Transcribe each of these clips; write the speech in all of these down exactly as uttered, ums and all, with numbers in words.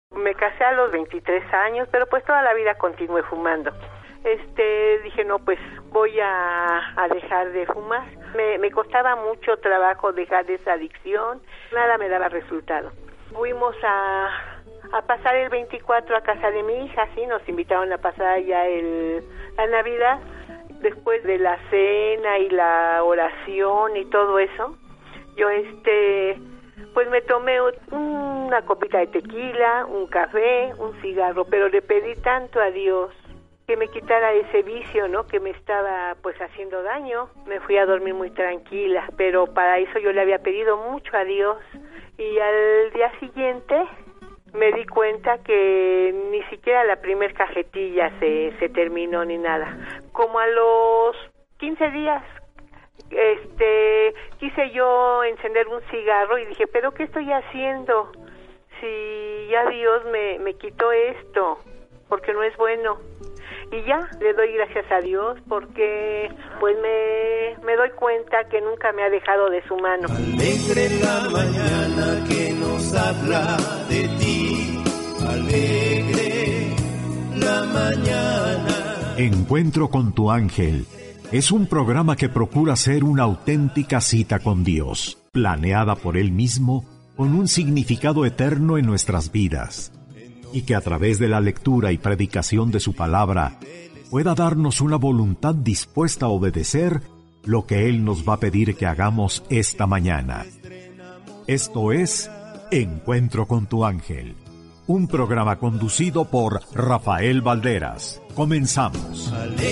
Me casé a los veintitrés años, pero pues toda la vida continué fumando. Este, dije, no, pues voy a, a dejar de fumar. Me, me costaba mucho trabajo dejar esa adicción, nada me daba resultado. Fuimos a, a pasar el veinticuatro a casa de mi hija, sí, nos invitaron a pasar ya el, la Navidad. Después de la cena y la oración y todo eso, yo este, pues me tomé una copita de tequila, un café, un cigarro, pero le pedí tanto a Dios que me quitara ese vicio, ¿no?, que me estaba pues haciendo daño. Me fui a dormir muy tranquila, pero para eso yo le había pedido mucho a Dios. Y al día siguiente me di cuenta que ni siquiera la primer cajetilla se, se terminó ni nada. Como a los quince días, este, quise yo encender un cigarro y dije, ¿pero qué estoy haciendo? Si ya Dios me, me quitó esto, porque no es bueno. Y ya, le doy gracias a Dios porque pues me, me doy cuenta que nunca me ha dejado de su mano. Alegre la mañana que nos habla de ti, alegre la mañana. Encuentro con tu ángel es un programa que procura ser una auténtica cita con Dios, planeada por Él mismo con un significado eterno en nuestras vidas, y que a través de la lectura y predicación de su palabra pueda darnos una voluntad dispuesta a obedecer lo que Él nos va a pedir que hagamos esta mañana. Esto es Encuentro con tu ángel, un programa conducido por Rafael Valderas. Comenzamos.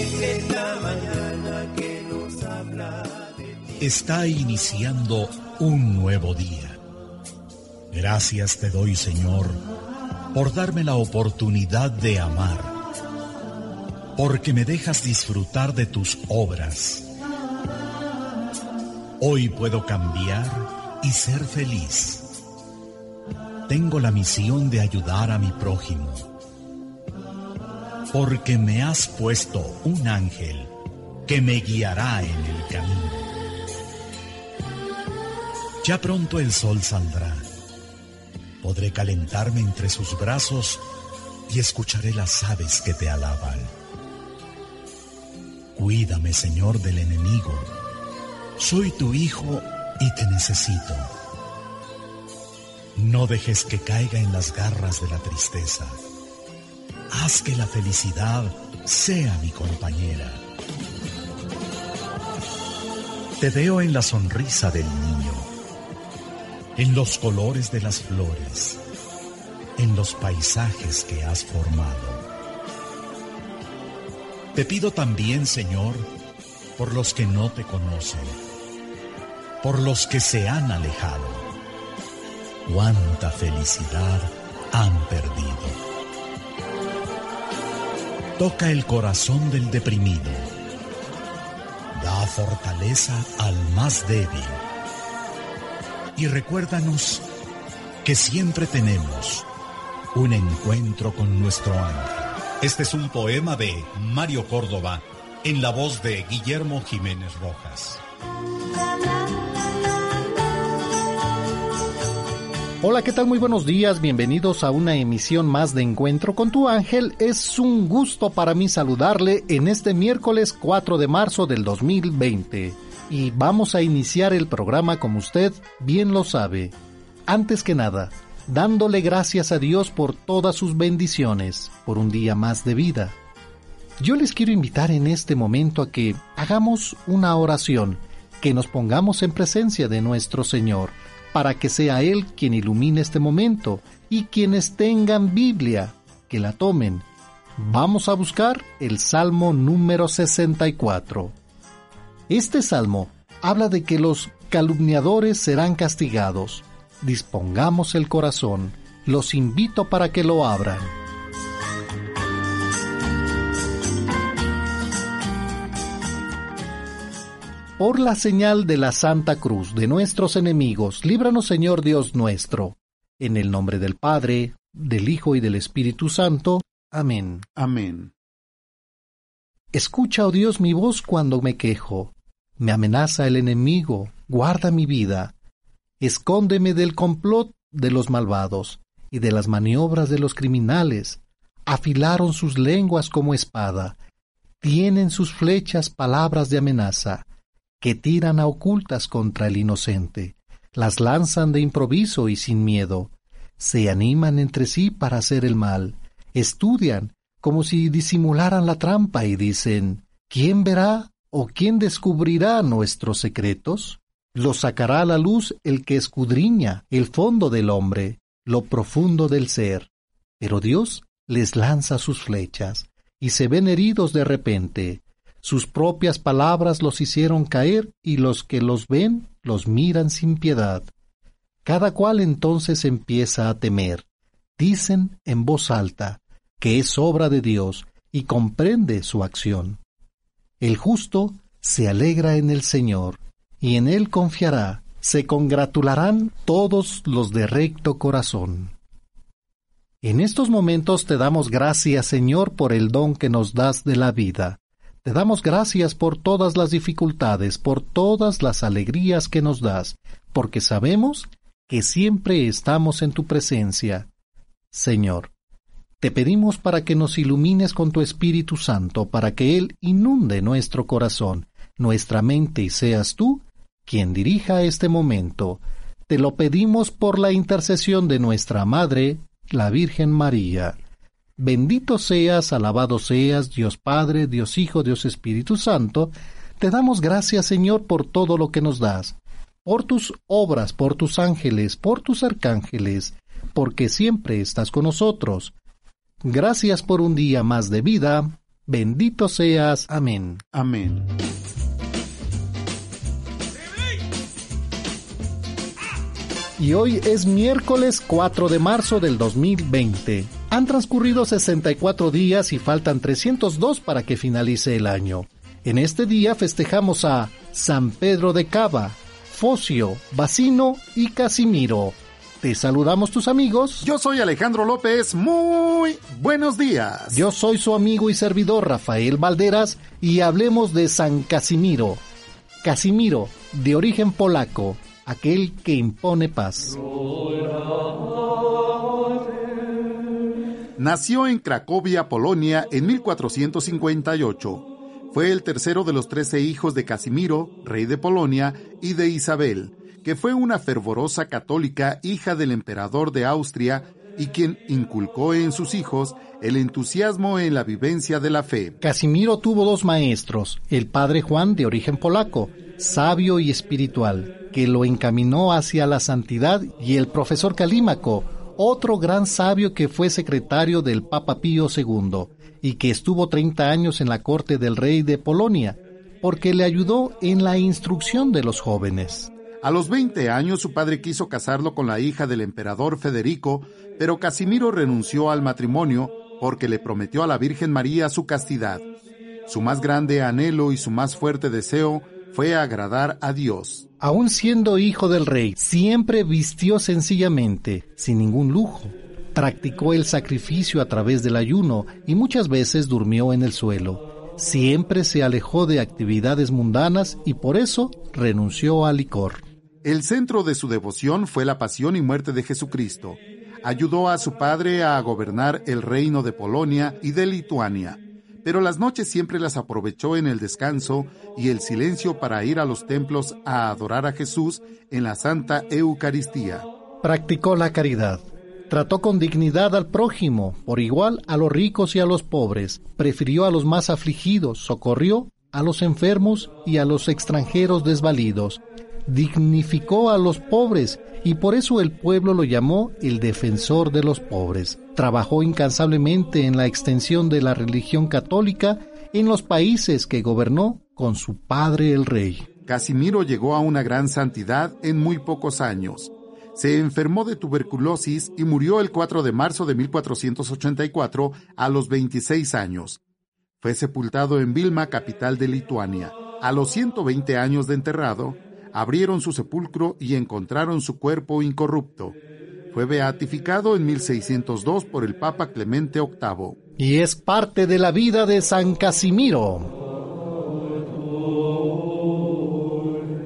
Está iniciando un nuevo día. Gracias te doy, Señor, por darme la oportunidad de amar, porque me dejas disfrutar de tus obras. Hoy puedo cambiar y ser feliz. Tengo la misión de ayudar a mi prójimo, porque me has puesto un ángel que me guiará en el camino. Ya pronto el sol saldrá. Podré calentarme entre sus brazos y escucharé las aves que te alaban. Cuídame, Señor, del enemigo. Soy tu hijo y te necesito. No dejes que caiga en las garras de la tristeza. Haz que la felicidad sea mi compañera. Te veo en la sonrisa del niño, en los colores de las flores, en los paisajes que has formado. Te pido también, Señor, por los que no te conocen, por los que se han alejado. Cuánta felicidad han perdido. Toca el corazón del deprimido. Da fortaleza al más débil. Y recuérdanos que siempre tenemos un encuentro con nuestro ángel. Este es un poema de Mario Córdoba en la voz de Guillermo Jiménez Rojas. Hola, ¿qué tal? Muy buenos días, bienvenidos a una emisión más de Encuentro con tu ángel. Es un gusto para mí saludarle en este miércoles cuatro de marzo del dos mil veinte. Y vamos a iniciar el programa como usted bien lo sabe. Antes que nada, dándole gracias a Dios por todas sus bendiciones, por un día más de vida. Yo les quiero invitar en este momento a que hagamos una oración, que nos pongamos en presencia de nuestro Señor, para que sea Él quien ilumine este momento, y quienes tengan Biblia, que la tomen. Vamos a buscar el Salmo número sesenta y cuatro. Este salmo habla de que los calumniadores serán castigados. Dispongamos el corazón. Los invito para que lo abran. Por la señal de la Santa Cruz de nuestros enemigos, líbranos, Señor Dios nuestro. En el nombre del Padre, del Hijo y del Espíritu Santo. Amén. Amén. Escucha, oh Dios, mi voz cuando me quejo. Me amenaza el enemigo, guarda mi vida. Escóndeme del complot de los malvados. y de las maniobras de los criminales. Afilaron sus lenguas como espada. Tienen sus flechas palabras de amenaza, que tiran a ocultas contra el inocente. Las lanzan de improviso y sin miedo. Se animan entre sí para hacer el mal. Estudian como si disimularan la trampa y dicen: ¿quién verá o quién descubrirá nuestros secretos? Los sacará a la luz el que escudriña el fondo del hombre, lo profundo del ser. Pero Dios les lanza sus flechas, y se ven heridos de repente. Sus propias palabras los hicieron caer, y los que los ven los miran sin piedad. Cada cual entonces empieza a temer. Dicen en voz alta que es obra de Dios, y comprende su acción. El justo se alegra en el Señor, y en Él confiará. Se congratularán todos los de recto corazón. En estos momentos te damos gracias, Señor, por el don que nos das de la vida. Te damos gracias por todas las dificultades, por todas las alegrías que nos das, porque sabemos que siempre estamos en tu presencia. Señor, te pedimos para que nos ilumines con tu Espíritu Santo, para que Él inunde nuestro corazón, nuestra mente, y seas tú quien dirija este momento. Te lo pedimos por la intercesión de nuestra Madre, la Virgen María. Bendito seas, alabado seas, Dios Padre, Dios Hijo, Dios Espíritu Santo. Te damos gracias, Señor, por todo lo que nos das, por tus obras, por tus ángeles, por tus arcángeles, porque siempre estás con nosotros. Gracias por un día más de vida. Bendito seas. Amén. Amén. Y hoy es miércoles cuatro de marzo del dos mil veinte. Han transcurrido sesenta y cuatro días y faltan trescientos dos para que finalice el año. En este día festejamos a San Pedro de Cava, Focio, Bacino y Casimiro. Te saludamos tus amigos. Yo soy Alejandro López. Muy buenos días. Yo soy su amigo y servidor Rafael Valderas y hablemos de San Casimiro. Casimiro, de origen polaco, aquel que impone paz. Nació en Cracovia, Polonia, en mil cuatrocientos cincuenta y ocho. Fue el tercero de los trece hijos de Casimiro, rey de Polonia, y de Isabel, que fue una fervorosa católica, hija del emperador de Austria, y quien inculcó en sus hijos el entusiasmo en la vivencia de la fe. Casimiro tuvo dos maestros, el padre Juan, de origen polaco, sabio y espiritual, que lo encaminó hacia la santidad, y el profesor Calímaco, otro gran sabio que fue secretario del Papa Pío segundo, y que estuvo treinta años en la corte del rey de Polonia, porque le ayudó en la instrucción de los jóvenes. A los veinte años su padre quiso casarlo con la hija del emperador Federico, pero Casimiro renunció al matrimonio porque le prometió a la Virgen María su castidad. Su más grande anhelo y su más fuerte deseo fue agradar a Dios. Aún siendo hijo del rey, siempre vistió sencillamente, sin ningún lujo. Practicó el sacrificio a través del ayuno y muchas veces durmió en el suelo. Siempre se alejó de actividades mundanas y por eso renunció al licor. El centro de su devoción fue la pasión y muerte de Jesucristo. Ayudó a su padre a gobernar el reino de Polonia y de Lituania, pero las noches siempre las aprovechó en el descanso y el silencio para ir a los templos a adorar a Jesús en la Santa Eucaristía. Practicó la caridad. Trató con dignidad al prójimo, por igual a los ricos y a los pobres. Prefirió a los más afligidos, socorrió a los enfermos y a los extranjeros desvalidos. Dignificó a los pobres y por eso el pueblo lo llamó el defensor de los pobres. Trabajó incansablemente en la extensión de la religión católica en los países que gobernó con su padre el rey. Casimiro llegó a una gran santidad en muy pocos años. Se enfermó de tuberculosis y murió el cuatro de marzo de mil cuatrocientos ochenta y cuatro a los veintiséis años. Fue sepultado en Vilna, capital de Lituania. A los ciento veinte años de enterrado, abrieron su sepulcro y encontraron su cuerpo incorrupto. Fue beatificado en mil seiscientos dos por el Papa Clemente octavo. Y es parte de la vida de San Casimiro.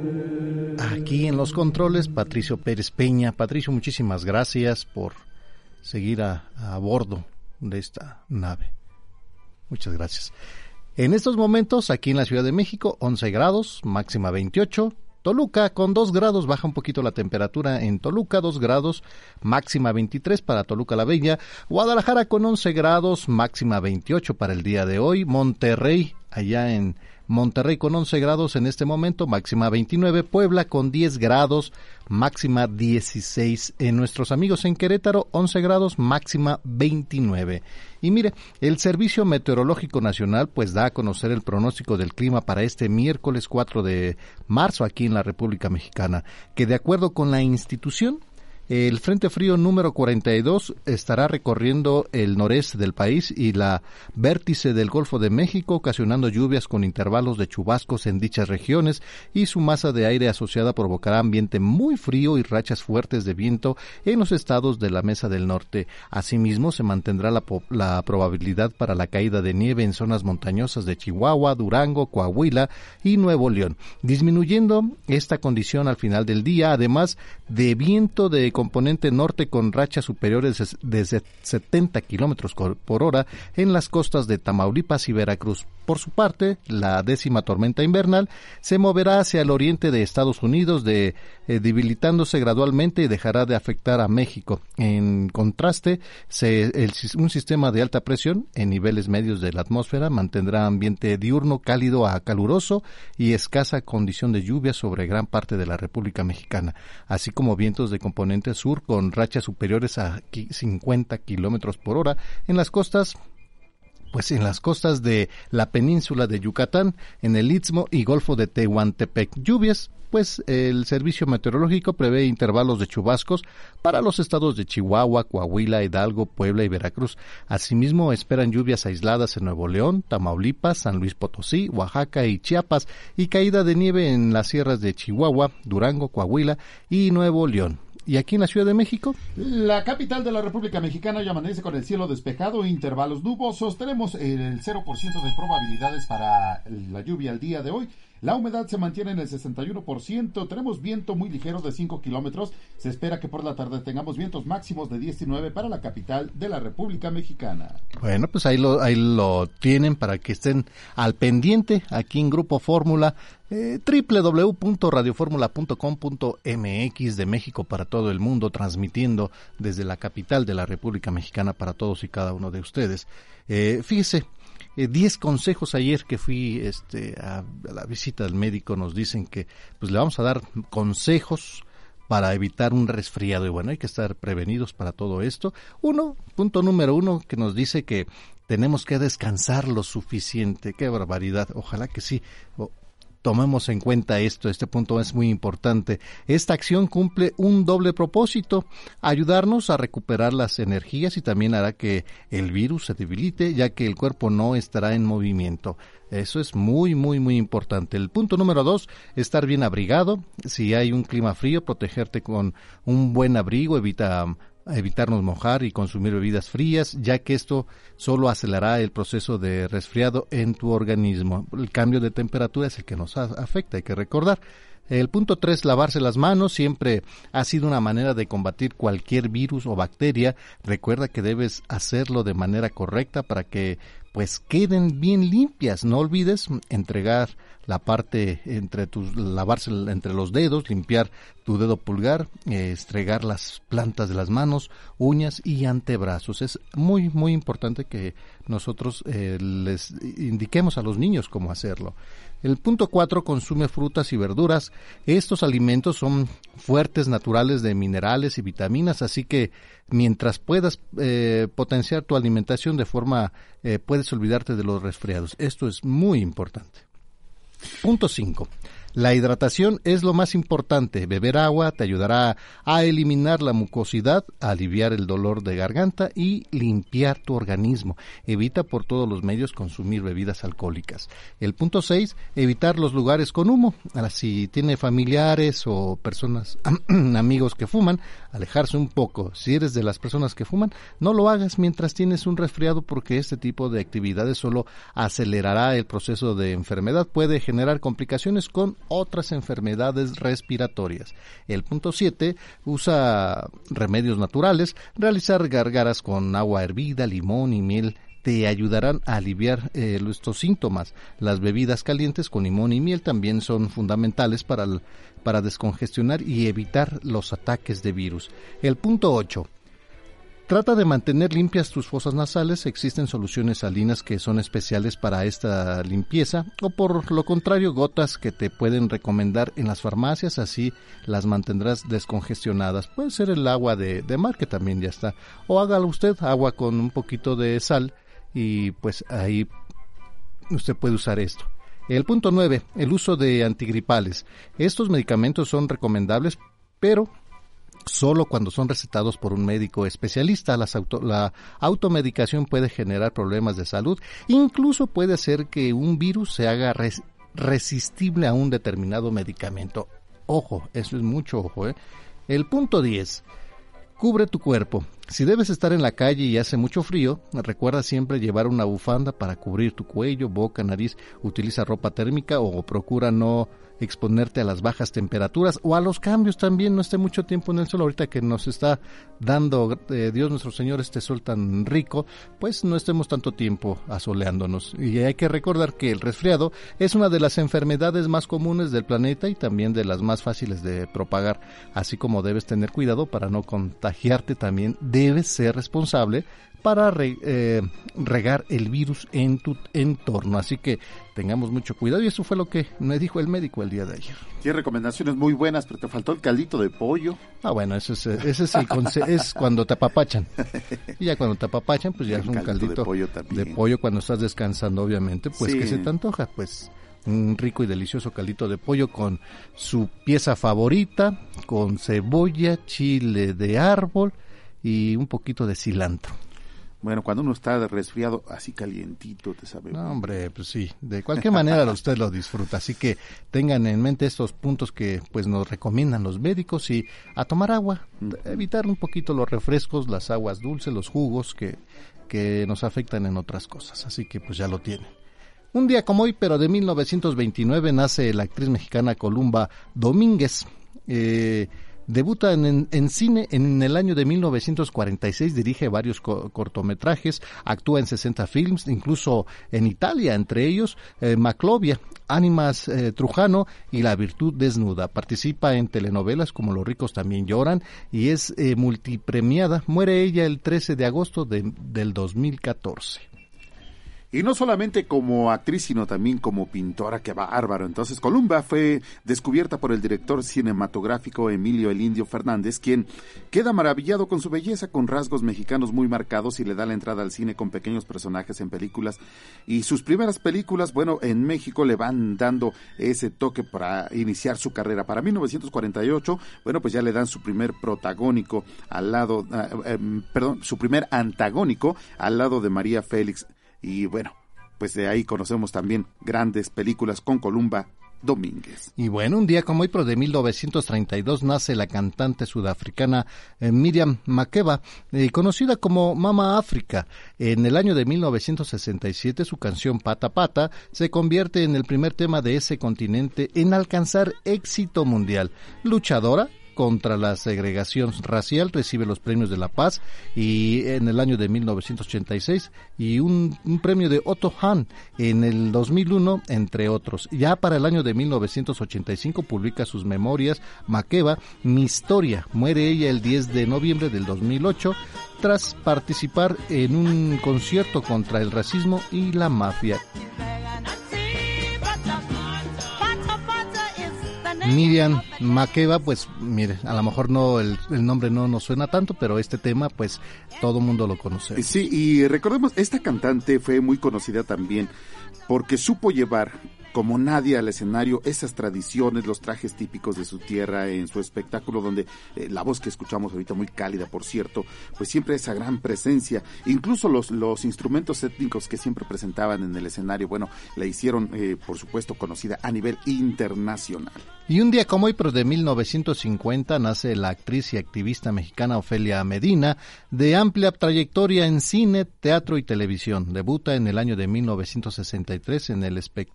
Aquí en los controles, Patricio Pérez Peña. Patricio, muchísimas gracias por seguir a, a bordo de esta nave. Muchas gracias. En estos momentos, aquí en la Ciudad de México, once grados, máxima veintiocho. Toluca con dos grados, baja un poquito la temperatura en Toluca, dos grados, máxima veintitrés para Toluca la Bella. Guadalajara con once grados, máxima veintiocho para el día de hoy. Monterrey, allá en Monterrey con once grados en este momento, máxima veintinueve. Puebla con diez grados, máxima dieciséis. En nuestros amigos en Querétaro, once grados, máxima veintinueve. Y mire, el Servicio Meteorológico Nacional pues da a conocer el pronóstico del clima para este miércoles cuatro de marzo aquí en la República Mexicana, que de acuerdo con la institución, el Frente Frío número cuarenta y dos estará recorriendo el noreste del país y la vértice del Golfo de México, ocasionando lluvias con intervalos de chubascos en dichas regiones, y su masa de aire asociada provocará ambiente muy frío y rachas fuertes de viento en los estados de la Mesa del Norte. Asimismo, se mantendrá la, la probabilidad para la caída de nieve en zonas montañosas de Chihuahua, Durango, Coahuila y Nuevo León, disminuyendo esta condición al final del día, además de viento de componente norte con rachas superiores de setenta kilómetros por hora en las costas de Tamaulipas y Veracruz. Por su parte, la décima tormenta invernal se moverá hacia el oriente de Estados Unidos, de, eh, debilitándose gradualmente y dejará de afectar a México. En contraste, se, el, un sistema de alta presión en niveles medios de la atmósfera mantendrá ambiente diurno cálido a caluroso y escasa condición de lluvia sobre gran parte de la República Mexicana, así como vientos de componente sur con rachas superiores a cincuenta kilómetros por hora en las costas pues en las costas de la península de Yucatán, en el Istmo y Golfo de Tehuantepec. Lluvias, pues el Servicio Meteorológico prevé intervalos de chubascos para los estados de Chihuahua, Coahuila, Hidalgo, Puebla y Veracruz. Asimismo, esperan lluvias aisladas en Nuevo León, Tamaulipas, San Luis Potosí, Oaxaca y Chiapas, y caída de nieve en las sierras de Chihuahua, Durango, Coahuila y Nuevo León. ¿Y aquí en la Ciudad de México? La capital de la República Mexicana ya amanece con el cielo despejado e intervalos nubosos. Tenemos el cero por ciento de probabilidades para la lluvia el día de hoy. La humedad se mantiene en el sesenta y uno por ciento. Tenemos viento muy ligero de cinco kilómetros. Se espera que por la tarde tengamos vientos máximos de diecinueve para la capital de la República Mexicana. Bueno, pues ahí lo, ahí lo tienen para que estén al pendiente aquí en Grupo Fórmula. Eh, doble u doble u doble u punto radio fórmula punto com punto m x de México para todo el mundo, transmitiendo desde la capital de la República Mexicana para todos y cada uno de ustedes. Eh, fíjese, diez eh, consejos ayer que fui este, a, a la visita del médico, nos dicen que pues le vamos a dar consejos para evitar un resfriado, y bueno, hay que estar prevenidos para todo esto. Uno, punto número uno, que nos dice que tenemos que descansar lo suficiente. ¡Qué barbaridad! Ojalá que sí. O, Tomemos en cuenta esto, este punto es muy importante. Esta acción cumple un doble propósito: ayudarnos a recuperar las energías y también hará que el virus se debilite, ya que el cuerpo no estará en movimiento. Eso es muy, muy, muy importante. El punto número dos, estar bien abrigado. Si hay un clima frío, protegerte con un buen abrigo, evita evitarnos mojar y consumir bebidas frías, ya que esto solo acelerará el proceso de resfriado en tu organismo. El cambio de temperatura es el que nos afecta, hay que recordar. El punto tres, lavarse las manos, siempre ha sido una manera de combatir cualquier virus o bacteria. Recuerda que debes hacerlo de manera correcta para que pues queden bien limpias. No olvides entregar la parte entre tus, lavarse entre los dedos, limpiar tu dedo pulgar, eh, estregar las plantas de las manos, uñas y antebrazos. Es muy, muy importante que nosotros eh, les indiquemos a los niños cómo hacerlo. El punto cuatro, consume frutas y verduras. Estos alimentos son fuertes, naturales de minerales y vitaminas, así que mientras puedas eh, potenciar tu alimentación de forma, eh, puedes olvidarte de los resfriados. Esto es muy importante. Punto cinco. La hidratación es lo más importante. Beber agua te ayudará a eliminar la mucosidad, a aliviar el dolor de garganta y limpiar tu organismo. Evita por todos los medios consumir bebidas alcohólicas. El punto seis, evitar los lugares con humo. Ahora, si tiene familiares o personas, amigos que fuman, alejarse un poco. Si eres de las personas que fuman, no lo hagas mientras tienes un resfriado, porque este tipo de actividades solo acelerará el proceso de enfermedad. Puede generar complicaciones con otras enfermedades respiratorias. El punto siete, usa remedios naturales, realizar gárgaras con agua hervida, limón y miel te ayudarán a aliviar eh, estos síntomas. Las bebidas calientes con limón y miel también son fundamentales para, el, para descongestionar y evitar los ataques de virus. El punto ocho. Trata de mantener limpias tus fosas nasales. Existen soluciones salinas que son especiales para esta limpieza, o por lo contrario, gotas que te pueden recomendar en las farmacias, así las mantendrás descongestionadas. Puede ser el agua de, de mar, que también ya está, o hágalo usted, agua con un poquito de sal, y pues ahí usted puede usar esto. El punto nueve, el uso de antigripales. Estos medicamentos son recomendables, pero solo cuando son recetados por un médico especialista. Las auto, la automedicación puede generar problemas de salud, incluso puede hacer que un virus se haga res, resistible a un determinado medicamento. Ojo, eso es mucho ojo, ¿eh? El punto diez. Cubre tu cuerpo. Si debes estar en la calle y hace mucho frío, recuerda siempre llevar una bufanda para cubrir tu cuello, boca, nariz. Utiliza ropa térmica o procura no exponerte a las bajas temperaturas o a los cambios también. No esté mucho tiempo en el sol. Ahorita que nos está dando eh, Dios nuestro Señor este sol tan rico, pues no estemos tanto tiempo asoleándonos. Y hay que recordar que el resfriado es una de las enfermedades más comunes del planeta y también de las más fáciles de propagar. Así como debes tener cuidado para no contagiarte, también debes ser responsable para re, eh, regar el virus en tu entorno. Así que tengamos mucho cuidado, y eso fue lo que me dijo el médico el día de ayer. Tiene recomendaciones muy buenas, pero te faltó el caldito de pollo. Ah, bueno, ese es, ese es el conce- es cuando te apapachan. Y ya cuando te apapachan, pues ya el es un caldito, caldito de, pollo de pollo cuando estás descansando, obviamente, pues sí. Que se te antoja, pues un rico y delicioso caldito de pollo con su pieza favorita, con cebolla, chile de árbol y un poquito de cilantro. Bueno, cuando uno está resfriado, así calientito, te sabe. No, hombre, pues sí, de cualquier manera usted lo disfruta, así que tengan en mente estos puntos que pues nos recomiendan los médicos, y a tomar agua, evitar un poquito los refrescos, las aguas dulces, los jugos que, que nos afectan en otras cosas, así que pues ya lo tienen. Un día como hoy, pero de mil novecientos veintinueve, nace la actriz mexicana Columba Domínguez. Eh... Debuta en, en, en cine en el año de mil novecientos cuarenta y seis, dirige varios co- cortometrajes, actúa en sesenta films, incluso en Italia, entre ellos eh, Maclovia, Ánimas eh, Trujano y La Virtud Desnuda. Participa en telenovelas como Los ricos también lloran y es eh, multipremiada. Muere ella el trece de agosto de, del dos mil catorce. Y no solamente como actriz, sino también como pintora, que bárbaro. Entonces, Columba fue descubierta por el director cinematográfico Emilio El Indio Fernández, quien queda maravillado con su belleza, con rasgos mexicanos muy marcados, y le da la entrada al cine con pequeños personajes en películas. Y sus primeras películas, bueno, en México le van dando ese toque para iniciar su carrera. Para mil novecientos cuarenta y ocho, bueno, pues ya le dan su primer protagónico al lado, eh, eh, perdón, su primer antagónico al lado de María Félix. Y bueno, pues de ahí conocemos también grandes películas con Columba Domínguez. Y bueno, un día como hoy, pero de mil novecientos treinta y dos, nace la cantante sudafricana eh, Miriam Makeba, eh, conocida como Mama África. En el año de mil novecientos sesenta y siete, su canción Pata Pata se convierte en el primer tema de ese continente en alcanzar éxito mundial. Luchadora contra la segregación racial, recibe los premios de la paz y en el año de mil novecientos ochenta y seis y un, un premio de Otto Hahn en el dos mil uno, entre otros. Ya para el año de mil novecientos ochenta y cinco publica sus memorias Makeba, Mi Historia. Muere ella el diez de noviembre del dos mil ocho tras participar en un concierto contra el racismo y la mafia. Miriam Makeba, pues mire, a lo mejor no el, el nombre no nos suena tanto, pero este tema pues todo mundo lo conoce. Sí, y recordemos, esta cantante fue muy conocida también porque supo llevar como nadie al escenario esas tradiciones, los trajes típicos de su tierra en su espectáculo, donde eh, la voz que escuchamos ahorita, muy cálida por cierto, pues siempre esa gran presencia, incluso los, los instrumentos étnicos que siempre presentaban en el escenario, bueno, la hicieron eh, por supuesto conocida a nivel internacional. Y un día como hoy, pero de mil novecientos cincuenta, nace la actriz y activista mexicana Ofelia Medina, de amplia trayectoria en cine, teatro y televisión. Debuta en el año de mil novecientos sesenta y tres en el espectáculo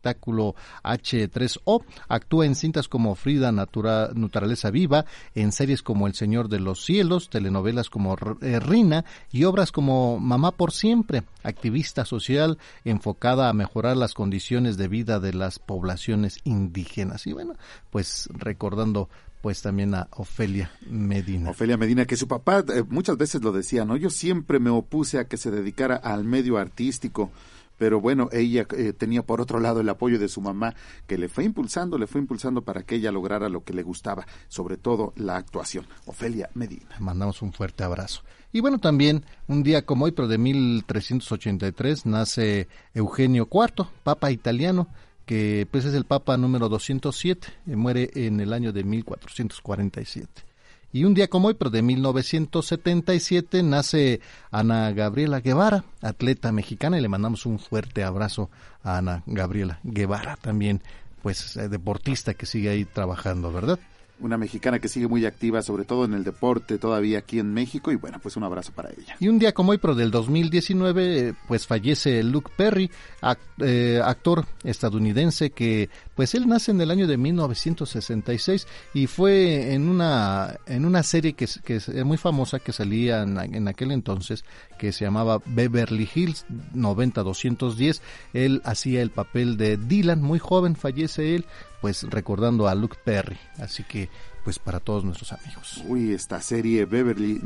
módulo hache tres o. Actúa en cintas como Frida Natura, Naturaleza Viva, en series como El Señor de los Cielos, telenovelas como eh, Rina y obras como Mamá por Siempre, activista social enfocada a mejorar las condiciones de vida de las poblaciones indígenas. Y bueno, pues recordando pues también a Ofelia Medina. Ofelia Medina, que su papá eh, muchas veces lo decía, ¿no? Yo siempre me opuse a que se dedicara al medio artístico, pero bueno, ella eh, tenía por otro lado el apoyo de su mamá, que le fue impulsando, le fue impulsando para que ella lograra lo que le gustaba, sobre todo la actuación. Ofelia Medina. Mandamos un fuerte abrazo. Y bueno, también un día como hoy, pero de mil trescientos ochenta y tres, nace Eugenio cuarto, papa italiano, que pues es el papa número doscientos siete, y muere en el año de mil cuatrocientos cuarenta y siete. Y un día como hoy, pero de mil novecientos setenta y siete, nace Ana Gabriela Guevara, atleta mexicana, y le mandamos un fuerte abrazo a Ana Gabriela Guevara, también pues eh, deportista que sigue ahí trabajando, ¿verdad? Una mexicana que sigue muy activa, sobre todo en el deporte, todavía aquí en México, y bueno, pues un abrazo para ella. Y un día como hoy, pero del dos mil diecinueve, pues fallece Luke Perry, act, eh, actor estadounidense que, pues él nace en el año de mil novecientos sesenta y seis y fue en una en una serie que, que es muy famosa que salía en, en aquel entonces, que se llamaba Beverly Hills noventa doscientos diez. Él hacía el papel de Dylan, muy joven, fallece él, pues recordando a Luke Perry, así que pues para todos nuestros amigos. Uy, esta serie Beverly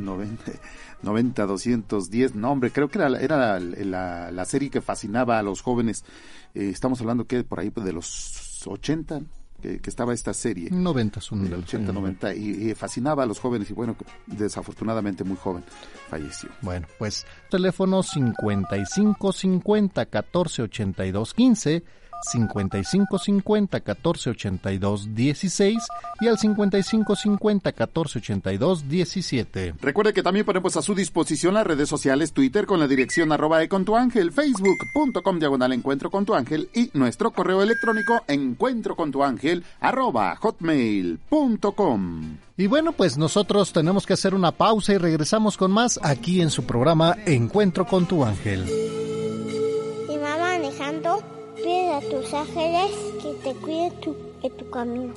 noventa doscientos diez, no hombre, creo que era, era la, la, la serie que fascinaba a los jóvenes, eh, estamos hablando que por ahí de los ochenta, que, que estaba esta serie. noventa, son de los ochenta, noventa, y, y fascinaba a los jóvenes, y bueno, desafortunadamente muy joven falleció. Bueno, pues teléfono cincuenta y cinco cincuenta catorce ochenta y dos quince, cincuenta y cinco cincuenta catorce ochenta y dos dieciséis y al cincuenta y cinco cincuenta catorce ochenta y dos diecisiete. Recuerde que también ponemos a su disposición las redes sociales, Twitter con la dirección arroba e con tu ángel, facebook.com diagonal encuentro con tu ángel y nuestro correo electrónico encuentro con tu ángel arroba hotmail punto com. Y bueno, pues nosotros tenemos que hacer una pausa y regresamos con más aquí en su programa Encuentro con tu ángel. Y va manejando, pide a tus ángeles que te cuiden tu, en tu camino.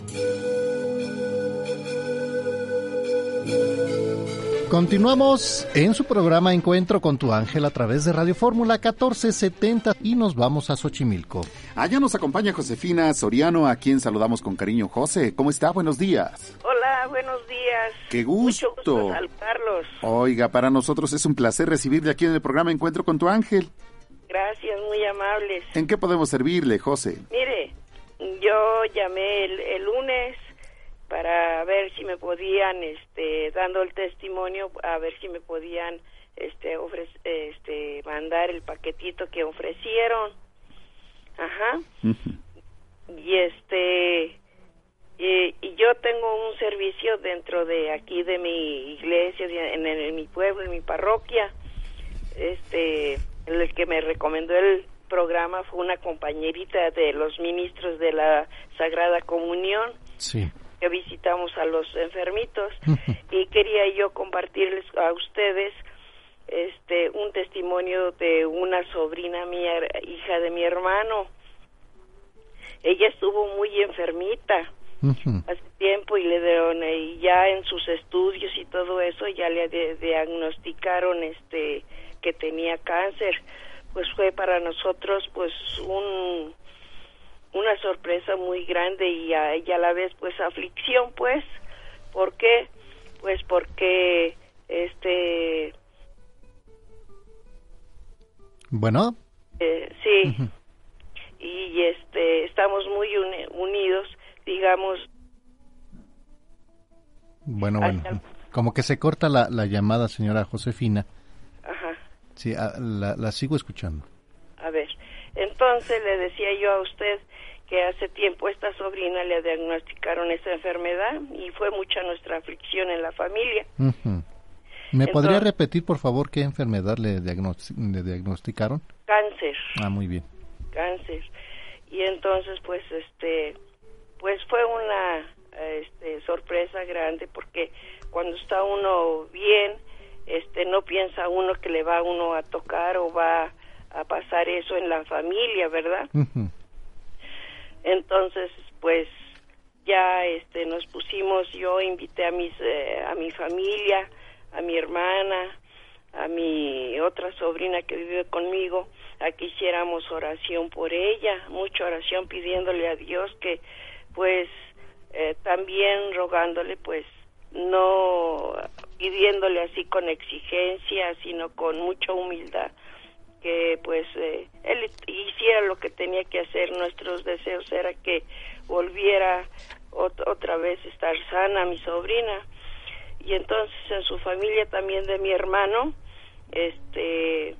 Continuamos en su programa Encuentro con tu ángel a través de Radio Fórmula catorce setenta y nos vamos a Xochimilco. Allá nos acompaña Josefina Soriano, a quien saludamos con cariño. José, ¿cómo está? Buenos días. Hola, buenos días. ¡Qué gusto! Mucho gusto saludarlos. Oiga, para nosotros es un placer recibirle aquí en el programa Encuentro con tu ángel. Gracias, muy amables. ¿En qué podemos servirle, José? Mire, yo llamé el, el lunes para ver si me podían, este, dando el testimonio, a ver si me podían, este, ofrece, este, mandar el paquetito que ofrecieron. Ajá. Uh-huh. Y este, y, y yo tengo un servicio dentro de aquí de mi iglesia, en, en, en mi pueblo, en mi parroquia. Este, el que me recomendó el programa fue una compañerita de los ministros de la Sagrada Comunión. Sí. Que visitamos a los enfermitos y quería yo compartirles a ustedes este un testimonio de una sobrina mía, hija de mi hermano. Ella estuvo muy enfermita uh-huh. hace tiempo y le dieron, y ya en sus estudios y todo eso ya le de, diagnosticaron este que tenía cáncer. Pues fue para nosotros pues un una sorpresa muy grande y a, y a la vez pues aflicción, pues. ¿Por qué? Pues porque este bueno eh, sí uh-huh. y este estamos muy uni- unidos, digamos. Bueno, bueno, hasta... como que se corta la, la llamada, señora Josefina. Ajá. Sí, a, la, la sigo escuchando. A ver, entonces le decía yo a usted que hace tiempo esta sobrina le diagnosticaron esa enfermedad y fue mucha nuestra aflicción en la familia. Uh-huh. ¿Me entonces, podría repetir, por favor, qué enfermedad le, diagnosti- le diagnosticaron? Cáncer. Ah, muy bien. Cáncer. Y entonces, pues, este, pues fue una este, sorpresa grande porque cuando está uno bien, este, no piensa uno que le va uno a tocar o va a pasar eso en la familia, ¿verdad? Uh-huh. Entonces, pues ya este nos pusimos, yo invité a mis eh, a mi familia, a mi hermana, a mi otra sobrina que vive conmigo, a que hiciéramos oración por ella, mucha oración pidiéndole a Dios que pues eh, también rogándole pues no pidiéndole así con exigencia, sino con mucha humildad, que pues eh, él hiciera lo que tenía que hacer. Nuestros deseos era que volviera ot- otra vez a estar sana mi sobrina. Y entonces en su familia también de mi hermano este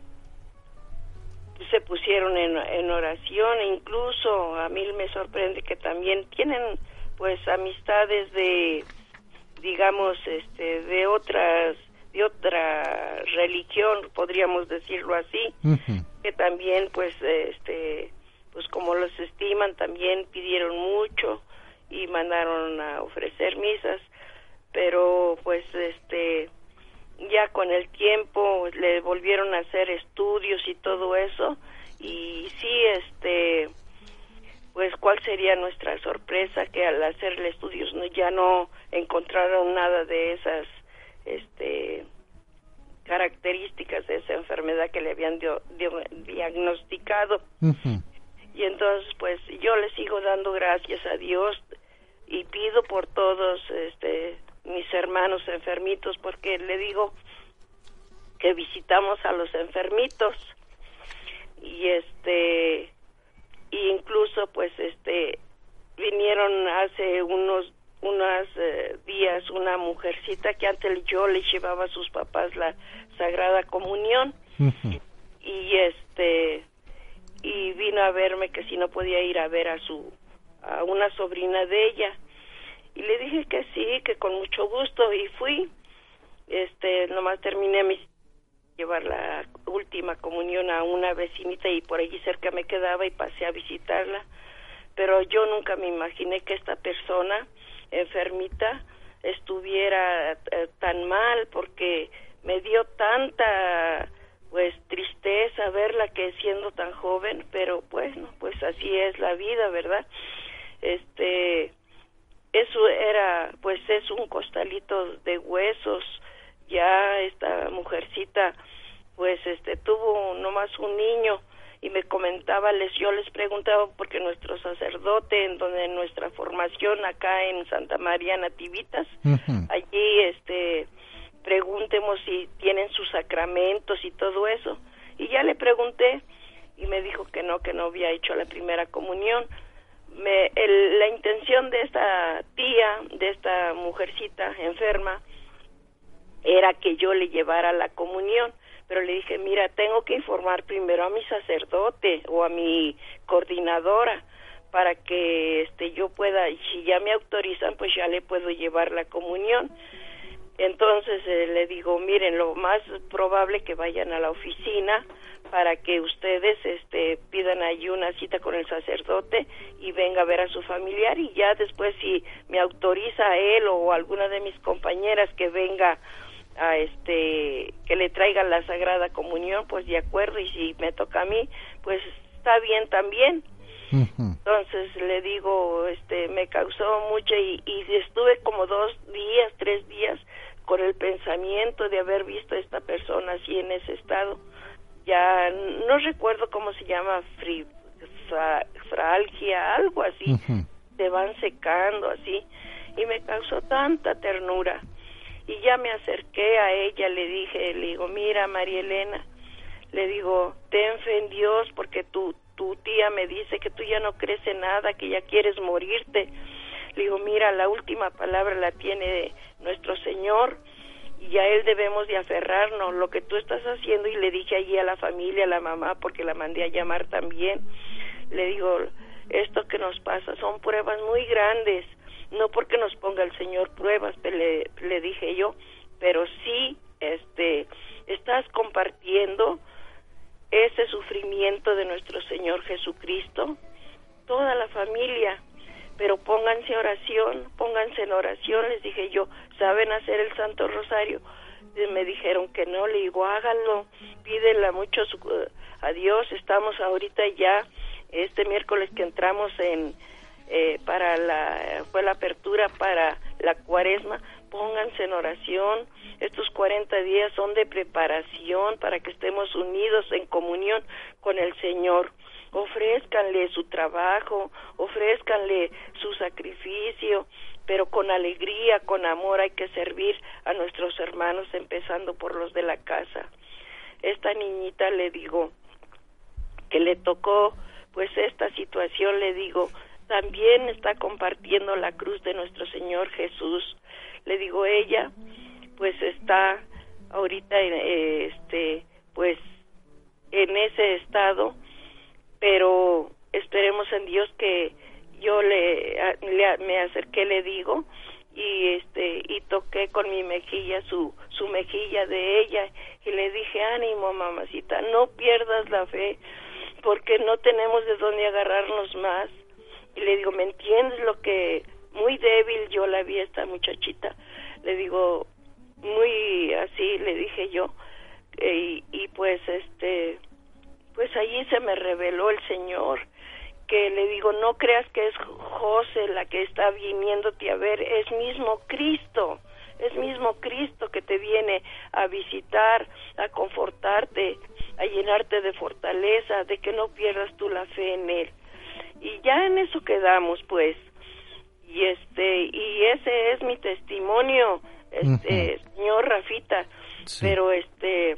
se pusieron en, en oración, e incluso a mí me sorprende que también tienen pues amistades de digamos este de otras de otra religión, podríamos decirlo así, uh-huh. que también pues este pues como los estiman también pidieron mucho y mandaron a ofrecer misas, pero pues este ya con el tiempo le volvieron a hacer estudios y todo eso, y sí este pues cuál sería nuestra sorpresa que al hacerle estudios no, ya no encontraron nada de esas este características de esa enfermedad que le habían dio, dio, diagnosticado. Uh-huh. Y entonces pues yo le sigo dando gracias a Dios y pido por todos este mis hermanos enfermitos, porque le digo que visitamos a los enfermitos y este y incluso pues este vinieron hace unos unos eh, días una mujercita que antes yo le llevaba a sus papás la Sagrada Comunión. Uh-huh. y este y vino a verme que si no podía ir a ver a su a una sobrina de ella, y le dije que sí, que con mucho gusto, y fui. Este nomás terminé mi llevar la última comunión a una vecinita y por allí cerca me quedaba y pasé a visitarla, pero yo nunca me imaginé que esta persona enfermita estuviera eh, tan mal, porque me dio tanta pues tristeza verla que siendo tan joven, pero bueno, pues así es la vida, ¿verdad? Este eso era, pues es un costalito de huesos. Ya esta mujercita pues este tuvo nomás un niño, y me comentaba, les yo les preguntaba porque nuestro sacerdote en donde en nuestra formación acá en Santa María Nativitas, uh-huh. allí este preguntemos si tienen sus sacramentos y todo eso, y ya le pregunté y me dijo que no, que no había hecho la primera comunión. Me, el, la intención de esta tía, de esta mujercita enferma, era que yo le llevara la comunión, pero le dije, mira, tengo que informar primero a mi sacerdote o a mi coordinadora para que este yo pueda, y si ya me autorizan, pues ya le puedo llevar la comunión. Entonces eh, le digo, miren, lo más probable que vayan a la oficina para que ustedes este pidan ahí una cita con el sacerdote y venga a ver a su familiar, y ya después si me autoriza a él o alguna de mis compañeras que venga a este que le traigan la Sagrada Comunión, pues de acuerdo, y si me toca a mí, pues está bien también. Uh-huh. Entonces le digo, este me causó mucho y, y estuve como dos días, tres días con el pensamiento de haber visto a esta persona así en ese estado. Ya no recuerdo cómo se llama, fri, fra, fralgia, algo así. Uh-huh. Se van secando así, y me causó tanta ternura. Y ya me acerqué a ella, le dije, le digo, mira María Elena, le digo, ten fe en Dios, porque tu, tu tía me dice que tú ya no crees en nada, que ya quieres morirte. Le digo, mira, la última palabra la tiene nuestro Señor, y a Él debemos de aferrarnos, lo que tú estás haciendo. Y le dije allí a la familia, a la mamá, porque la mandé a llamar también, le digo, esto que nos pasa son pruebas muy grandes, no porque nos ponga el Señor pruebas, le, le dije yo, pero sí este estás compartiendo ese sufrimiento de nuestro Señor Jesucristo, toda la familia, pero pónganse oración, pónganse en oración. Les dije yo, ¿saben hacer el Santo Rosario? Y me dijeron que no. Le digo, háganlo, pídenla mucho a Dios. Estamos ahorita ya este miércoles que entramos en eh, para la fue la apertura para la Cuaresma, pónganse en oración. Estos cuarenta días son de preparación para que estemos unidos en comunión con el Señor. Ofrézcanle su trabajo, ofrézcanle su sacrificio, pero con alegría, con amor hay que servir a nuestros hermanos, empezando por los de la casa. Esta niñita, le digo, que le tocó pues esta situación, le digo, también está compartiendo la cruz de nuestro Señor Jesús. Le digo, ella pues está ahorita eh, este pues en ese estado, pero esperemos en Dios que yo le, le me acerqué, le digo, y este y toqué con mi mejilla su su mejilla de ella y le dije, ánimo mamacita, no pierdas la fe, porque no tenemos de dónde agarrarnos más. Y le digo, ¿me entiendes lo que muy débil yo la vi esta muchachita? Le digo, muy así, le dije yo, y, y pues este pues allí se me reveló el Señor, que le digo, no creas que es José la que está viniéndote a ver, es mismo Cristo, es mismo Cristo que te viene a visitar, a confortarte, a llenarte de fortaleza, de que no pierdas tú la fe en Él. Y ya en eso quedamos, pues, y este, y ese es mi testimonio, este, uh-huh. señor Rafita, sí. Pero este,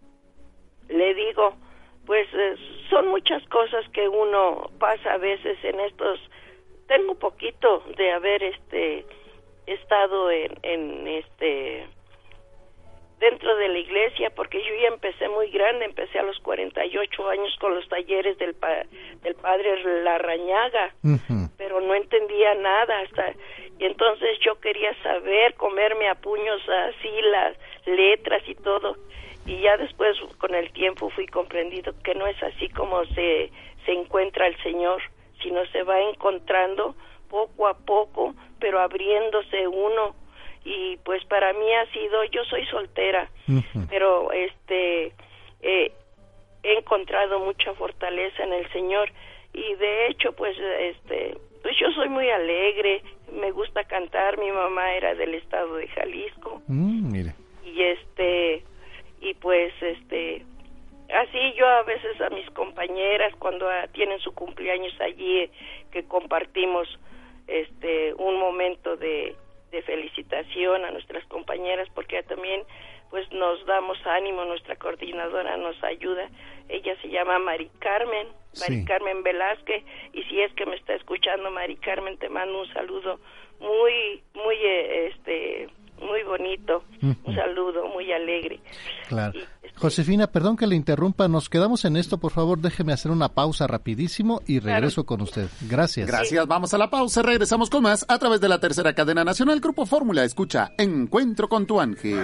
le digo, pues eh, son muchas cosas que uno pasa a veces en estos. Tengo poquito de haber este estado en, en este dentro de la iglesia, porque yo ya empecé muy grande, empecé a los cuarenta y ocho años con los talleres del pa, del padre Larrañaga, uh-huh. pero no entendía nada hasta, y entonces yo quería saber, comerme a puños así las letras y todo. Y ya después, con el tiempo, fui comprendido que no es así como se, se encuentra el Señor, sino se va encontrando poco a poco, pero abriéndose uno. Y pues para mí ha sido, yo soy soltera, uh-huh. pero este eh, he encontrado mucha fortaleza en el Señor. Y de hecho, pues este pues yo soy muy alegre, me gusta cantar. Mi mamá era del estado de Jalisco. Mm, mire. Y este... y pues este así yo a veces a mis compañeras cuando uh, tienen su cumpleaños allí eh, que compartimos este un momento de, de felicitación a nuestras compañeras, porque también pues nos damos ánimo, nuestra coordinadora nos ayuda, ella se llama Mari Carmen, Mari sí. Carmen Velázquez, y si es que me está escuchando, Mari Carmen, te mando un saludo muy muy eh, este muy bonito, uh-huh. un saludo muy alegre. Claro. Y, este... Josefina, perdón que le interrumpa, nos quedamos en esto, por favor, déjeme hacer una pausa rapidísimo y regreso claro. con usted. Gracias. Gracias, vamos a la pausa, regresamos con más a través de la tercera cadena nacional, Grupo Fórmula. Escucha Encuentro con tu ángel.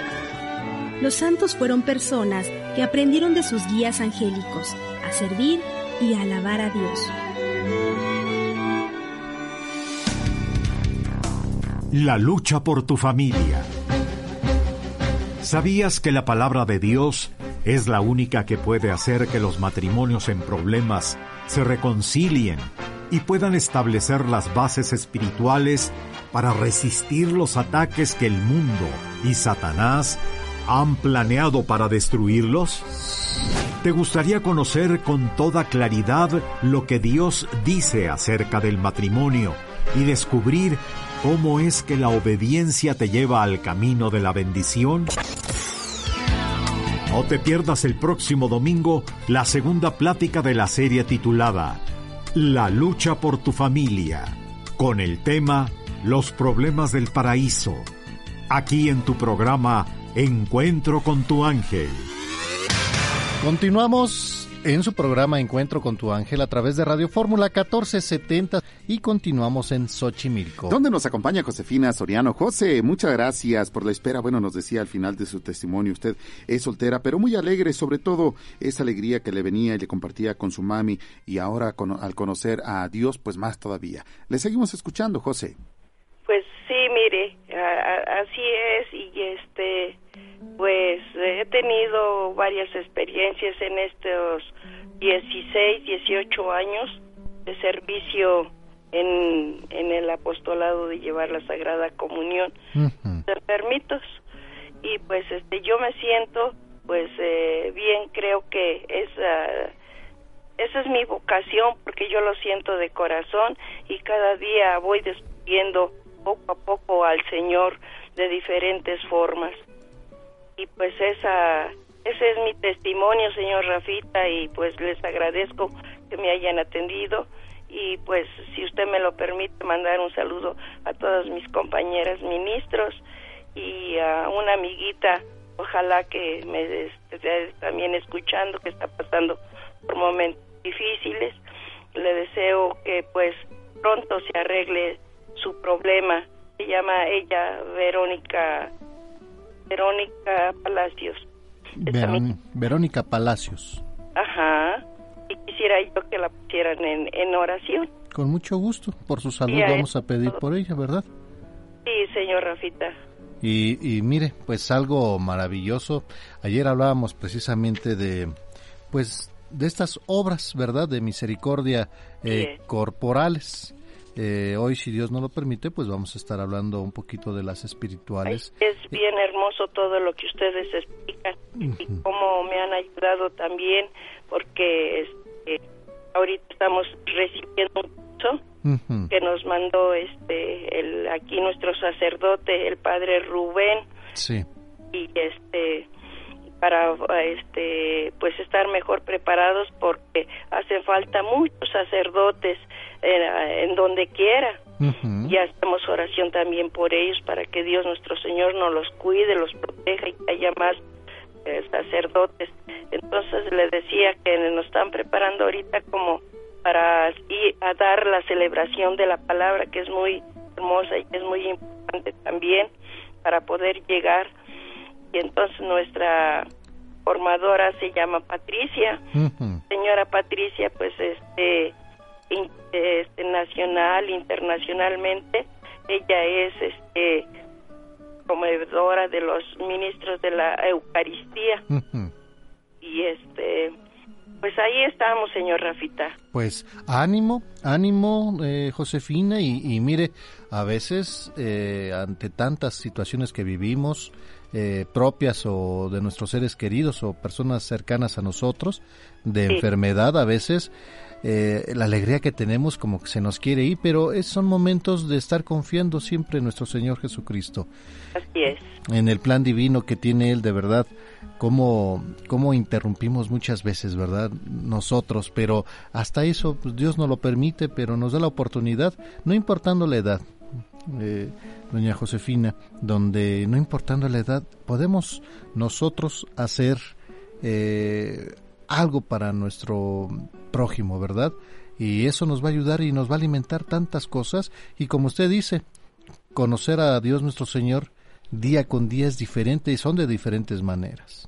Los santos fueron personas que aprendieron de sus guías angélicos a servir y a alabar a Dios. La lucha por tu familia. ¿Sabías que la palabra de Dios es la única que puede hacer que los matrimonios en problemas se reconcilien y puedan establecer las bases espirituales para resistir los ataques que el mundo y Satanás han planeado para destruirlos? ¿Te gustaría conocer con toda claridad lo que Dios dice acerca del matrimonio y descubrir cómo es que la obediencia te lleva al camino de la bendición? No te pierdas el próximo domingo la segunda plática de la serie titulada La lucha por tu familia, con el tema Los problemas del paraíso, aquí en tu programa Encuentro con tu ángel. Continuamos en su programa Encuentro con tu ángel a través de Radio Fórmula catorce setenta y continuamos en Xochimilco, donde nos acompaña Josefina Soriano. José, muchas gracias por la espera. Bueno, nos decía al final de su testimonio, usted es soltera, pero muy alegre, sobre todo esa alegría que le venía y le compartía con su mami, y ahora con, al conocer a Dios, pues más todavía. Le seguimos escuchando, José. Pues sí, mire, a, a, así es, y este, pues he tenido varias experiencias en estos dieciséis, dieciocho años de servicio en, en el apostolado de llevar la Sagrada Comunión uh-huh. de enfermitos. Y pues este yo me siento pues eh, bien, creo que esa, esa es mi vocación, porque yo lo siento de corazón y cada día voy descubriendo poco a poco al Señor de diferentes formas. Y pues esa ese es mi testimonio, señor Rafita, y pues les agradezco que me hayan atendido. Y pues si usted me lo permite, mandar un saludo a todas mis compañeras ministros y a una amiguita, ojalá que me esté también escuchando, que está pasando por momentos difíciles. Le deseo que pues pronto se arregle su problema. Se llama ella Verónica Verónica Palacios. Verón, Verónica Palacios. Ajá. Y quisiera yo que la pusieran en, en oración. Con mucho gusto. Por su salud vamos a pedir por ella, ¿verdad? Sí, señor Rafita. Y, y mire, pues algo maravilloso. Ayer hablábamos precisamente de, pues, de estas obras, ¿verdad? De misericordia eh, sí. corporales. Eh, hoy, si Dios no lo permite, pues vamos a estar hablando un poquito de las espirituales. Ay, es bien hermoso todo lo que ustedes explican uh-huh. y cómo me han ayudado también, porque este, ahorita estamos recibiendo un curso uh-huh. que nos mandó este el aquí nuestro sacerdote, el padre Rubén. Sí. Y este para este pues estar mejor preparados, porque hacen falta muchos sacerdotes en, en donde quiera. Uh-huh. Y hacemos oración también por ellos, para que Dios nuestro Señor nos los cuide, los proteja y que haya más eh, sacerdotes. Entonces le decía que nos están preparando ahorita como para ir a dar la celebración de la palabra, que es muy hermosa y es muy importante también para poder llegar. Y entonces nuestra formadora se llama Patricia. Uh-huh. Señora Patricia, pues este, in, este nacional, internacionalmente, ella es este promovedora de los ministros de la Eucaristía. Uh-huh. Y este pues ahí estamos, señor Rafita. Pues ánimo, ánimo, eh, Josefina, y, y mire, a veces eh, ante tantas situaciones que vivimos, eh, propias o de nuestros seres queridos o personas cercanas a nosotros, de sí. enfermedad, a veces eh, la alegría que tenemos como que se nos quiere ir, pero es, son momentos de estar confiando siempre en nuestro Señor Jesucristo. Así es. En el plan divino que tiene Él, de verdad. Cómo, cómo interrumpimos muchas veces, ¿verdad? Nosotros, pero hasta eso pues, Dios nos lo permite, pero nos da la oportunidad, no importando la edad, eh, doña Josefina, donde no importando la edad, podemos nosotros hacer eh, algo para nuestro prójimo, ¿verdad? Y eso nos va a ayudar y nos va a alimentar tantas cosas, y como usted dice, conocer a Dios nuestro Señor día con día es diferente y son de diferentes maneras.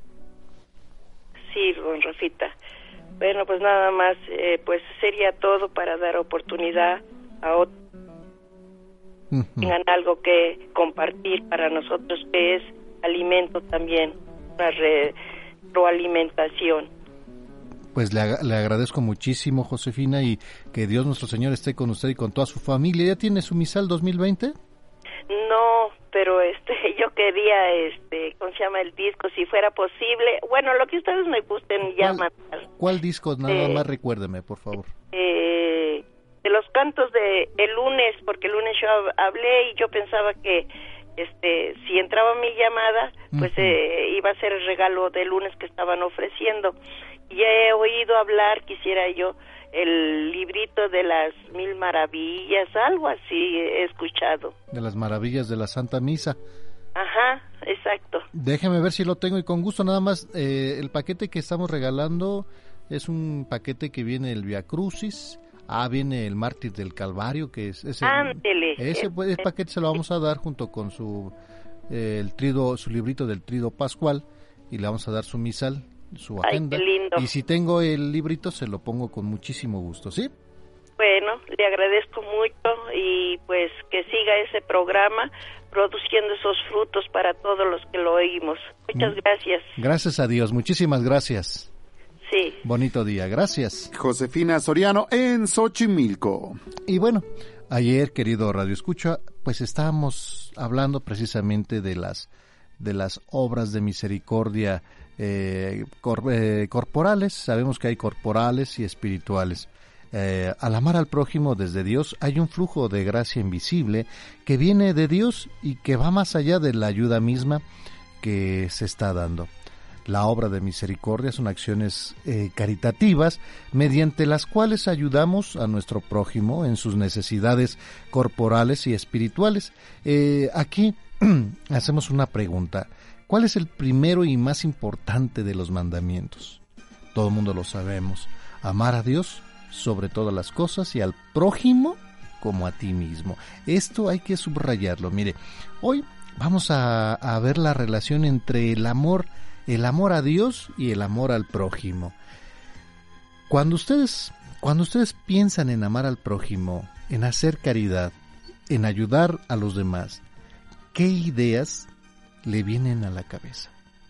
Sí, don Rafita. Bueno, pues nada más, eh, pues sería todo para dar oportunidad a otros uh-huh. que tengan algo que compartir para nosotros, que es alimento también, una retroalimentación. Pues le, ag- le agradezco muchísimo, Josefina, y que Dios nuestro Señor esté con usted y con toda su familia. ¿Ya tiene su misal dos mil veinte? No, pero este yo quería, este, ¿cómo se llama el disco? Si fuera posible, bueno, lo que ustedes me gusten llaman. ¿Cuál, ¿Cuál disco? Nada eh, más recuérdeme, por favor. Eh, de los cantos de el lunes, porque el lunes yo hablé y yo pensaba que este si entraba mi llamada, pues uh-huh. eh, iba a ser el regalo del lunes que estaban ofreciendo. Y he oído hablar, quisiera yo, el librito de las mil maravillas, algo así he escuchado. De las maravillas de la Santa Misa. Ajá, exacto. Déjeme ver si lo tengo y con gusto, nada más, eh, el paquete que estamos regalando es un paquete que viene el Via Crucis, ah, viene el Mártir del Calvario, que es ese, Ándele. ese, ese paquete se lo vamos a dar junto con su, eh, el trido, su librito del Trido Pascual, y le vamos a dar su misal, su agenda. Ay, qué lindo. Y si tengo el librito se lo pongo con muchísimo gusto, ¿sí? Bueno, le agradezco mucho y pues que siga ese programa produciendo esos frutos para todos los que lo oímos. Muchas gracias. Gracias a Dios, muchísimas gracias. Sí. Bonito día, gracias. Josefina Soriano en Xochimilco. Y bueno, ayer, querido Radio Escucha, pues estábamos hablando precisamente de las de las obras de misericordia eh, cor, eh, corporales. Sabemos que hay corporales y espirituales. Eh, al amar al prójimo desde Dios hay un flujo de gracia invisible que viene de Dios y que va más allá de la ayuda misma que se está dando. La obra de misericordia son acciones eh, caritativas mediante las cuales ayudamos a nuestro prójimo en sus necesidades corporales y espirituales. Eh, aquí hacemos una pregunta. ¿Cuál es el primero y más importante de los mandamientos? Todo el mundo lo sabemos. Amar a Dios sobre todas las cosas y al prójimo como a ti mismo. Esto hay que subrayarlo. Mire, hoy vamos a, a ver la relación entre el amor El amor a Dios y el amor al prójimo. Cuando ustedes, cuando ustedes piensan en amar al prójimo, en hacer caridad, en ayudar a los demás, ¿qué ideas le vienen a la cabeza?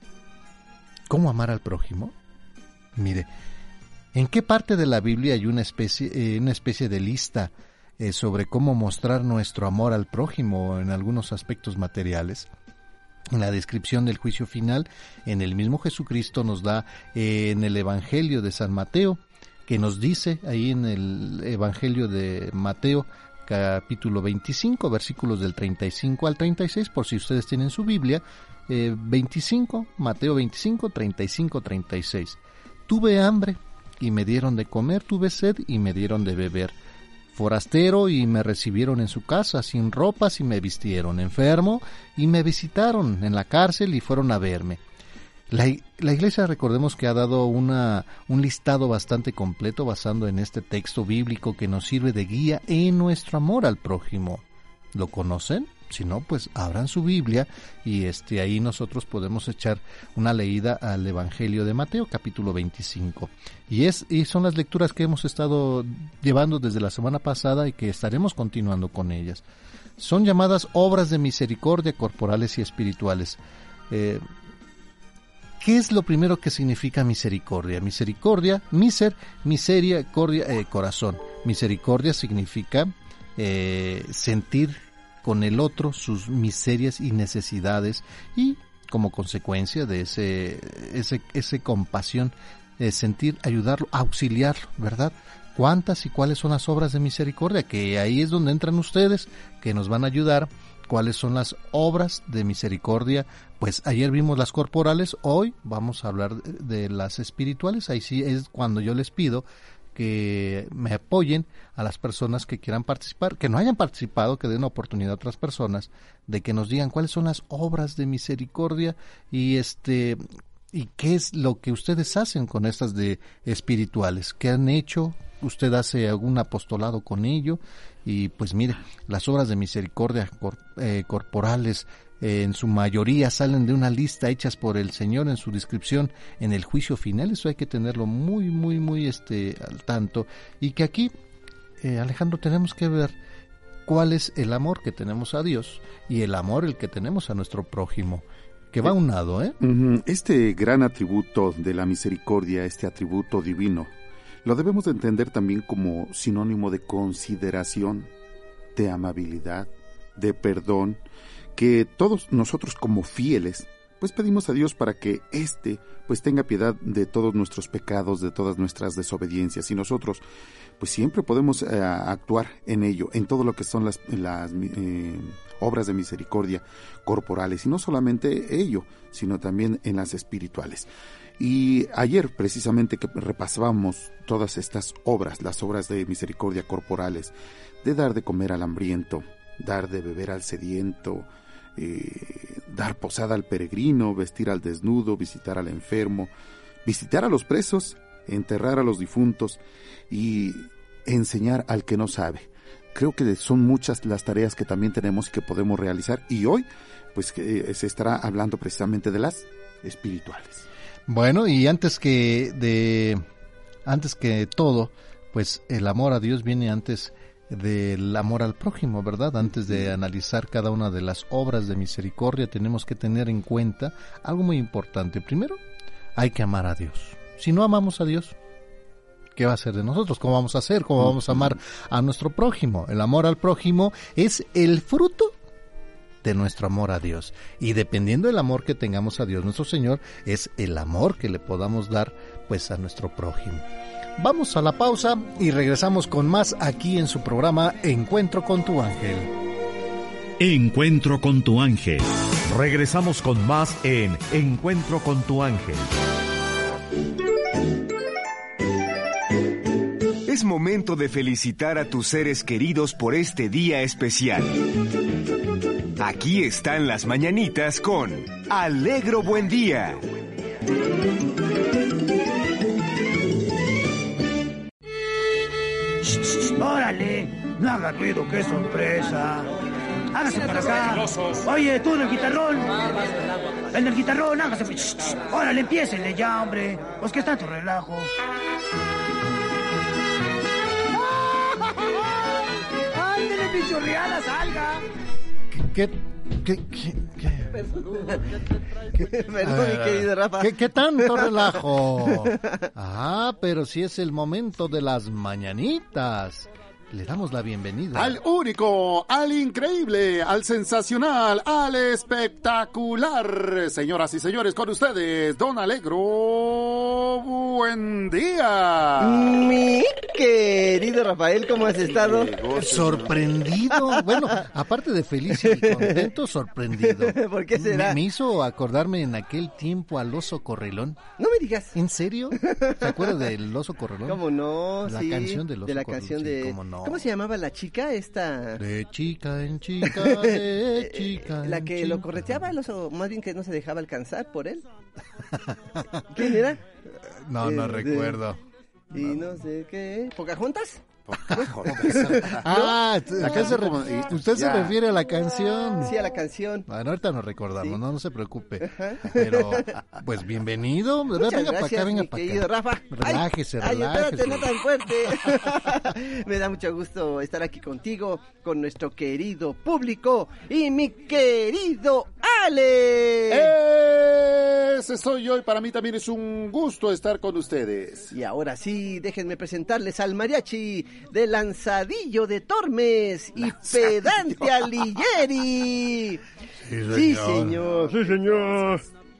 ¿Cómo amar al prójimo? Mire, ¿en qué parte de la Biblia hay una especie, eh, una especie de lista eh, sobre cómo mostrar nuestro amor al prójimo en algunos aspectos materiales? En la descripción del juicio final, en el mismo Jesucristo nos da eh, en el Evangelio de San Mateo, que nos dice ahí en el Evangelio de Mateo, capítulo veinticinco, versículos del treinta y cinco al treinta y seis, por si ustedes tienen su Biblia, eh, veinticinco, Mateo veinticinco, treinta y cinco, treinta y seis. Tuve hambre y me dieron de comer, tuve sed y me dieron de beber. Forastero y me recibieron en su casa, sin ropas y me vistieron, enfermo y me visitaron, en la cárcel y fueron a verme. La, la Iglesia, recordemos que ha dado una, un listado bastante completo basado en este texto bíblico que nos sirve de guía en nuestro amor al prójimo. ¿Lo conocen? Si no, pues abran su Biblia y este ahí nosotros podemos echar una leída al Evangelio de Mateo, capítulo veinticinco. Y es y son las lecturas que hemos estado llevando desde la semana pasada y que estaremos continuando con ellas. Son llamadas obras de misericordia corporales y espirituales. Eh, ¿Qué es lo primero que significa misericordia? Misericordia, miser, miseria, cordia, eh, corazón. Misericordia significa eh, sentir con el otro sus miserias y necesidades y como consecuencia de ese ese ese compasión, eh, sentir, ayudarlo, auxiliarlo, ¿verdad? ¿Cuántas y cuáles son las obras de misericordia? Que ahí es donde entran ustedes, que nos van a ayudar. ¿Cuáles son las obras de misericordia? Pues ayer vimos las corporales, hoy vamos a hablar de, de las espirituales. Ahí sí es cuando yo les pido que me apoyen a las personas que quieran participar, que no hayan participado, que den oportunidad a otras personas de que nos digan cuáles son las obras de misericordia y este y qué es lo que ustedes hacen con estas de espirituales, qué han hecho, usted hace algún apostolado con ello. Y pues mire, las obras de misericordia cor, eh, corporales eh, en su mayoría salen de una lista hechas por el Señor en su descripción en el juicio final. Eso hay que tenerlo muy, muy, muy este al tanto. Y que aquí, eh, Alejandro, tenemos que ver cuál es el amor que tenemos a Dios y el amor el que tenemos a nuestro prójimo, que va unado, ¿eh? Este gran atributo de la misericordia, este atributo divino, lo debemos de entender también como sinónimo de consideración, de amabilidad, de perdón, que todos nosotros como fieles, pues pedimos a Dios para que éste pues tenga piedad de todos nuestros pecados, de todas nuestras desobediencias, y nosotros pues siempre podemos eh, actuar en ello, en todo lo que son las, las eh, obras de misericordia corporales, y no solamente ello, sino también en las espirituales. Y ayer precisamente que repasábamos todas estas obras, las obras de misericordia corporales, de dar de comer al hambriento, dar de beber al sediento, eh, dar posada al peregrino, vestir al desnudo, visitar al enfermo, visitar a los presos, enterrar a los difuntos y enseñar al que no sabe. Creo que son muchas las tareas que también tenemos y que podemos realizar, y hoy pues que, eh, se estará hablando precisamente de las espirituales. Bueno, y antes que de antes que todo, pues el amor a Dios viene antes del amor al prójimo, ¿verdad? Antes de analizar cada una de las obras de misericordia, tenemos que tener en cuenta algo muy importante. Primero, hay que amar a Dios. si no amamos a Dios, ¿qué va a ser de nosotros? ¿Cómo vamos a hacer? ¿Cómo vamos a amar a nuestro prójimo? El amor al prójimo es el fruto de nuestro amor a Dios. Y dependiendo del amor que tengamos a Dios nuestro Señor, es el amor que le podamos dar pues a nuestro prójimo. Vamos a la pausa y regresamos con más aquí en su programa Encuentro con tu ángel. Encuentro con tu ángel. Regresamos con más en Encuentro con tu ángel. Es momento de felicitar a tus seres queridos por este día especial. Aquí están las mañanitas con Alegro Buen Día. ¡Órale! No haga ruido, qué sorpresa. Hágase para acá. Oye, tú en el guitarrón. En el guitarrón, hágase. Órale, empiécenle ya, hombre. Pues que está tu relajo. ¡Ándale, pichorreada, salga! ¿Qué? ¿Qué? ¿Qué? ¿Qué? ¿Qué? Perdón, mi querido Rafa. ¿Qué, ¿Qué tanto relajo? Ah, pero si es el momento de las mañanitas. Le damos la bienvenida. Al único, al increíble, al sensacional, al espectacular. Señoras y señores, con ustedes, Don Alegro. Buen día. Mi querido Rafael, ¿cómo has estado? Sorprendido. Bueno, aparte de feliz y contento, sorprendido. ¿Por qué será? Me, me hizo acordarme en aquel tiempo al oso correlón. No me digas. ¿En serio? ¿Se acuerda del oso correlón? ¿Cómo no? La sí, canción del oso de la correlón, canción sí, de... ¿cómo no? ¿Cómo se llamaba la chica esta? De chica en chica, de chica La en que chica. lo correteaba el oso, más bien que no se dejaba alcanzar por él. ¿Quién era? No, no Eh, recuerdo. De... Y no sé qué... ¿Pocahontas? Ah, ¿No? ¿a qué se re... usted Ya. se refiere a la canción. Sí, a la canción. Bueno, ahorita nos recordamos, Sí. no, no se preocupe. Ajá. Pero, pues bienvenido. Muchas venga para gracias, acá, venga mi para querido acá. Rafa. Relájese, ay, relájese. Ay, espérate, no tan fuerte. Me da mucho gusto estar aquí contigo, con nuestro querido público y mi querido Ale. Ese soy yo y para mí también es un gusto estar con ustedes. Y ahora sí, déjenme presentarles al mariachi de Lanzadillo de Tormes y Pedante Alighieri. Sí, señor. Sí, señor.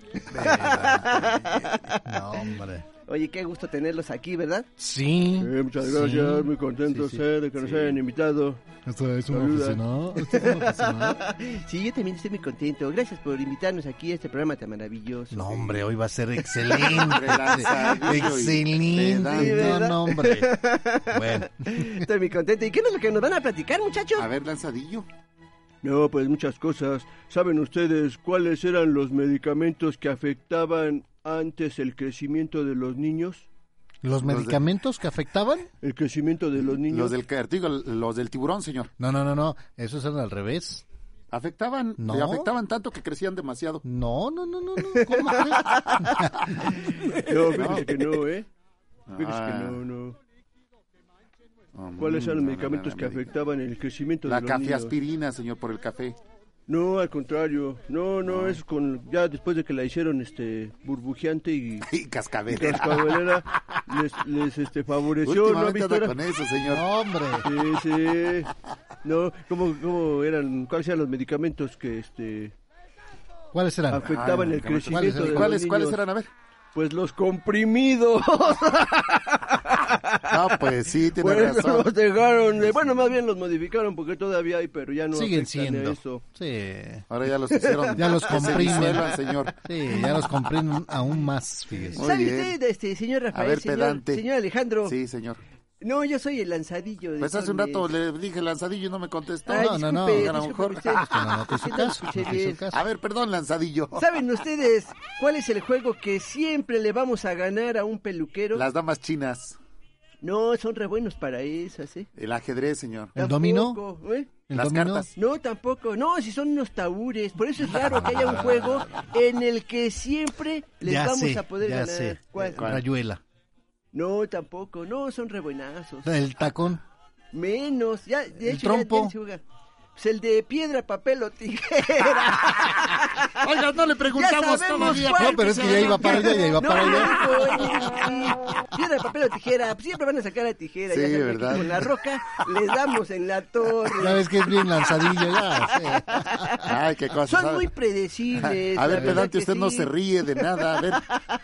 No, hombre. Oye, qué gusto tenerlos aquí, ¿verdad? Sí. Eh, muchas gracias, Sí. muy contento Sí, sí. de que nos Sí. hayan invitado. Esto es un Saluda. aficionado. Esto es un aficionado. Sí, yo también estoy muy contento. Gracias por invitarnos aquí a este programa tan maravilloso. No, hombre, hoy va a ser excelente. Lanzadillo y Excelente. pedante. No, no, hombre. Bueno. Estoy muy contento. ¿Y qué es lo que nos van a platicar, muchachos? A ver, Lanzadillo. No, pues muchas cosas. ¿Saben ustedes cuáles eran los medicamentos que afectaban antes el crecimiento de los niños? ¿Los medicamentos que afectaban? El crecimiento de los niños. Los del cartigo, los del tiburón, señor. No, no, no, no. Esos eran al revés. Afectaban, No. le afectaban tanto que crecían demasiado. No, no, no, no, no. ¿Cómo crees? No, fíjese que no, ¿eh? Fíjese Ah. que no, no. Um, ¿Cuáles eran los no, no, medicamentos no, que no, no. afectaban el crecimiento La de los niños? cafeaspirina, señor, por el café. No, al contrario. No, no, es con... Ya después de que la hicieron este burbujeante y... Y cascabelera. cascabelera, les, les este, favoreció, ¿no, Últimamente anda Víctor? con eso, señor. No, hombre. Sí, sí. No, ¿cómo, cómo eran, cuáles eran los medicamentos que este ¿Cuáles eran? afectaban Ah, el medicamentos. crecimiento de ¿Cuáles, los ¿Cuáles niños? eran? A ver. Pues los comprimidos. No, pues sí, tiene Bueno, razón. los dejaron, de- bueno, más bien los modificaron porque todavía hay, pero ya no Siguen afectan siendo. eso. Sí. Ahora ya los hicieron. Ya los que se comprimen. disuelvan, señor. Sí, ya los comprimen aún más, fíjese. Muy ¿Sabe bien. usted, este, señor A Rafael, ver, señor, pedante. señor Alejandro? Sí, señor. No, yo soy el Lanzadillo de Pues hace un rato Tormes. le dije lanzadillo y no me contestó. Ay, No, no, no. disculpe, A lo disculpe mejor. usted. Es que no, no te hizo Es que no caso, escuché no te hizo bien. caso. A ver, perdón, lanzadillo. ¿Saben ustedes cuál es el juego que siempre le vamos a ganar a un peluquero? Las damas chinas. No, son re buenos para esas, ¿eh? El ajedrez, señor. ¿El dominó? Tampoco, ¿eh? ¿El Las dominó? cartas. No, tampoco. No, si son unos tabures. Por eso es raro que haya un juego en el que siempre les Ya vamos sé, a poder ya ganar. sé. ¿Cuál? Rayuela. No, tampoco. No, son re buenazos. El tacón. Menos. Ya, de ¿El hecho, ya- trompo? ya se juega. Pues el de piedra, papel o tijera. Oiga, no le preguntamos todavía. No, pero es que ya iba para allá, ya iba no, para allá. No, piedra, papel o tijera. Pues siempre van a sacar a tijera. Sí, ya saben, ¿verdad? Con la roca les damos en la torre. Ya ves que es bien lanzadillo ya. Sí. Ay, qué cosa. Son ¿sabe? muy predecibles. A ver, pedante, usted sí. no se ríe de nada. A ver.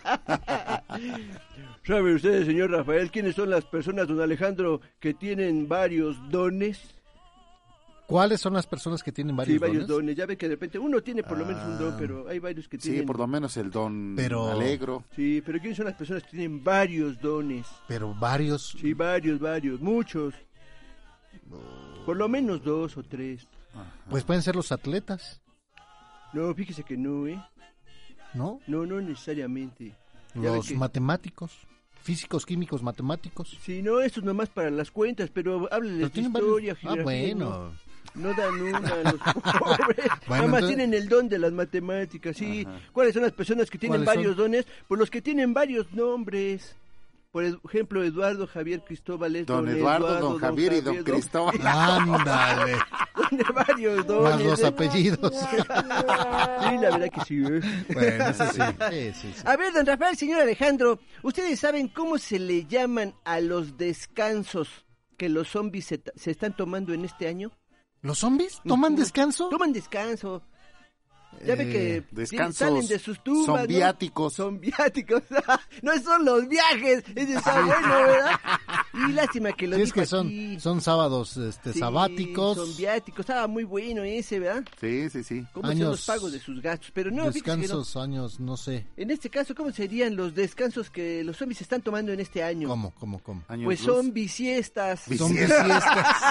¿Sabe usted, señor Rafael, quiénes son las personas, don Alejandro, que tienen varios dones? ¿Cuáles son las personas que tienen varios sí, varios dones? dones. Ya ve que de repente uno tiene por lo menos un don, Ah. pero hay varios que Sí, tienen... por lo menos el don Pero- alegro. Sí, pero ¿quiénes son las personas que tienen varios dones? Pero varios. Sí, varios, varios, muchos. Por lo menos dos o tres. Pues pueden ser los atletas, No, fíjese que no, ¿eh? ¿no? No, no necesariamente. Ya ve Los que- matemáticos, físicos, químicos, matemáticos. Sí, no, esto es nomás para las cuentas, pero háblenles Pero de tienen historia, varios- Ah, geografía, bueno. No, no dan una a los pobres. Bueno, Nada más entonces- tienen el don de las matemáticas, sí. ¿Cuáles son las personas que tienen ¿Cuáles varios son? dones? Pues los que tienen varios nombres. Por ejemplo, Eduardo Javier Cristóbal es Don Eduardo, don Javier y don Cristóbal. Ándale. Tiene varios dones. Más los ¿eh? apellidos. Sí, la verdad que sí. ¿eh? Bueno, eso sí. Sí, sí, sí. A ver, don Rafael, señor Alejandro, ¿ustedes saben cómo se le llaman a los descansos que los zombies se, se están tomando en este año? ¿Los zombies toman descanso? Toman descanso. Ya ve que Eh, descansos salen de sus tumbas, zombiáticos. ¿no? Zombiáticos. No son los viajes. Ese está bueno, ¿verdad? Y lástima que lo Sí, es dijo que son, aquí. son sábados este, Sí, sabáticos. Zombiáticos. Estaba muy bueno ese, ¿verdad? Sí, sí, sí. ¿Cómo son Años- los pagos de sus gastos? Pero no, fíjese que no. Descansos, años, no sé. En este caso, ¿cómo serían los descansos que los zombies están tomando en este año? ¿Cómo, cómo, cómo? Años Pues luz. son bisiestas. Son bisiestas.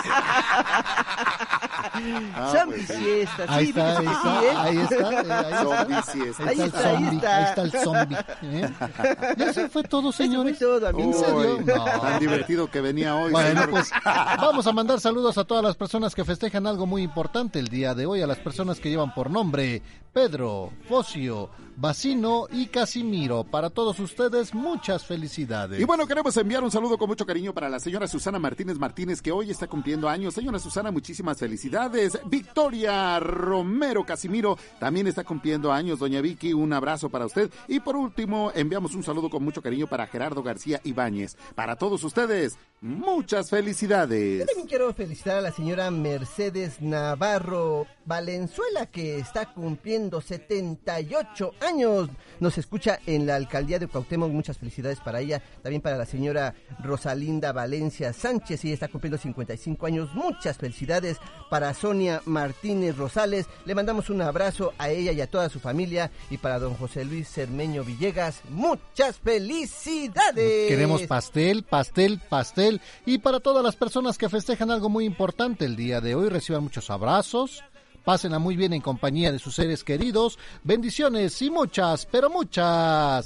Ah, Son pues sí. bisiestas. Ahí Sí, está, fíjese ahí que está, sí, ¿eh? ahí está, eh, ahí está. Son bisiestas. Ahí Ahí está el está, ahí zombie, está. ahí está el zombie. ¿eh? ¿Ya se fue todo, señores? Eso fue todo, amigo. ¿En serio? Uy, No. tan divertido que venía hoy. Bueno, señor. pues vamos a mandar saludos a todas las personas que festejan algo muy importante el día de hoy, a las personas que llevan por nombre Pedro, Focio, Bacino y Casimiro. Para todos ustedes, muchas felicidades. Y bueno, queremos enviar un saludo con mucho cariño para la señora Susana Martínez Martínez, que hoy está cumpliendo años. Señora Susana, muchísimas felicidades. Victoria Romero Casimiro también está cumpliendo años. Doña Vicky, un abrazo para usted. Y por último, enviamos un saludo con mucho cariño para Gerardo García Ibáñez. Para todos ustedes, muchas felicidades. Yo también quiero felicitar a la señora Mercedes Navarro Valenzuela, que está cumpliendo setenta y ocho años. Nos escucha en la alcaldía de Cuauhtémoc. Muchas felicidades para ella. También para la señora Rosalinda Valencia Sánchez, ella está cumpliendo cincuenta y cinco años. Muchas felicidades para Sonia Martínez Rosales. Le mandamos un abrazo a ella y a toda su familia. Y para don José Luis Cermeño Villegas, muchas felicidades. Queremos pastel, pastel, pastel. Y para todas las personas que festejan algo muy importante el día de hoy, reciban muchos abrazos. Pásenla muy bien en compañía de sus seres queridos. Bendiciones y muchas, pero muchas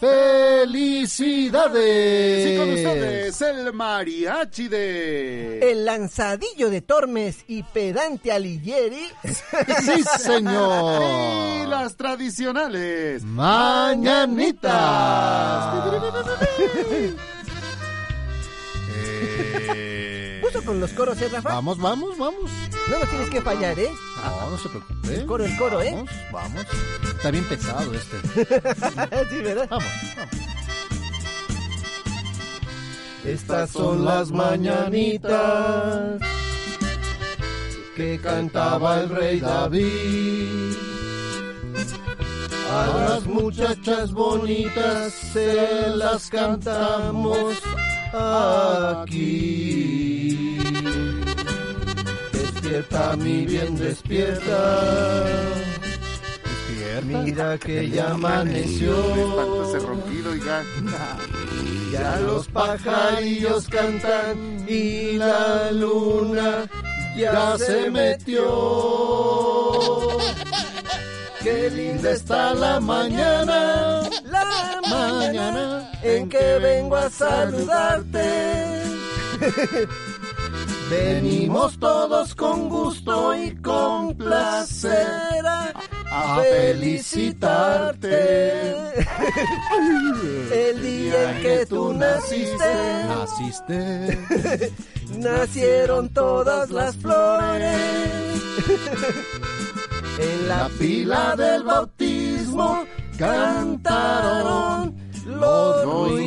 felicidades. Sí, con ustedes, el mariachi de... El lanzadillo de Tormes y Pedante Alighieri. Sí, señor. Y las tradicionales Mañanitas. Eh, Puso con los coros, ¿eh, Rafa? Vamos, vamos, vamos. No nos tienes que fallar, ¿eh? No, no se preocupe. El coro, el coro, ¿eh? Vamos, vamos. Está bien pesado este. Sí, ¿verdad? Vamos, vamos. Estas son las mañanitas que cantaba el rey David. A las muchachas bonitas se las cantamos aquí. Despierta, mi bien, despierta. Mira que ya amaneció. Ese ronquido, oiga. Ya los pajarillos cantan y la luna ya se metió. Qué linda está la mañana, La mañana en que vengo a saludarte. Venimos todos con gusto y con placer a a felicitarte. El día en que tú naciste, naciste, nacieron todas las flores. En la fila del bautismo cantaron los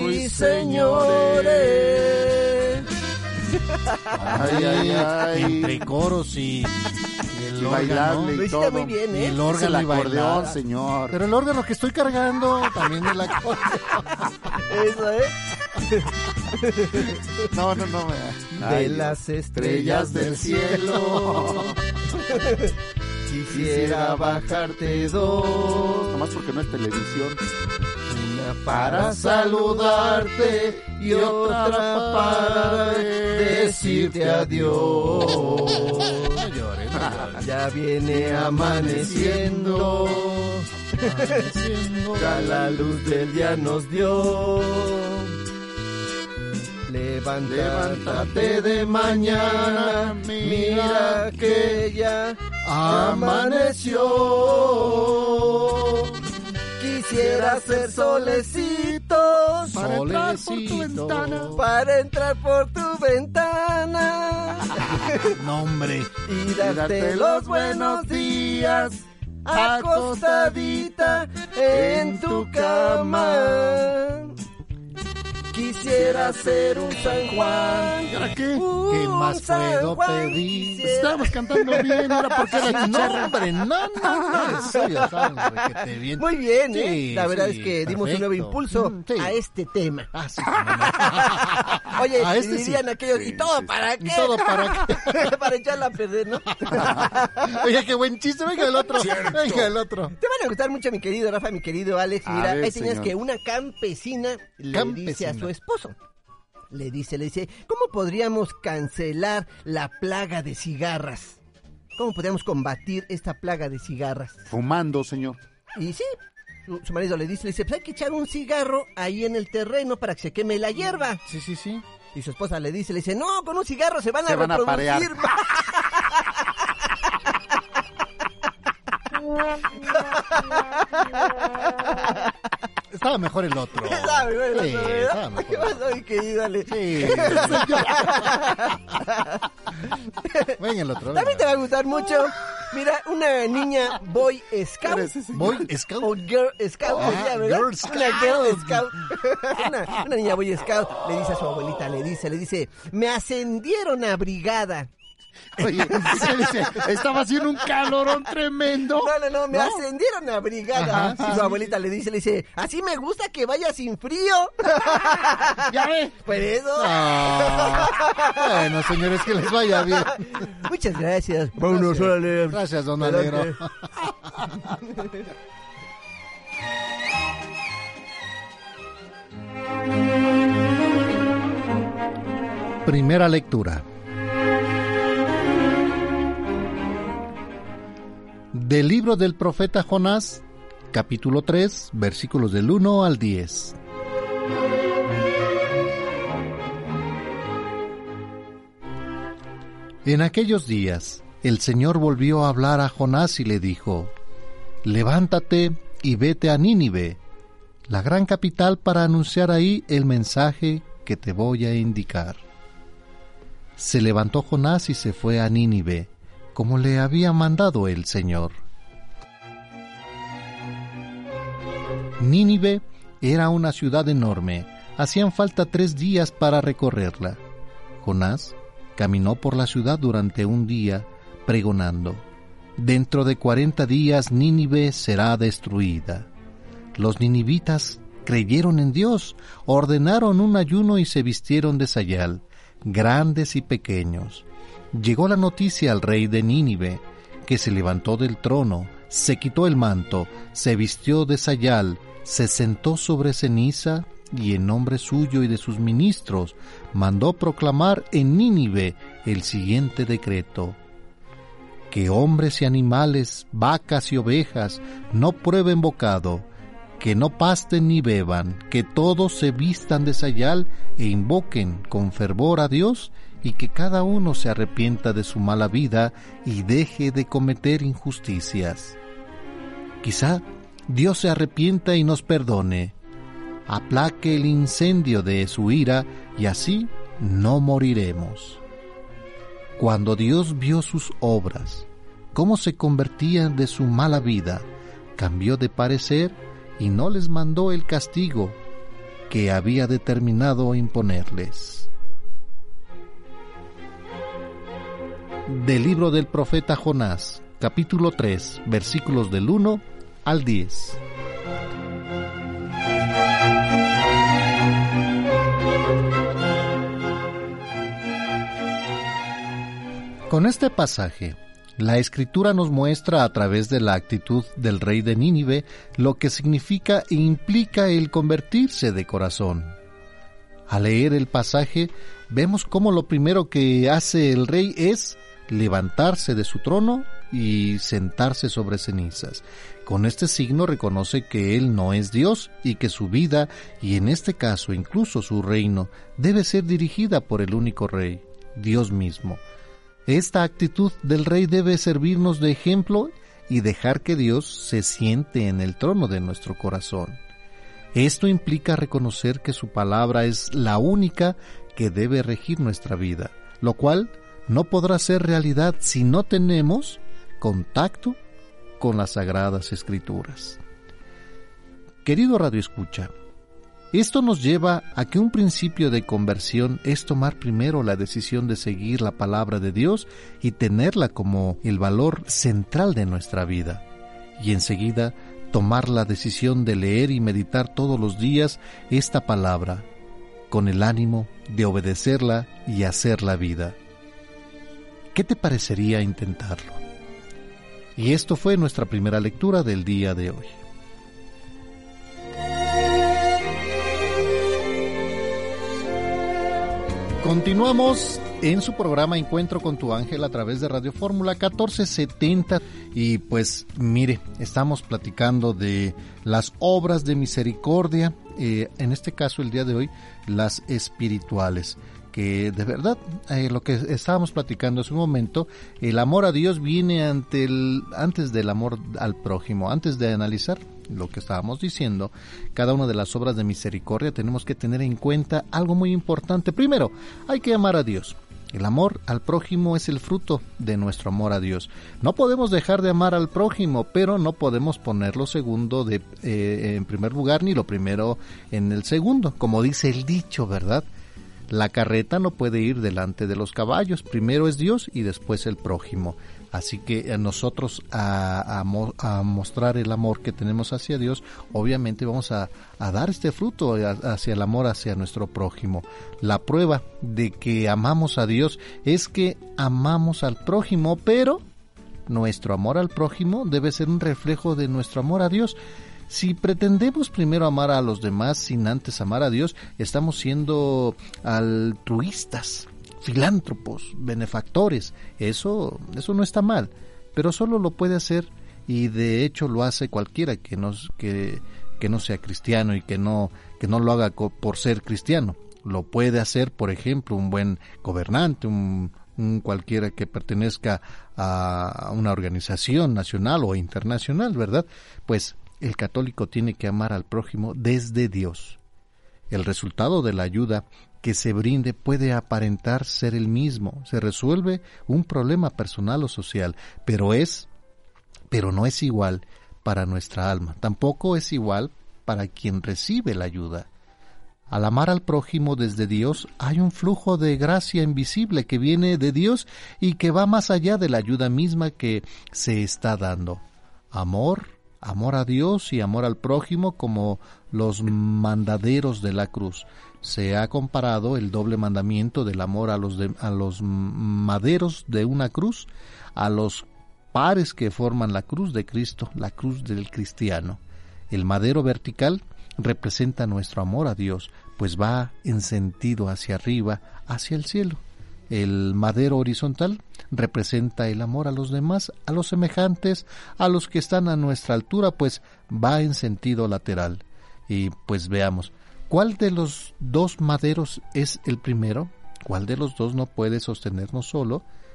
ruiseñores. Ay, ay, ay. Entre coros y, y el y órgano. bailable y todo. Muy bien, ¿eh? Y el órgano el y bailar. acordeón, señor. Pero el órgano que estoy cargando también el acordeón. Eso, ¿eh? No, no, no. De Ay, las estrellas del cielo quisiera bajarte dos. Nomás porque no es televisión. Una para saludarte y otra para decirte adiós. No llores, no llores. Ya viene amaneciendo, Amaneciendo. ya la luz del día nos dio. Levántate de mañana, mira que ya amaneció. Quisiera ser solecitos Para entrar por tu ventana. para entrar por tu ventana No, hombre. y darte los buenos días acostadita en tu cama. Quisiera ser un San Juan. ¿Y ahora qué? Un ¿Qué más San puedo Juan pedir? quisiera. Estábamos cantando bien, ahora por qué la No, chicharra. hombre, no, no, no. Eso ya saben, requete bien. Muy bien, Sí, ¿eh? La verdad sí, es que dimos un perfecto. nuevo impulso Mm, sí. a este tema. Ah, sí, cómo no. Oye, A este dirían sí. aquellos, Sí, ¿y todo sí, para qué? ¿Y todo para qué? Para echarla a perder, ¿no? Oye, qué buen chiste. Venga el otro. Venga el otro. Te van a gustar mucho, mi querido Rafa, mi querido Alex. A Mira, ver, ahí tenías señor. que una campesina le Campesina. dice a su esposo. Le dice, le dice, ¿cómo podríamos cancelar la plaga de cigarras? ¿Cómo podríamos combatir esta plaga de cigarras? Fumando, señor. Y sí, su, su marido le dice, le dice, pues hay que echar un cigarro ahí en el terreno para que se queme la hierba. Sí, sí, sí. Y su esposa le dice, le dice, no, con un cigarro se van Se a van a reproducir. Estaba mejor el otro. Estaba mejor el Sí, otro, ¿verdad? estaba mejor. ¿Qué pasó, mi querido Ale? Sí. Venga el otro. También venga. te va a gustar mucho. Mira, una niña Boy Scout. Boy Scout. O Girl Scout, Ah, decía, ¿verdad? Girl Scout. Una Girl Scout. una, una niña Boy Scout le dice a su abuelita, le dice, le dice, me ascendieron a brigada. Oye, se dice, estaba haciendo un calorón tremendo. No, no, no, me ¿No? ascendieron a brigada. Ajá, sí, y su abuelita le dice, le dice, así me gusta que vaya sin frío. Ya ve. Por eso. Ah, bueno, señores, que les vaya bien. Muchas gracias. Vámonos, órale. Gracias, don Adelante. Alegro. Primera lectura. Del libro del profeta Jonás, capítulo tres, versículos del uno al diez. En aquellos días, el Señor volvió a hablar a Jonás y le dijo, levántate y vete a Nínive, la gran capital, para anunciar ahí el mensaje que te voy a indicar. Se levantó Jonás y se fue a Nínive, como le había mandado el Señor. Nínive era una ciudad enorme, hacían falta tres días para recorrerla. Jonás caminó por la ciudad durante un día, pregonando, dentro de cuarenta días Nínive será destruida. Los ninivitas creyeron en Dios, ordenaron un ayuno y se vistieron de sayal, grandes y pequeños. Llegó la noticia al rey de Nínive, que se levantó del trono, se quitó el manto, se vistió de sayal, se sentó sobre ceniza y en nombre suyo y de sus ministros mandó proclamar en Nínive el siguiente decreto: que hombres y animales, vacas y ovejas no prueben bocado, que no pasten ni beban, que todos se vistan de sayal e invoquen con fervor a Dios, y que cada uno se arrepienta de su mala vida y deje de cometer injusticias. Quizá Dios se arrepienta y nos perdone, aplaque el incendio de su ira y así no moriremos. Cuando Dios vio sus obras, cómo se convertían de su mala vida, cambió de parecer y no les mandó el castigo que había determinado imponerles. Del libro del profeta Jonás, capítulo tres, versículos del uno al diez. Con este pasaje, la Escritura nos muestra a través de la actitud del rey de Nínive lo que significa e implica el convertirse de corazón. Al leer el pasaje, vemos cómo lo primero que hace el rey es levantarse de su trono y sentarse sobre cenizas. Con este signo reconoce que él no es Dios y que su vida, y en este caso incluso su reino, debe ser dirigida por el único rey, Dios mismo. Esta actitud del rey debe servirnos de ejemplo y dejar que Dios se siente en el trono de nuestro corazón. Esto implica reconocer que su palabra es la única que debe regir nuestra vida, lo cual no podrá ser realidad si no tenemos contacto con las Sagradas Escrituras. Querido radioescucha, esto nos lleva a que un principio de conversión es tomar primero la decisión de seguir la palabra de Dios y tenerla como el valor central de nuestra vida, y enseguida tomar la decisión de leer y meditar todos los días esta palabra, con el ánimo de obedecerla y hacer la vida. ¿Qué te parecería intentarlo? Y esto fue nuestra primera lectura del día de hoy. Continuamos en su programa Encuentro con tu Ángel a través de Radio Fórmula catorce setenta y pues mire, estamos platicando de las obras de misericordia, eh, en este caso el día de hoy, las espirituales, que de verdad, eh, lo que estábamos platicando hace un momento, el amor a Dios viene ante el, antes del amor al prójimo. Antes de analizar lo que estábamos diciendo, cada una de las obras de misericordia tenemos que tener en cuenta algo muy importante. Primero, hay que amar a Dios. El amor al prójimo es el fruto de nuestro amor a Dios. No podemos dejar de amar al prójimo, pero no podemos ponerlo segundo de, eh, en primer lugar, ni lo primero en el segundo. Como dice el dicho, ¿verdad? La carreta no puede ir delante de los caballos. Primero es Dios y después el prójimo. Así que nosotros a, a, a mostrar el amor que tenemos hacia Dios, obviamente vamos a, a dar este fruto hacia el amor hacia nuestro prójimo. La prueba de que amamos a Dios es que amamos al prójimo, pero nuestro amor al prójimo debe ser un reflejo de nuestro amor a Dios. Si pretendemos primero amar a los demás sin antes amar a Dios, estamos siendo altruistas, filántropos, benefactores. Eso, eso no está mal, pero solo lo puede hacer, y de hecho lo hace cualquiera que no, que, que no sea cristiano y que no, que no lo haga por ser cristiano. Lo puede hacer, por ejemplo, un buen gobernante, un, un cualquiera que pertenezca a una organización nacional o internacional, ¿verdad? Pues el católico tiene que amar al prójimo desde Dios. El resultado de la ayuda que se brinde puede aparentar ser el mismo. Se resuelve un problema personal o social, pero es, pero no es igual para nuestra alma. Tampoco es igual para quien recibe la ayuda. Al amar al prójimo desde Dios, hay un flujo de gracia invisible que viene de Dios y que va más allá de la ayuda misma que se está dando. Amor, amor a Dios y amor al prójimo como los mandaderos de la cruz. Se ha comparado el doble mandamiento del amor a los, de, a los maderos de una cruz, a los pares que forman la cruz de Cristo, la cruz del cristiano. El madero vertical representa nuestro amor a Dios, pues va en sentido hacia arriba, hacia el cielo. El madero horizontal representa el amor a los demás, a los semejantes, a los que están a nuestra altura, pues va en sentido lateral. Y pues veamos, ¿cuál de los dos maderos es el primero? ¿Cuál de los dos no puede sostenernos solo?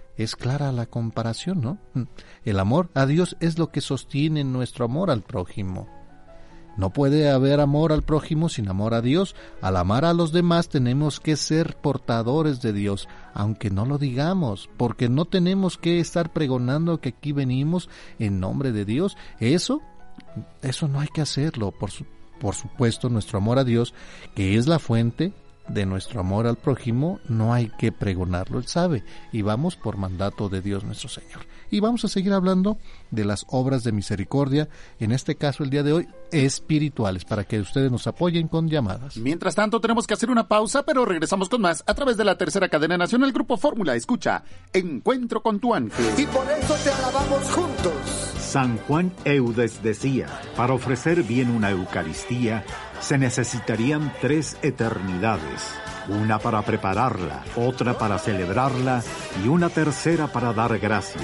es clara la comparación, ¿no? El amor a Dios es lo que sostiene nuestro amor al prójimo. No puede haber amor al prójimo sin amor a Dios. Al amar a los demás tenemos que ser portadores de Dios, aunque no lo digamos, porque no tenemos que estar pregonando que aquí venimos en nombre de Dios. Eso, eso no hay que hacerlo. Por, su, por supuesto, nuestro amor a Dios, que es la fuente de nuestro amor al prójimo, no hay que pregonarlo, Él sabe, y vamos por mandato de Dios nuestro Señor. Y vamos a seguir hablando de las obras de misericordia, en este caso el día de hoy, espirituales, para que ustedes nos apoyen con llamadas. Mientras tanto, tenemos que hacer una pausa, pero regresamos con más a través de la tercera cadena nacional, Grupo Fórmula. Escucha, Encuentro con tu ángel. Y por eso te alabamos juntos. San Juan Eudes decía, para ofrecer bien una Eucaristía, se necesitarían tres eternidades, una para prepararla, otra para celebrarla y una tercera para dar gracias.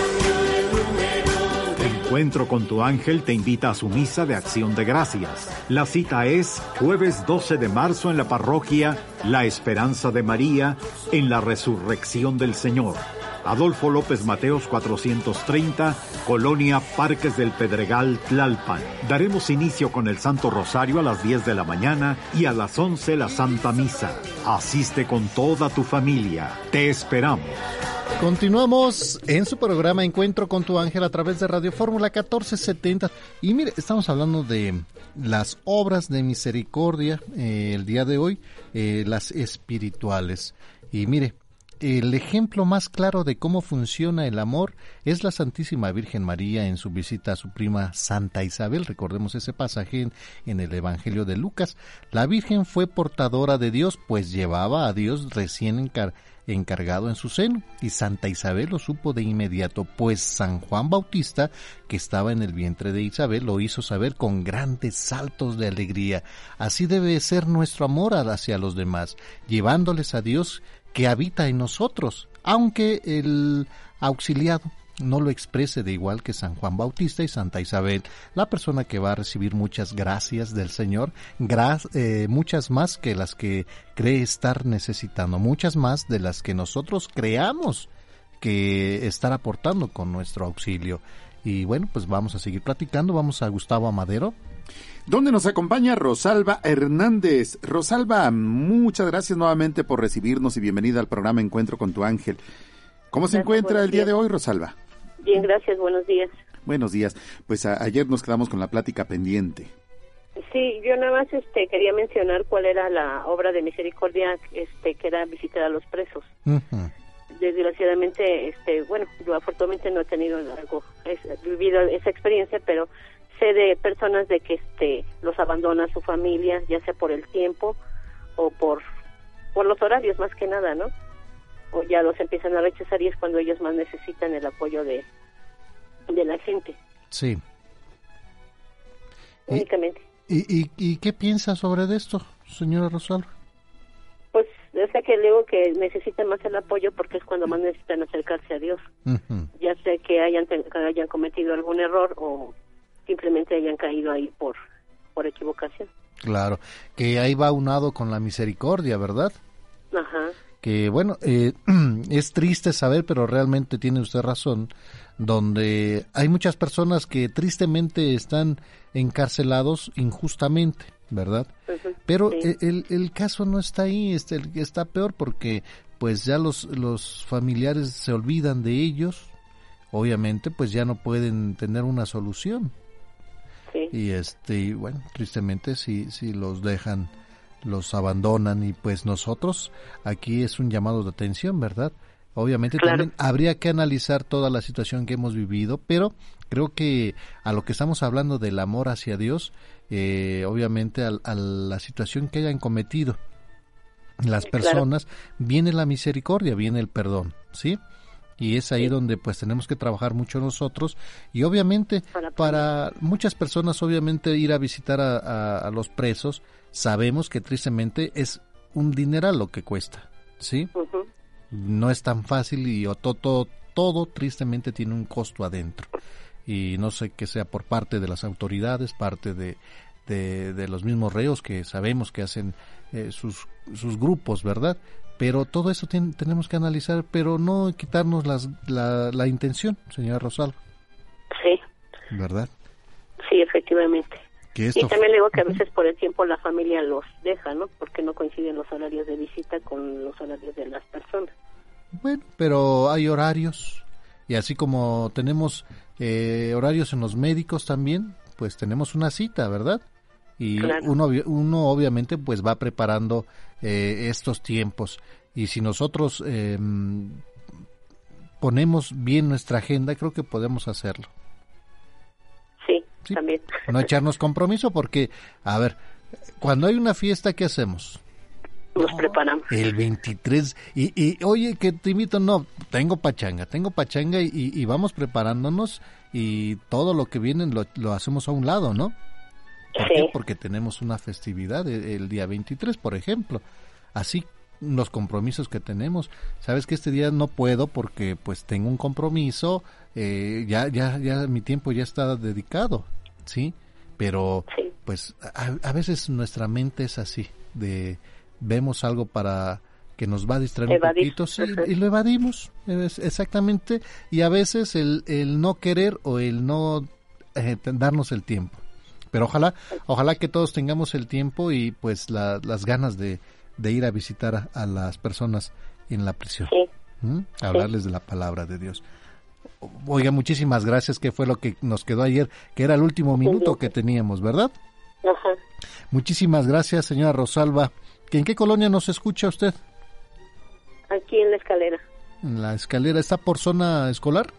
Encuentro con tu ángel te invita a su misa de acción de gracias. La cita es jueves doce de marzo en la parroquia La Esperanza de María, en la Resurrección del Señor. Adolfo López Mateos cuatrocientos treinta, Colonia Parques del Pedregal, Tlalpan. Daremos inicio con el Santo Rosario a las diez de la mañana y a las once la Santa Misa. Asiste con toda tu familia. Te esperamos. Continuamos en su programa Encuentro con tu ángel a través de Radio Fórmula catorce setenta. Y mire, estamos hablando de las obras de misericordia eh, el día de hoy, eh, las espirituales. Y mire, el ejemplo más claro de cómo funciona el amor es la Santísima Virgen María en su visita a su prima Santa Isabel. Recordemos ese pasaje en, en el Evangelio de Lucas. La Virgen fue portadora de Dios, pues llevaba a Dios recién encar- encargado en su seno, y Santa Isabel lo supo de inmediato, pues San Juan Bautista, que estaba en el vientre de Isabel, lo hizo saber con grandes saltos de alegría. Así debe ser nuestro amor hacia los demás, llevándoles a Dios que habita en nosotros, aunque el auxiliado no lo exprese de igual que San Juan Bautista y Santa Isabel, la persona que va a recibir muchas gracias del Señor, gra- eh, muchas más que las que cree estar necesitando, muchas más de las que nosotros creamos que estar aportando con nuestro auxilio. Y bueno, pues vamos a seguir platicando, vamos a Gustavo Amadero, donde nos acompaña Rosalba Hernández. Rosalba, muchas gracias nuevamente por recibirnos y bienvenida al programa Encuentro con tu ángel. ¿Cómo gracias, se encuentra el día de hoy, Rosalba? Bien, gracias, buenos días. Buenos días. Pues a, ayer nos quedamos con la plática pendiente. Sí, yo nada más este quería mencionar cuál era la obra de misericordia, este que era visitar a los presos. Uh-huh. Desgraciadamente, este, bueno, yo afortunadamente no he tenido algo, he vivido esa experiencia, pero sé de personas de que este los abandona su familia, ya sea por el tiempo o por por los horarios más que nada, ¿no? O ya los empiezan a rechazar y es cuando ellos más necesitan el apoyo de de la gente. Sí. Únicamente. ¿Y, y, y qué piensa sobre esto, señora Rosalba? Pues es que luego que necesitan más el apoyo porque es cuando más necesitan acercarse a Dios. Uh-huh. Ya sea que hayan, que hayan cometido algún error o simplemente hayan caído ahí por, por equivocación. Claro, que ahí va unado con la misericordia, ¿verdad? Ajá. Que bueno, eh, es triste saber, pero realmente tiene usted razón, donde hay muchas personas que tristemente están encarcelados injustamente, ¿verdad? Uh-huh. Pero sí. el, el caso no está ahí, este, está peor porque pues ya los, los familiares se olvidan de ellos, obviamente pues ya no pueden tener una solución. Sí. Y este, bueno, tristemente si, si los dejan, los abandonan y pues nosotros, aquí es un llamado de atención, ¿verdad? Obviamente claro. También habría que analizar toda la situación que hemos vivido, pero creo que a lo que estamos hablando del amor hacia Dios, eh, obviamente a, a la situación que hayan cometido las personas, claro. Viene la misericordia, viene el perdón, ¿sí? Y es ahí sí. Donde pues tenemos que trabajar mucho nosotros y obviamente para, para muchas personas obviamente ir a visitar a, a, a los presos, sabemos que tristemente es un dineral lo que cuesta, ¿sí? Uh-huh. No es tan fácil y todo, todo, todo tristemente tiene un costo adentro y no sé qué sea por parte de las autoridades, parte de, de, de los mismos reos que sabemos que hacen eh, sus, sus grupos, ¿verdad? Pero todo eso ten, tenemos que analizar, pero no quitarnos las, la, la intención, señora Rosalba. Sí. ¿Verdad? Sí, efectivamente. Que esto... Y también le digo que a veces por el tiempo la familia los deja, ¿no? Porque no coinciden los horarios de visita con los horarios de las personas. Bueno, pero hay horarios, y así como tenemos eh, horarios en los médicos también, pues tenemos una cita, ¿verdad? Y claro. uno, uno obviamente pues va preparando eh, estos tiempos, y si nosotros eh, ponemos bien nuestra agenda, creo que podemos hacerlo. Sí, sí, también. No echarnos compromiso, porque, a ver, cuando hay una fiesta, ¿qué hacemos? Nos preparamos. El veintitrés, y, y oye, que te invito, no, tengo pachanga, tengo pachanga, y, y vamos preparándonos, y todo lo que viene lo, lo hacemos a un lado, ¿no? ¿Por sí. qué? Porque tenemos una festividad el, el día veintitrés, por ejemplo. Así los compromisos que tenemos. Sabes que este día no puedo porque pues tengo un compromiso, eh, ya ya ya mi tiempo ya está dedicado, ¿sí? Pero sí. pues a, a veces nuestra mente es así, de vemos algo para que nos va a distraer Evadir. un poquito, sí, uh-huh. y lo evadimos, es, exactamente, y a veces el, el no querer o el no eh, darnos el tiempo. Pero ojalá, ojalá que todos tengamos el tiempo y pues la, las ganas de, de ir a visitar a, a las personas en la prisión. Sí. ¿Mm? Hablarles sí. de la palabra de Dios. Oiga, muchísimas gracias, que fue lo que nos quedó ayer, que era el último minuto sí. que teníamos, ¿verdad? Ajá. Muchísimas gracias, señora Rosalba. ¿En qué colonia nos escucha usted? Aquí en La Escalera. ¿En La Escalera? ¿Está por zona escolar?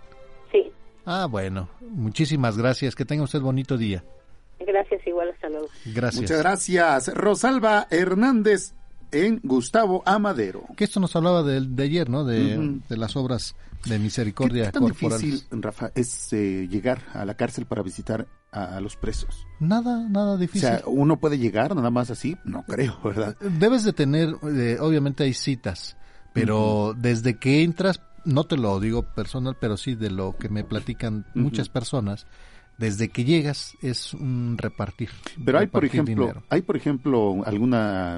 Sí. Ah, bueno. Muchísimas gracias. Que tenga usted bonito día. Gracias, igual, hasta luego. Gracias. Muchas gracias. Rosalba Hernández en Gustavo Amadero. Que esto nos hablaba de, de ayer, ¿no? De, uh-huh. de las obras de misericordia ¿Qué tan corporales. difícil, Rafa, es eh, llegar a la cárcel para visitar a, a los presos? Nada, nada difícil. O sea, ¿uno puede llegar nada más así? No creo, ¿verdad? Debes de tener, eh, obviamente hay citas, pero uh-huh. desde que entras, no te lo digo personal, pero sí de lo que me platican uh-huh. muchas personas, desde que llegas es un repartir. Pero hay, repartir por ejemplo, dinero. hay, por ejemplo, alguna,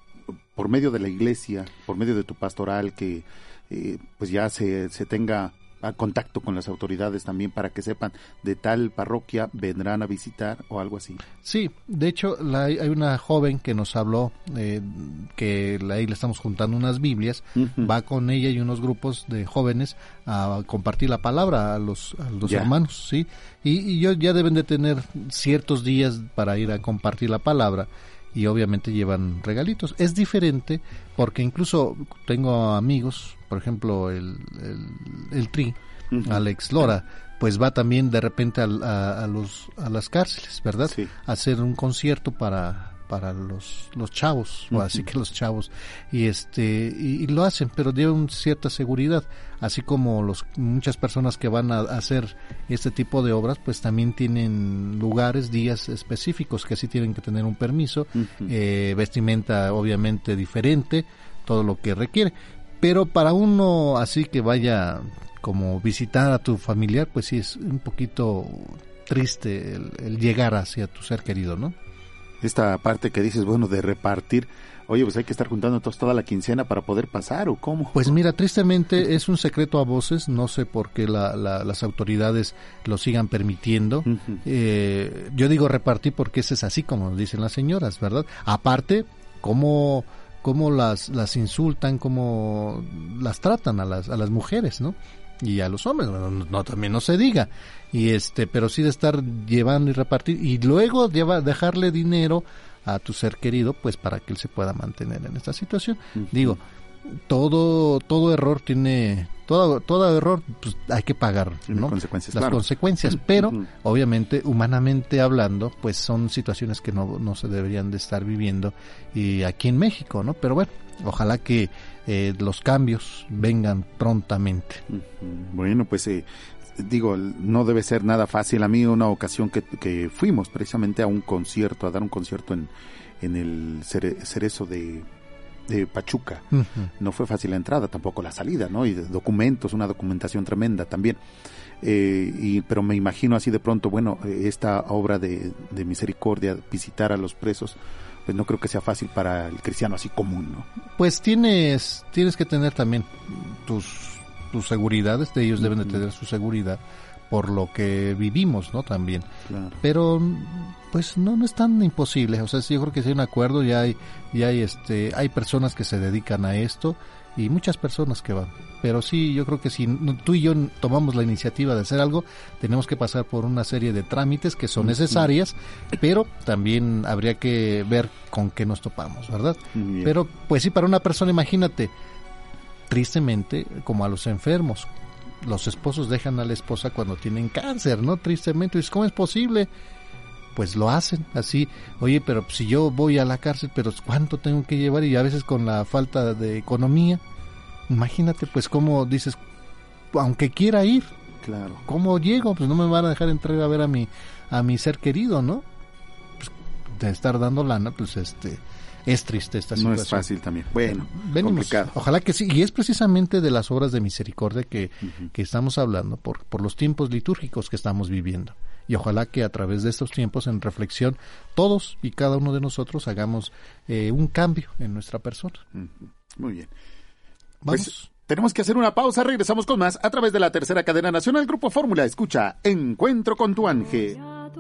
por medio de la iglesia, por medio de tu pastoral, que eh, pues ya se, se tenga a contacto con las autoridades también para que sepan de tal parroquia vendrán a visitar o algo así. Sí, de hecho la, hay una joven que nos habló eh, que ahí le estamos juntando unas Biblias, uh-huh. va con ella y unos grupos de jóvenes a compartir la palabra a los, a los hermanos, sí, y, y yo, ya deben de tener ciertos días para ir a compartir la palabra. Y obviamente llevan regalitos. Es diferente porque incluso tengo amigos, por ejemplo el, el, el Tri, uh-huh. Alex Lora, pues va también de repente a, a, a los a las cárceles, ¿verdad? Sí. A hacer un concierto para para los los chavos, uh-huh. o así que los chavos, y este y, y lo hacen, pero llevan cierta seguridad, así como los muchas personas que van a, a hacer este tipo de obras, pues también tienen lugares, días específicos que sí tienen que tener un permiso, uh-huh. eh, vestimenta obviamente diferente, todo lo que requiere, pero para uno así que vaya como visitar a tu familiar, pues sí es un poquito triste el, el llegar hacia tu ser querido, ¿no? Esta parte que dices, bueno, de repartir, oye, pues hay que estar juntando entonces toda la quincena para poder pasar, ¿o cómo? Pues mira, tristemente es un secreto a voces, no sé por qué la, la, las autoridades lo sigan permitiendo. Uh-huh. Eh, yo digo repartir porque ese es así como nos dicen las señoras, ¿verdad? Aparte, cómo, cómo las, las insultan, cómo las tratan a las, a las mujeres, ¿no? Y a los hombres, bueno, no, no, también no se diga, y este, pero sí de estar llevando y repartir, y luego lleva, dejarle dinero a tu ser querido, pues para que él se pueda mantener en esta situación. Uh-huh. Digo, todo, todo error tiene, todo, todo error, pues hay que pagar, ¿no? Consecuencias, las claro. consecuencias, pero uh-huh. obviamente, humanamente hablando, pues son situaciones que no, no se deberían de estar viviendo, y aquí en México, ¿no? Pero bueno, ojalá que eh, los cambios vengan prontamente. Bueno, pues eh, digo, no debe ser nada fácil. A mí una ocasión que, que fuimos precisamente a un concierto, a dar un concierto en, en el cere, Cerezo de, de Pachuca. Uh-huh. No fue fácil la entrada, tampoco la salida, ¿no? Y documentos, una documentación tremenda también. Eh, y pero me imagino así de pronto, bueno, esta obra de, de misericordia, visitar a los presos, pues no creo que sea fácil para el cristiano así común, ¿no? Pues tienes, tienes que tener también tus, tus seguridades, de ellos uh-huh. deben de tener su seguridad por lo que vivimos, ¿no? También. Claro. Pero pues no, no es tan imposible, o sea, sí, yo creo que sí hay un acuerdo, ya hay, ya hay este, hay personas que se dedican a esto y muchas personas que van, pero sí, yo creo que si tú y yo tomamos la iniciativa de hacer algo, tenemos que pasar por una serie de trámites que son necesarias, pero también habría que ver con qué nos topamos, ¿verdad? Pero pues sí, para una persona, imagínate, tristemente, como a los enfermos, los esposos dejan a la esposa cuando tienen cáncer, ¿no? Tristemente, ¿cómo es posible? Pues lo hacen así. Oye, pero si yo voy a la cárcel, pero ¿cuánto tengo que llevar? Y a veces con la falta de economía, imagínate, pues cómo dices, aunque quiera ir, claro, ¿cómo llego? Pues no me van a dejar entrar a ver a mi a mi ser querido, ¿no? Pues de estar dando lana, pues este es triste esta situación. No es fácil también. Bueno, venimos, complicado. Ojalá que sí, y es precisamente de las obras de misericordia que, uh-huh. que estamos hablando por, por los tiempos litúrgicos que estamos viviendo. Y ojalá que a través de estos tiempos en reflexión, todos y cada uno de nosotros hagamos eh, un cambio en nuestra persona. Uh-huh. Muy bien. Vamos. Pues, tenemos que hacer una pausa, regresamos con más a través de la tercera cadena nacional Grupo Fórmula. Escucha Encuentro con tu ángel.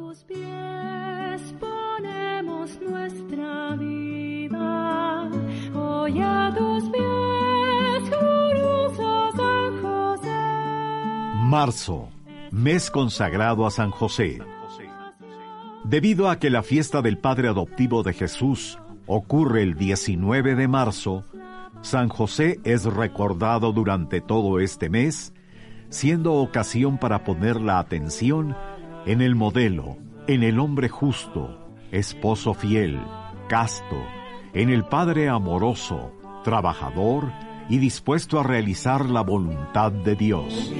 Hoy a tus pies, glorioso San José. Marzo, mes consagrado a San José. Debido a que la fiesta del Padre Adoptivo de Jesús ocurre el diecinueve de marzo, San José es recordado durante todo este mes, siendo ocasión para poner la atención en el modelo, en el hombre justo, esposo fiel, casto, en el padre amoroso, trabajador y dispuesto a realizar la voluntad de Dios.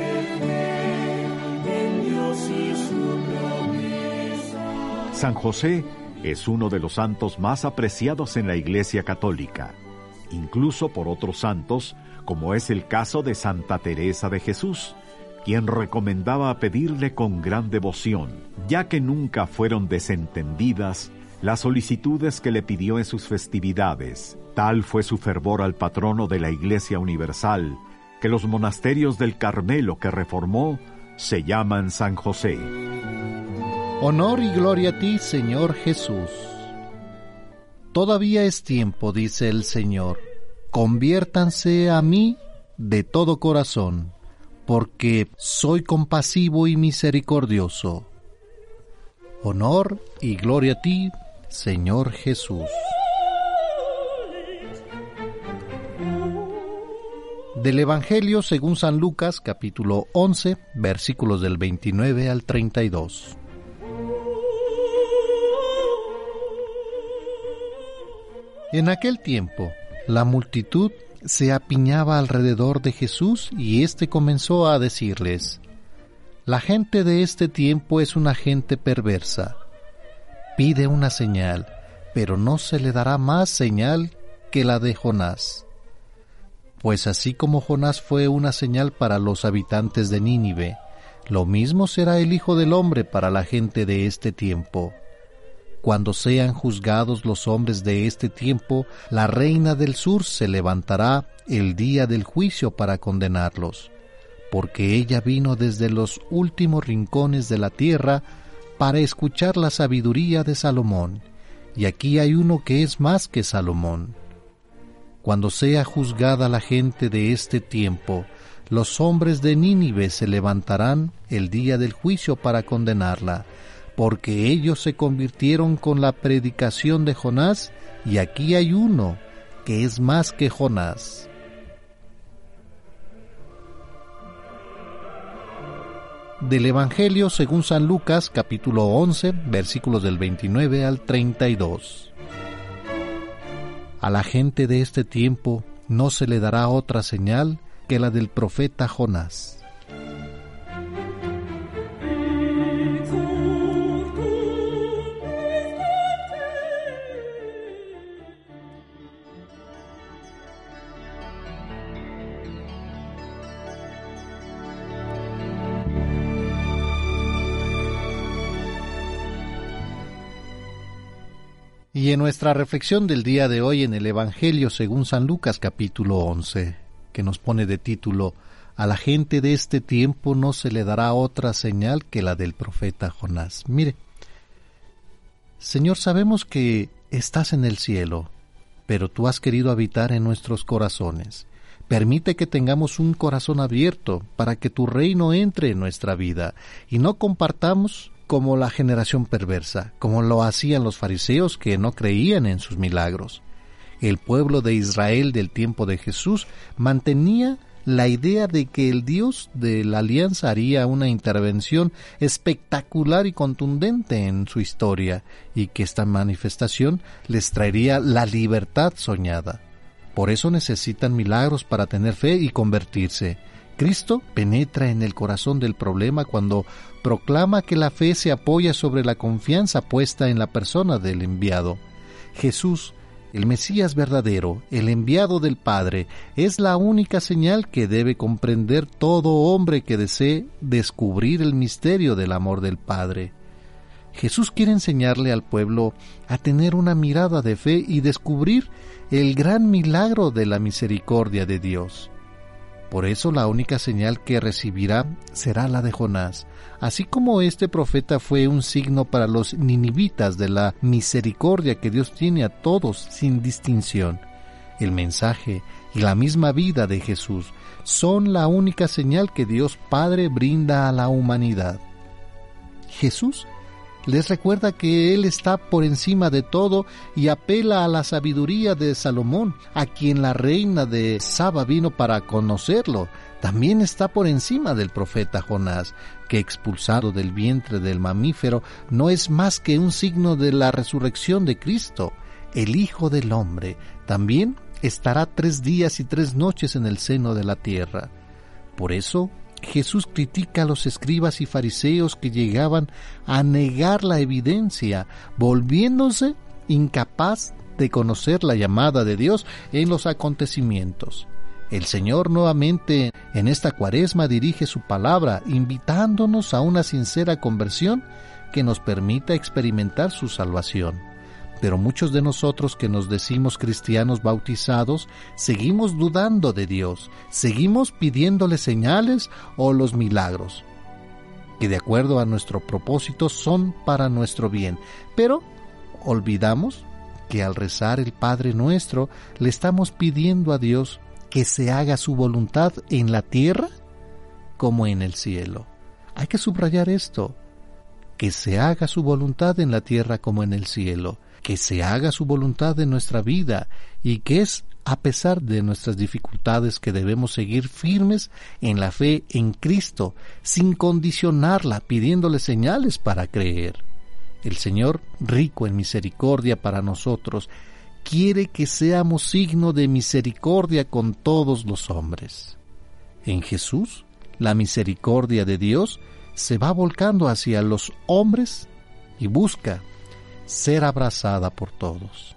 San José es uno de los santos más apreciados en la Iglesia Católica, incluso por otros santos, como es el caso de Santa Teresa de Jesús, quien recomendaba pedirle con gran devoción, ya que nunca fueron desentendidas las solicitudes que le pidió en sus festividades. Tal fue su fervor al patrono de la Iglesia Universal, que los monasterios del Carmelo que reformó se llaman San José. Honor y gloria a ti, Señor Jesús. Todavía es tiempo, dice el Señor. Conviértanse a mí de todo corazón, porque soy compasivo y misericordioso. Honor y gloria a ti, Señor Jesús. Del Evangelio según San Lucas, capítulo once, versículos del veintinueve al treinta y dos. En aquel tiempo, la multitud se apiñaba alrededor de Jesús y éste comenzó a decirles: la gente de este tiempo es una gente perversa. Pide una señal, pero no se le dará más señal que la de Jonás. Pues así como Jonás fue una señal para los habitantes de Nínive, lo mismo será el Hijo del Hombre para la gente de este tiempo. Cuando sean juzgados los hombres de este tiempo, la reina del sur se levantará el día del juicio para condenarlos, porque ella vino desde los últimos rincones de la tierra para escuchar la sabiduría de Salomón, y aquí hay uno que es más que Salomón. Cuando sea juzgada la gente de este tiempo, los hombres de Nínive se levantarán el día del juicio para condenarla, porque ellos se convirtieron con la predicación de Jonás, y aquí hay uno que es más que Jonás. Del Evangelio según San Lucas, capítulo once, versículos del veintinueve al treinta y dos. A la gente de este tiempo no se le dará otra señal que la del profeta Jonás. Y en nuestra reflexión del día de hoy en el Evangelio según San Lucas capítulo once, que nos pone de título: a la gente de este tiempo no se le dará otra señal que la del profeta Jonás. Mire, Señor, sabemos que estás en el cielo, pero tú has querido habitar en nuestros corazones. Permite que tengamos un corazón abierto para que tu reino entre en nuestra vida y no compartamos como la generación perversa, como lo hacían los fariseos que no creían en sus milagros. El pueblo de Israel del tiempo de Jesús mantenía la idea de que el Dios de la alianza haría una intervención espectacular y contundente en su historia, y que esta manifestación les traería la libertad soñada. Por eso necesitan milagros para tener fe y convertirse. Cristo penetra en el corazón del problema cuando proclama que la fe se apoya sobre la confianza puesta en la persona del enviado. Jesús, el Mesías verdadero, el enviado del Padre, es la única señal que debe comprender todo hombre que desee descubrir el misterio del amor del Padre. Jesús quiere enseñarle al pueblo a tener una mirada de fe y descubrir el gran milagro de la misericordia de Dios. Por eso la única señal que recibirá será la de Jonás, así como este profeta fue un signo para los ninivitas de la misericordia que Dios tiene a todos sin distinción. El mensaje y la misma vida de Jesús son la única señal que Dios Padre brinda a la humanidad. Jesús les recuerda que Él está por encima de todo y apela a la sabiduría de Salomón, a quien la reina de Saba vino para conocerlo. También está por encima del profeta Jonás, que expulsado del vientre del mamífero no es más que un signo de la resurrección de Cristo. El Hijo del Hombre también estará tres días y tres noches en el seno de la tierra. Por eso, Jesús critica a los escribas y fariseos que llegaban a negar la evidencia, volviéndose incapaz de conocer la llamada de Dios en los acontecimientos. El Señor nuevamente en esta Cuaresma dirige su palabra, invitándonos a una sincera conversión que nos permita experimentar su salvación. Pero muchos de nosotros que nos decimos cristianos bautizados, seguimos dudando de Dios, seguimos pidiéndole señales o los milagros, que de acuerdo a nuestro propósito son para nuestro bien, pero olvidamos que al rezar el Padre Nuestro le estamos pidiendo a Dios que se haga su voluntad en la tierra como en el cielo. Hay que subrayar esto, que se haga su voluntad en la tierra como en el cielo, que se haga su voluntad en nuestra vida y que es a pesar de nuestras dificultades que debemos seguir firmes en la fe en Cristo, sin condicionarla, pidiéndole señales para creer. El Señor, rico en misericordia para nosotros, quiere que seamos signo de misericordia con todos los hombres. En Jesús, la misericordia de Dios se va volcando hacia los hombres y busca ser abrazada por todos.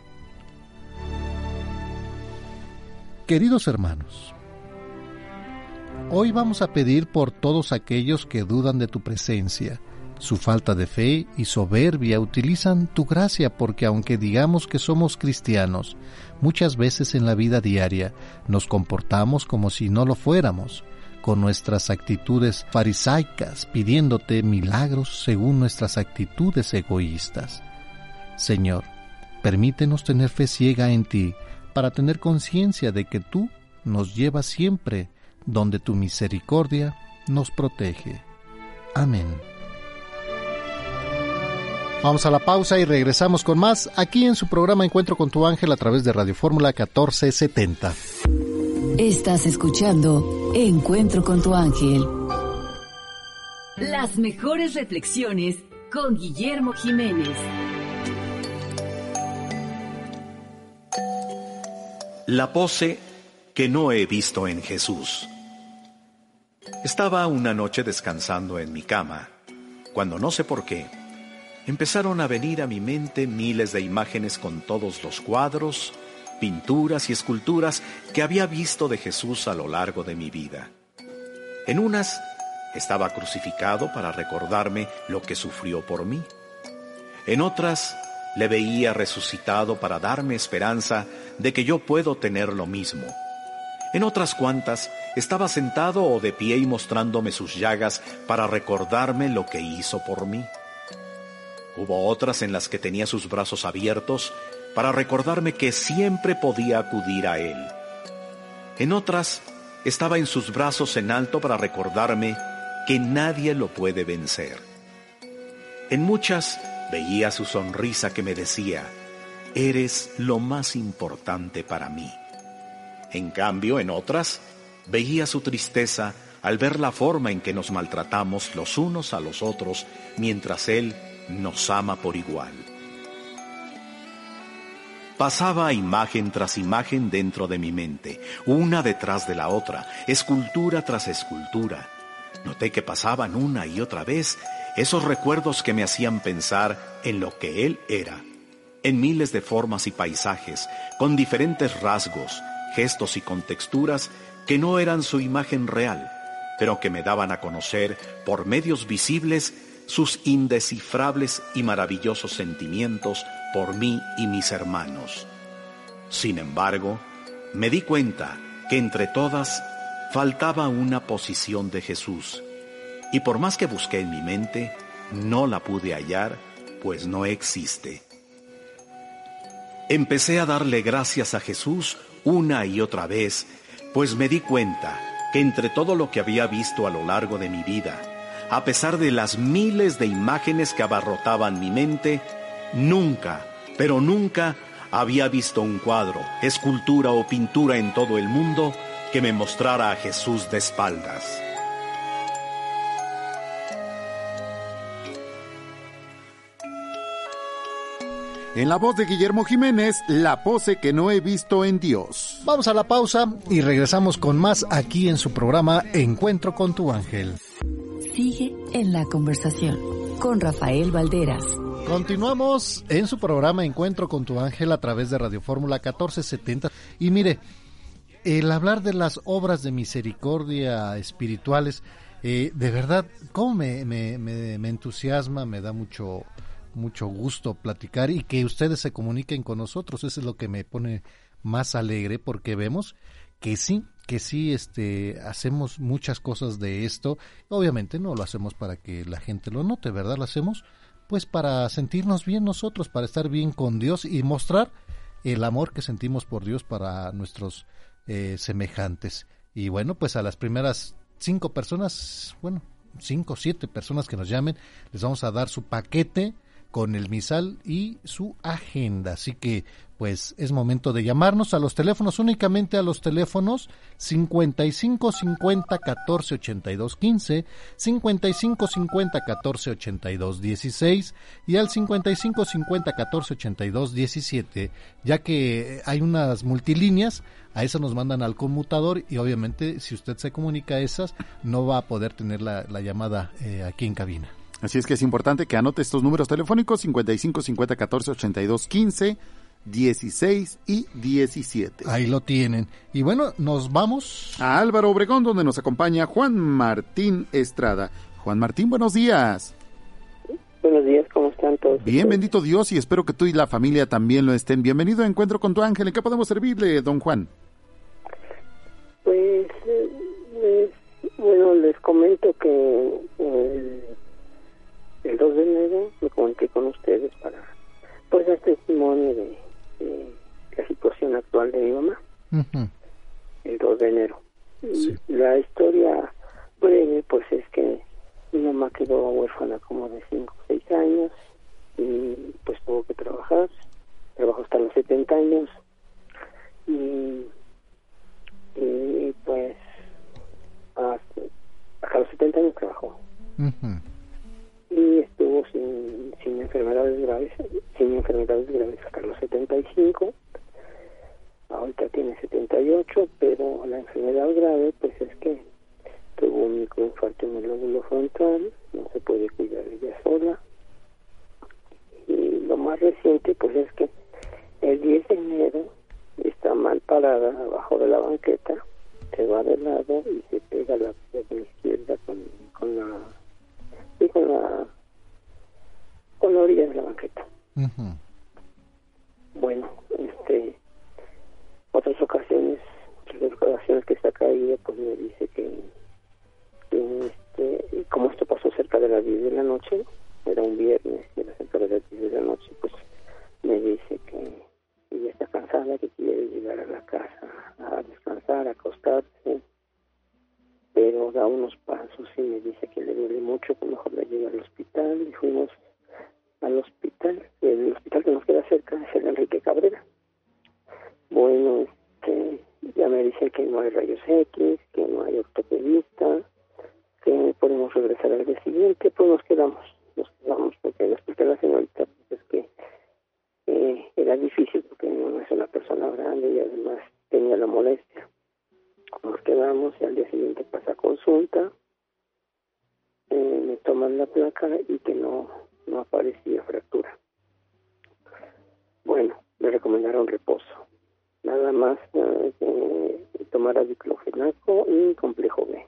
Queridos hermanos, hoy vamos a pedir por todos aquellos que dudan de tu presencia. Su falta de fe y soberbia utilizan tu gracia porque aunque digamos que somos cristianos, muchas veces en la vida diaria nos comportamos como si no lo fuéramos, con nuestras actitudes farisaicas, pidiéndote milagros según nuestras actitudes egoístas. Señor, permítenos tener fe ciega en ti, para tener conciencia de que tú nos llevas siempre donde tu misericordia nos protege. Amén. Vamos a la pausa y regresamos con más aquí en su programa Encuentro con tu Ángel a través de Radio Fórmula catorce setenta. Estás escuchando Encuentro con tu Ángel. Las mejores reflexiones con Guillermo Jiménez. La pose que no he visto en Jesús. Estaba una noche descansando en mi cama, cuando no sé por qué, empezaron a venir a mi mente miles de imágenes con todos los cuadros, pinturas y esculturas que había visto de Jesús a lo largo de mi vida. En unas estaba crucificado para recordarme lo que sufrió por mí. En otras Le veía resucitado para darme esperanza de que yo puedo tener lo mismo. En otras cuantas, estaba sentado o de pie y mostrándome sus llagas para recordarme lo que hizo por mí. Hubo otras en las que tenía sus brazos abiertos para recordarme que siempre podía acudir a él. En otras, estaba en sus brazos en alto para recordarme que nadie lo puede vencer. En muchas, veía su sonrisa que me decía, eres lo más importante para mí. En cambio, en otras, veía su tristeza al ver la forma en que nos maltratamos los unos a los otros mientras él nos ama por igual. Pasaba imagen tras imagen dentro de mi mente, una detrás de la otra, escultura tras escultura. Noté que pasaban una y otra vez esos recuerdos que me hacían pensar en lo que él era, en miles de formas y paisajes, con diferentes rasgos, gestos y contexturas que no eran su imagen real, pero que me daban a conocer por medios visibles sus indescifrables y maravillosos sentimientos por mí y mis hermanos. Sin embargo, me di cuenta que entre todas faltaba una posición de Jesús, y por más que busqué en mi mente, no la pude hallar, pues no existe. Empecé a darle gracias a Jesús una y otra vez, pues me di cuenta que entre todo lo que había visto a lo largo de mi vida, a pesar de las miles de imágenes que abarrotaban mi mente, nunca, pero nunca había visto un cuadro, escultura o pintura en todo el mundo que me mostrara a Jesús de espaldas. En la voz de Guillermo Jiménez, la pose que no he visto en Dios. Vamos a la pausa y regresamos con más aquí en su programa Encuentro con tu ángel. Sigue en la conversación con Rafael Valderas. Continuamos en su programa Encuentro con tu ángel a través de Radio Fórmula catorce setenta. Y mire, el hablar de las obras de misericordia espirituales, eh, de verdad, cómo me, me, me, me entusiasma, me da mucho... mucho gusto platicar y que ustedes se comuniquen con nosotros. Eso es lo que me pone más alegre, porque vemos que sí, que sí este, hacemos muchas cosas de esto. Obviamente no lo hacemos para que la gente lo note, ¿verdad? Lo hacemos pues para sentirnos bien nosotros, para estar bien con Dios y mostrar el amor que sentimos por Dios para nuestros eh, semejantes. Y bueno, pues a las primeras cinco personas, bueno, cinco o siete personas que nos llamen, les vamos a dar su paquete con el misal y su agenda. Así que, pues, es momento de llamarnos a los teléfonos, únicamente a los teléfonos cincuenta y cinco cincuenta catorce ochenta y dos quince, cincuenta y cinco cincuenta catorce ochenta y dos dieciséis y al cincuenta y cinco cincuenta catorce ochenta y dos diecisiete, ya que hay unas multilíneas, a esas nos mandan al conmutador y obviamente si usted se comunica a esas, no va a poder tener la, la llamada eh, aquí en cabina. Así es que es importante que anote estos números telefónicos cincuenta y cinco cincuenta catorce ochenta y dos quince, dieciséis y diecisiete. Ahí lo tienen. Y bueno, nos vamos a Álvaro Obregón, donde nos acompaña Juan Martín Estrada. Juan Martín, buenos días. Buenos días, ¿cómo están todos? Bien, bendito Dios, y espero que tú y la familia también lo estén. Bienvenido a Encuentro con tu ángel. ¿En qué podemos servirle, don Juan? Pues, eh, bueno, les comento que eh, el dos de enero me comuniqué con ustedes para pues dar testimonio de, de la situación actual de mi mamá. Uh-huh. El dos de enero. Sí. La historia breve pues es que mi mamá quedó huérfana como de cinco o seis años y pues tuvo que trabajar. Trabajó hasta los setenta años y, y pues hasta, hasta los setenta años trabajó. Uh-huh. Y estuvo sin, sin enfermedades graves, sin enfermedades graves hasta los setenta y cinco. Ahorita tiene setenta y ocho, pero la enfermedad grave pues es que tuvo un microinfarto en el lóbulo frontal, no se puede cuidar ella sola. Y lo más reciente pues es que el diez de enero está mal parada abajo de la banqueta, se va de lado y se pega la pierna izquierda con, con la y con la con la orilla de la banqueta. Uh-huh. bueno, este, otras ocasiones, otras ocasiones que está caído, pues me dice que, que este, y como esto pasó cerca de las diez de la noche, era un viernes, era cerca de las diez de la noche, pues me dice que ella está cansada, que quiere llegar a la casa a descansar, a acostarse, pero da unos pasos y me dice que le duele mucho, que mejor la lleve al hospital, y fuimos al hospital. El hospital que nos queda cerca es el Enrique Cabrera. Bueno, este, ya me dicen que no hay rayos X, que no hay ortopedista, que podemos regresar al día siguiente, pues nos quedamos, nos quedamos porque el hospital la señorita, pues es que eh, era difícil porque no es una persona grande y además tenía la molestia. Nos quedamos y al día siguiente pasa consulta, eh, me toman la placa y que no, no aparecía fractura. Bueno, me recomendaron reposo. Nada más eh, eh, tomar diclofenaco y complejo B.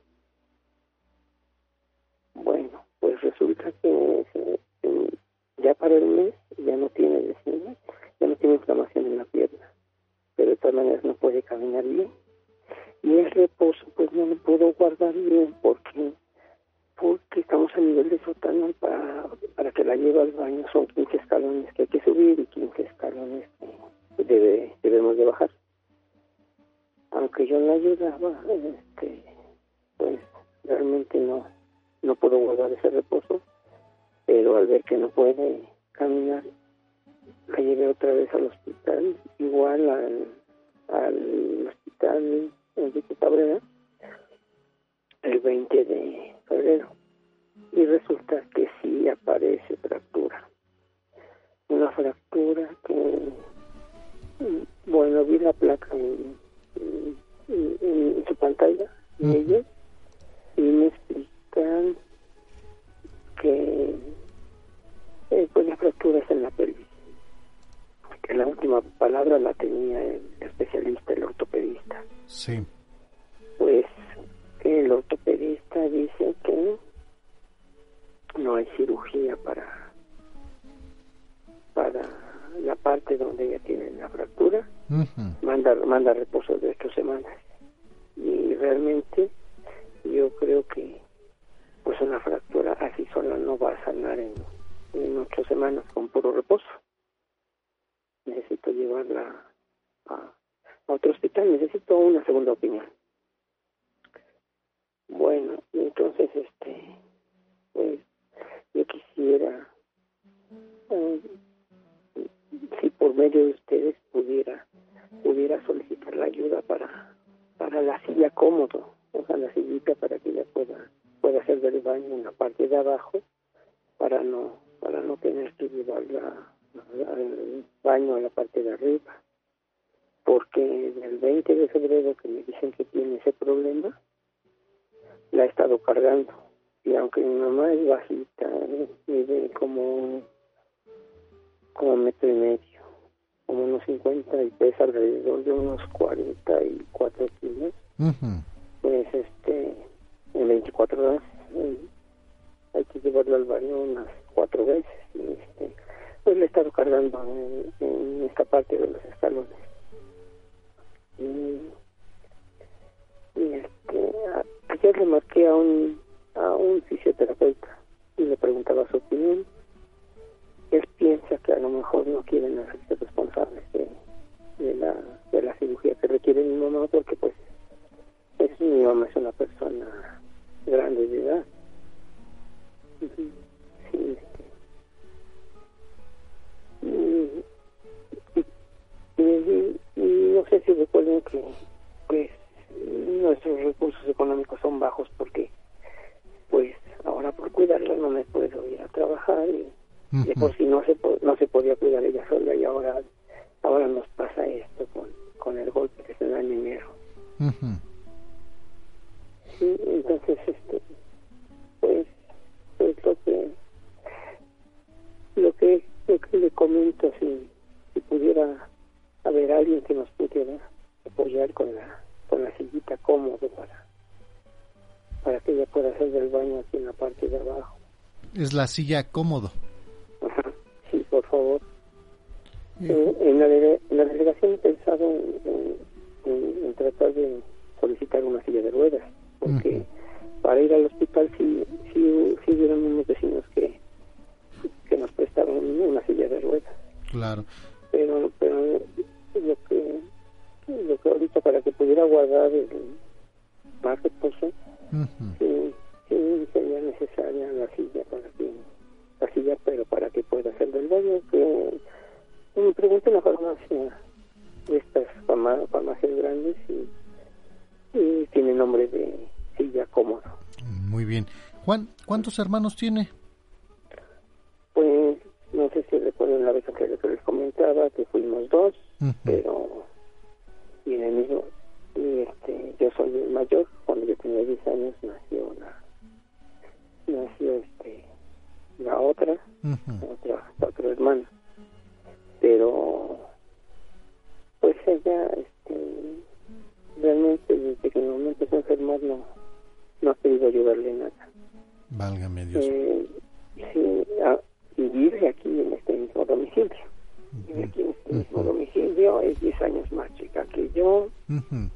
Bueno, pues resulta que eh, ya para el mes ya no tiene deseo, ya no tiene inflamación en la pierna, pero de todas maneras no puede caminar bien. Y el reposo pues no lo puedo guardar bien porque porque estamos a nivel de sótano, para, para que la lleve al baño son quince escalones que hay que subir y quince escalones que debe, debemos de bajar. Aunque yo la ayudaba, este, pues realmente no, no puedo guardar ese reposo, pero al ver que no puede caminar, la llevé otra vez al hospital, igual al, al hospital Enrique Cabrera, el veinte de febrero, y resulta que sí aparece fractura. Una fractura que, bueno, vi la placa en, en, en su pantalla de uh-huh. ella, y me explican que eh, pues la fractura es en la pelvis, que la última palabra la tenía el especialista, el ortopedista. Sí. Pues el ortopedista dice que no hay cirugía para para la parte donde ella tiene la fractura. Uh-huh. manda manda reposo de ocho semanas, y realmente yo creo que pues una fractura así sola no va a sanar en, en ocho semanas con puro reposo. Necesito llevarla a, a otro hospital, necesito una segunda opinión. Bueno, entonces, este, pues, yo quisiera, eh, si por medio de ustedes pudiera, pudiera solicitar la ayuda para, para la silla cómodo, o sea, la sillita para que ella pueda, pueda hacer del baño en la parte de abajo, para no, para no tener que llevarla al baño a la parte de arriba, porque el veinte de febrero que me dicen que tiene ese problema, la he estado cargando, y aunque mi mamá es bajita, mide como como un metro y medio, como unos cincuenta, y pesa alrededor de unos cuarenta y cuatro kilos, uh-huh. pues este en veinticuatro horas eh, hay que llevarla al baño unas cuatro veces, y este pues le he estado cargando en, en esta parte de los escalones. Y, y este, ayer le marqué a un, a un fisioterapeuta y le preguntaba su opinión. Él piensa que a lo mejor no quieren hacerse responsables de, de, la, de la cirugía que requiere mi mamá, porque pues es, mi mamá es una persona grande de edad. Sí, este, y, y, y, y no sé si recuerden que pues nuestros recursos económicos son bajos, porque pues ahora por cuidarla no me puedo ir a trabajar, y uh-huh. de por si no se no se podía cuidar ella sola, y ahora ahora nos pasa esto con, con el golpe que se da en enero. Uh-huh. Sí, entonces este pues pues lo que lo que lo que le comento, si, si pudiera haber alguien que nos pudiera apoyar con la con la sillita cómodo para para que ella pueda hacer del baño aquí en la parte de abajo. Es la silla cómodo. Ajá, sí, por favor. Eh, en, la de, en la delegación he pensado en, en, en, en tratar de solicitar una silla de ruedas, porque uh-huh. para ir al hospital sí, sí, sí hubieron unos vecinos que, que nos prestaron una silla de ruedas. Claro. Pero, pero lo que, lo que ahorita para que pudiera guardar el más reposo, uh-huh. sí, sí sería necesaria la silla para que, la silla, pero para que pueda hacer del baño, que me pregunté en la farmacia, de estas farma, farmacias grandes, y, y tiene nombre de silla cómodo. Muy bien. Juan, ¿cuántos hermanos tiene? Pues, no sé si recuerdan la vez que les comentaba que fuimos dos, uh-huh. pero, y en el mismo, y este, yo soy el mayor, cuando yo tenía diez años nació la, nació este, la otra, uh-huh. la otra, la otra hermana. Pero pues ella este, realmente desde que no empezó a enfermar no, no ha querido ayudarle en nada. Válgame Dios. Eh, sí, a, y vive aquí en este mismo domicilio. Uh-huh. Vive aquí en este uh-huh. mismo domicilio, es diez años más chica que yo. Uh-huh.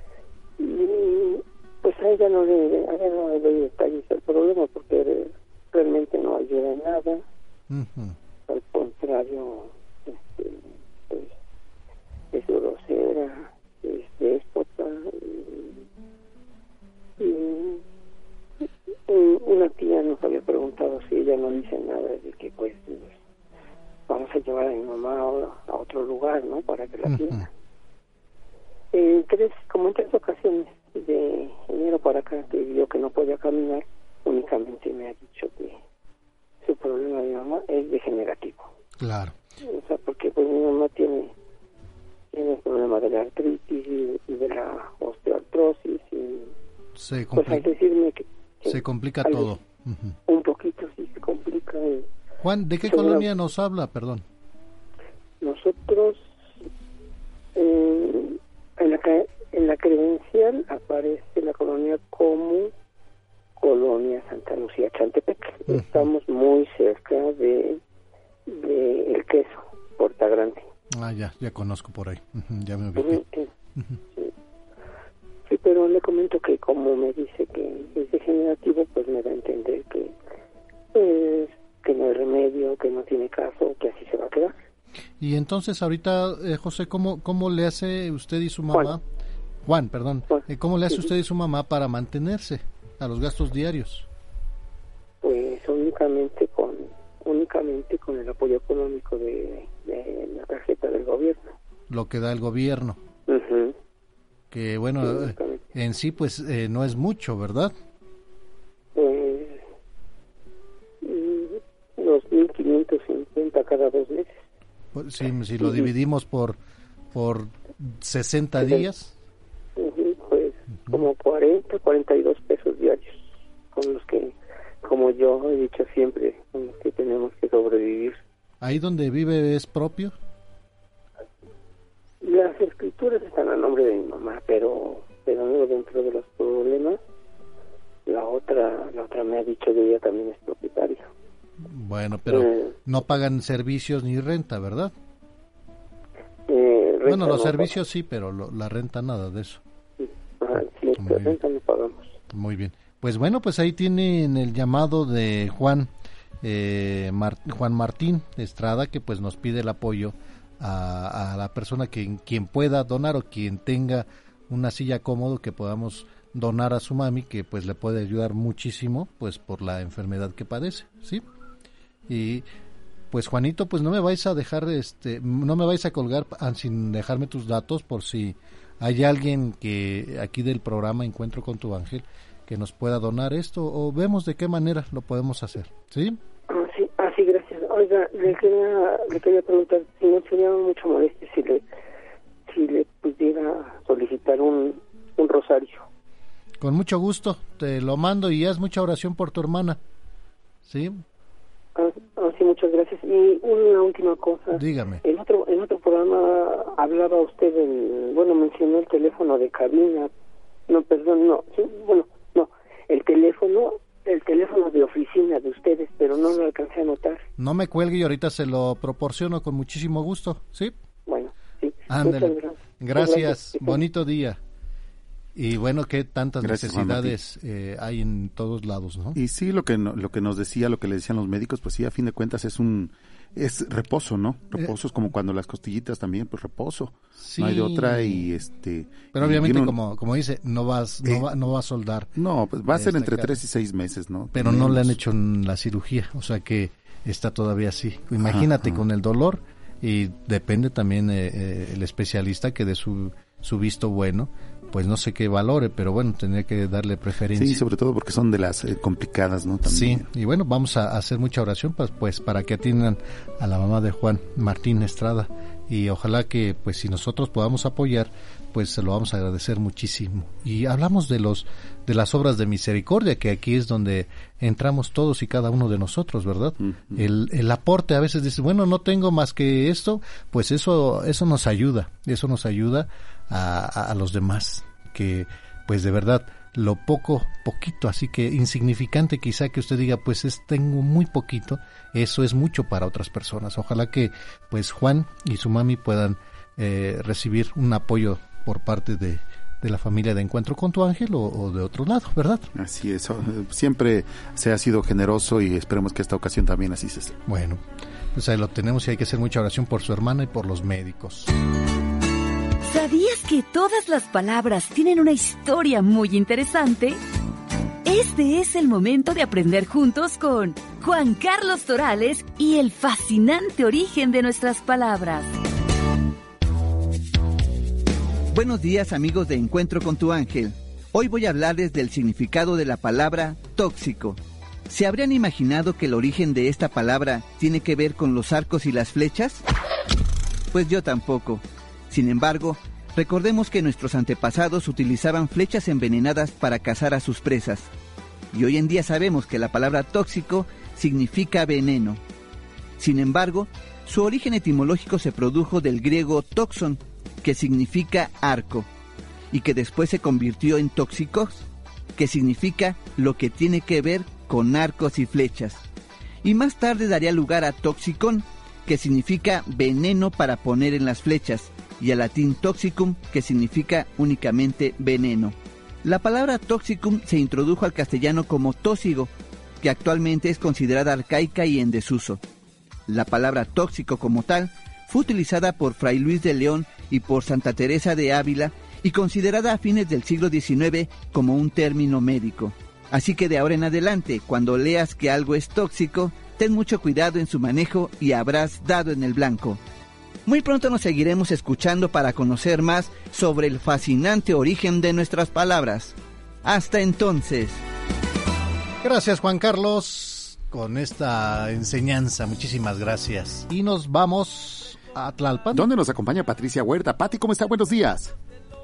Y pues a ella no le, a ella no le doy detalles del problema porque realmente no ayuda en nada. Uh-huh. Al contrario, Este, pues, es grosera, es déspota, y, y una tía nos había preguntado si ella no dice nada de que pues vamos a llevar a mi mamá a, a otro lugar, ¿no? Para que la uh-huh. atienda. En tres, como en tres ocasiones de enero para acá que vio que no podía caminar, únicamente me ha dicho que su problema de mi mamá es degenerativo. Claro. O sea, porque pues mi mamá tiene tiene el problema de la artritis y, y de la osteoartrosis y se complica, pues al decirme que, que se complica todo. Uh-huh. Un poquito sí se complica. Y, Juan, ¿de qué colonia nos habla? Perdón. Nosotros eh, en la en la credencial aparece la colonia como Colonia Santa Lucía Chantepec. Uh-huh. Estamos muy cerca de de El Queso, Puerta Grande. Ah, ya, ya conozco por ahí. Uh-huh, ya me ubiqué. Sí, uh-huh. sí. sí, pero le comento que como me dice que es degenerativo, pues me da a entender que pues, que no hay remedio, que no tiene caso, que así se va a quedar. Y entonces ahorita, eh, José, ¿cómo, ¿cómo le hace usted y su mamá? Juan, Juan perdón. Juan. Eh, ¿Cómo le hace sí, usted y su mamá para mantenerse a los gastos diarios? Pues únicamente con únicamente con el apoyo económico de, de la tarjeta del gobierno. Lo que da el gobierno. Uh-huh. Que bueno, sí, en sí pues eh, no es mucho, ¿verdad? Pues dos mil quinientos cincuenta cada dos meses. Pues, sí, si lo uh-huh. dividimos por por sesenta días. Uh-huh. Pues uh-huh. como cuarenta, cuarenta y dos pesos diarios, con los que, como yo he dicho siempre, con los que tenemos que sobrevivir. ¿Ahí donde vive es propio? Las escrituras están a nombre de mi mamá, pero pero no dentro de los problemas. La otra la otra me ha dicho que ella también es propietaria. Bueno, pero eh, no pagan servicios ni renta, ¿verdad? Eh, renta bueno, los no servicios paga. Sí, pero lo, la renta nada de eso. Ajá, sí, la renta no pagamos. Muy bien. Pues bueno, pues ahí tienen el llamado de Juan eh, Mar, Juan Martín Estrada, que pues nos pide el apoyo a, a la persona que quien pueda donar o quien tenga una silla cómodo que podamos donar a su mami, que pues le puede ayudar muchísimo pues por la enfermedad que padece, ¿sí? Y pues Juanito, pues no me vais a dejar este no me vais a colgar sin dejarme tus datos por si hay alguien que aquí del programa Encuentro con tu Ángel que nos pueda donar esto, o vemos de qué manera lo podemos hacer, ¿sí? Ah, sí, ah, sí, gracias. Oiga, le quería, le quería preguntar si no sería mucha molestia si le, si le pudiera solicitar un, un rosario. Con mucho gusto, te lo mando y haz mucha oración por tu hermana, ¿sí? Ah, ah, sí, muchas gracias. Y una última cosa. Dígame. En otro, en otro programa hablaba usted, en, bueno, mencionó el teléfono de cabina. No, perdón, no, sí, bueno, no, el teléfono el teléfono de oficina de ustedes, pero no lo alcancé a anotar. No me cuelgue y ahorita se lo proporciono con muchísimo gusto, ¿sí? Bueno, sí. Ándale. Muchas gracias. Gracias, Gracias. bonito día. Y bueno, qué tantas Gracias, necesidades eh, hay en todos lados, ¿no? Y sí, lo que no, lo que nos decía, lo que le decían los médicos, pues sí, a fin de cuentas es un es reposo, ¿no? Reposo eh, es como cuando las costillitas también, pues reposo. Sí. No hay de otra y este. Pero obviamente uno, como como dice, no vas eh, no va no va a soldar. No, pues va a ser entre tres y seis meses, ¿no? Pero Menos. no le han hecho la cirugía, o sea que está todavía así. Imagínate ajá, con el dolor y depende también eh, eh, el especialista que dé su su visto bueno. Pues no sé qué valore, pero bueno, tendría que darle preferencia. Sí, sobre todo porque son de las eh, complicadas, ¿no? También. Sí, y bueno, vamos a hacer mucha oración pues, pues para que atiendan a la mamá de Juan Martín Estrada y ojalá que pues si nosotros podamos apoyar, pues se lo vamos a agradecer muchísimo. Y hablamos de los de las obras de misericordia, que aquí es donde entramos todos y cada uno de nosotros, ¿verdad? Uh-huh. El el aporte a veces dice, bueno, no tengo más que esto, pues eso eso nos ayuda, eso nos ayuda a, a, a los demás, que pues de verdad lo poco, poquito, así que insignificante quizá que usted diga, pues es tengo muy poquito, eso es mucho para otras personas. Ojalá que pues Juan y su mami puedan eh, recibir un apoyo por parte de, de la familia de Encuentro con tu Ángel o, o de otro lado, ¿verdad? Así es, siempre se ha sido generoso y esperemos que esta ocasión también así sea. Bueno, pues ahí lo tenemos y hay que hacer mucha oración por su hermana y por los médicos. ¿Sabías que todas las palabras tienen una historia muy interesante? Este es el momento de aprender juntos con Juan Carlos Torales y el fascinante origen de nuestras palabras. Buenos días, amigos de Encuentro con tu Ángel. Hoy voy a hablarles del significado de la palabra tóxico. ¿Se habrían imaginado que el origen de esta palabra tiene que ver con los arcos y las flechas? Pues yo tampoco. Sin embargo, recordemos que nuestros antepasados utilizaban flechas envenenadas para cazar a sus presas. Y hoy en día sabemos que la palabra tóxico significa veneno. Sin embargo, su origen etimológico se produjo del griego toxon, que significa arco, y que después se convirtió en tóxicos, que significa lo que tiene que ver con arcos y flechas. Y más tarde daría lugar a toxicón, que significa veneno para poner en las flechas, y al latín toxicum, que significa únicamente veneno. La palabra toxicum se introdujo al castellano como tóxigo, que actualmente es considerada arcaica y en desuso. La palabra tóxico como tal fue utilizada por Fray Luis de León y por Santa Teresa de Ávila y considerada a fines del siglo diecinueve como un término médico. Así que de ahora en adelante, cuando leas que algo es tóxico, ten mucho cuidado en su manejo y habrás dado en el blanco. Muy pronto nos seguiremos escuchando para conocer más sobre el fascinante origen de nuestras palabras. Hasta entonces. Gracias, Juan Carlos, con esta enseñanza. Muchísimas gracias. Y nos vamos a Tlalpan. ¿Dónde nos acompaña Patricia Huerta? Pati, ¿cómo está? Buenos días.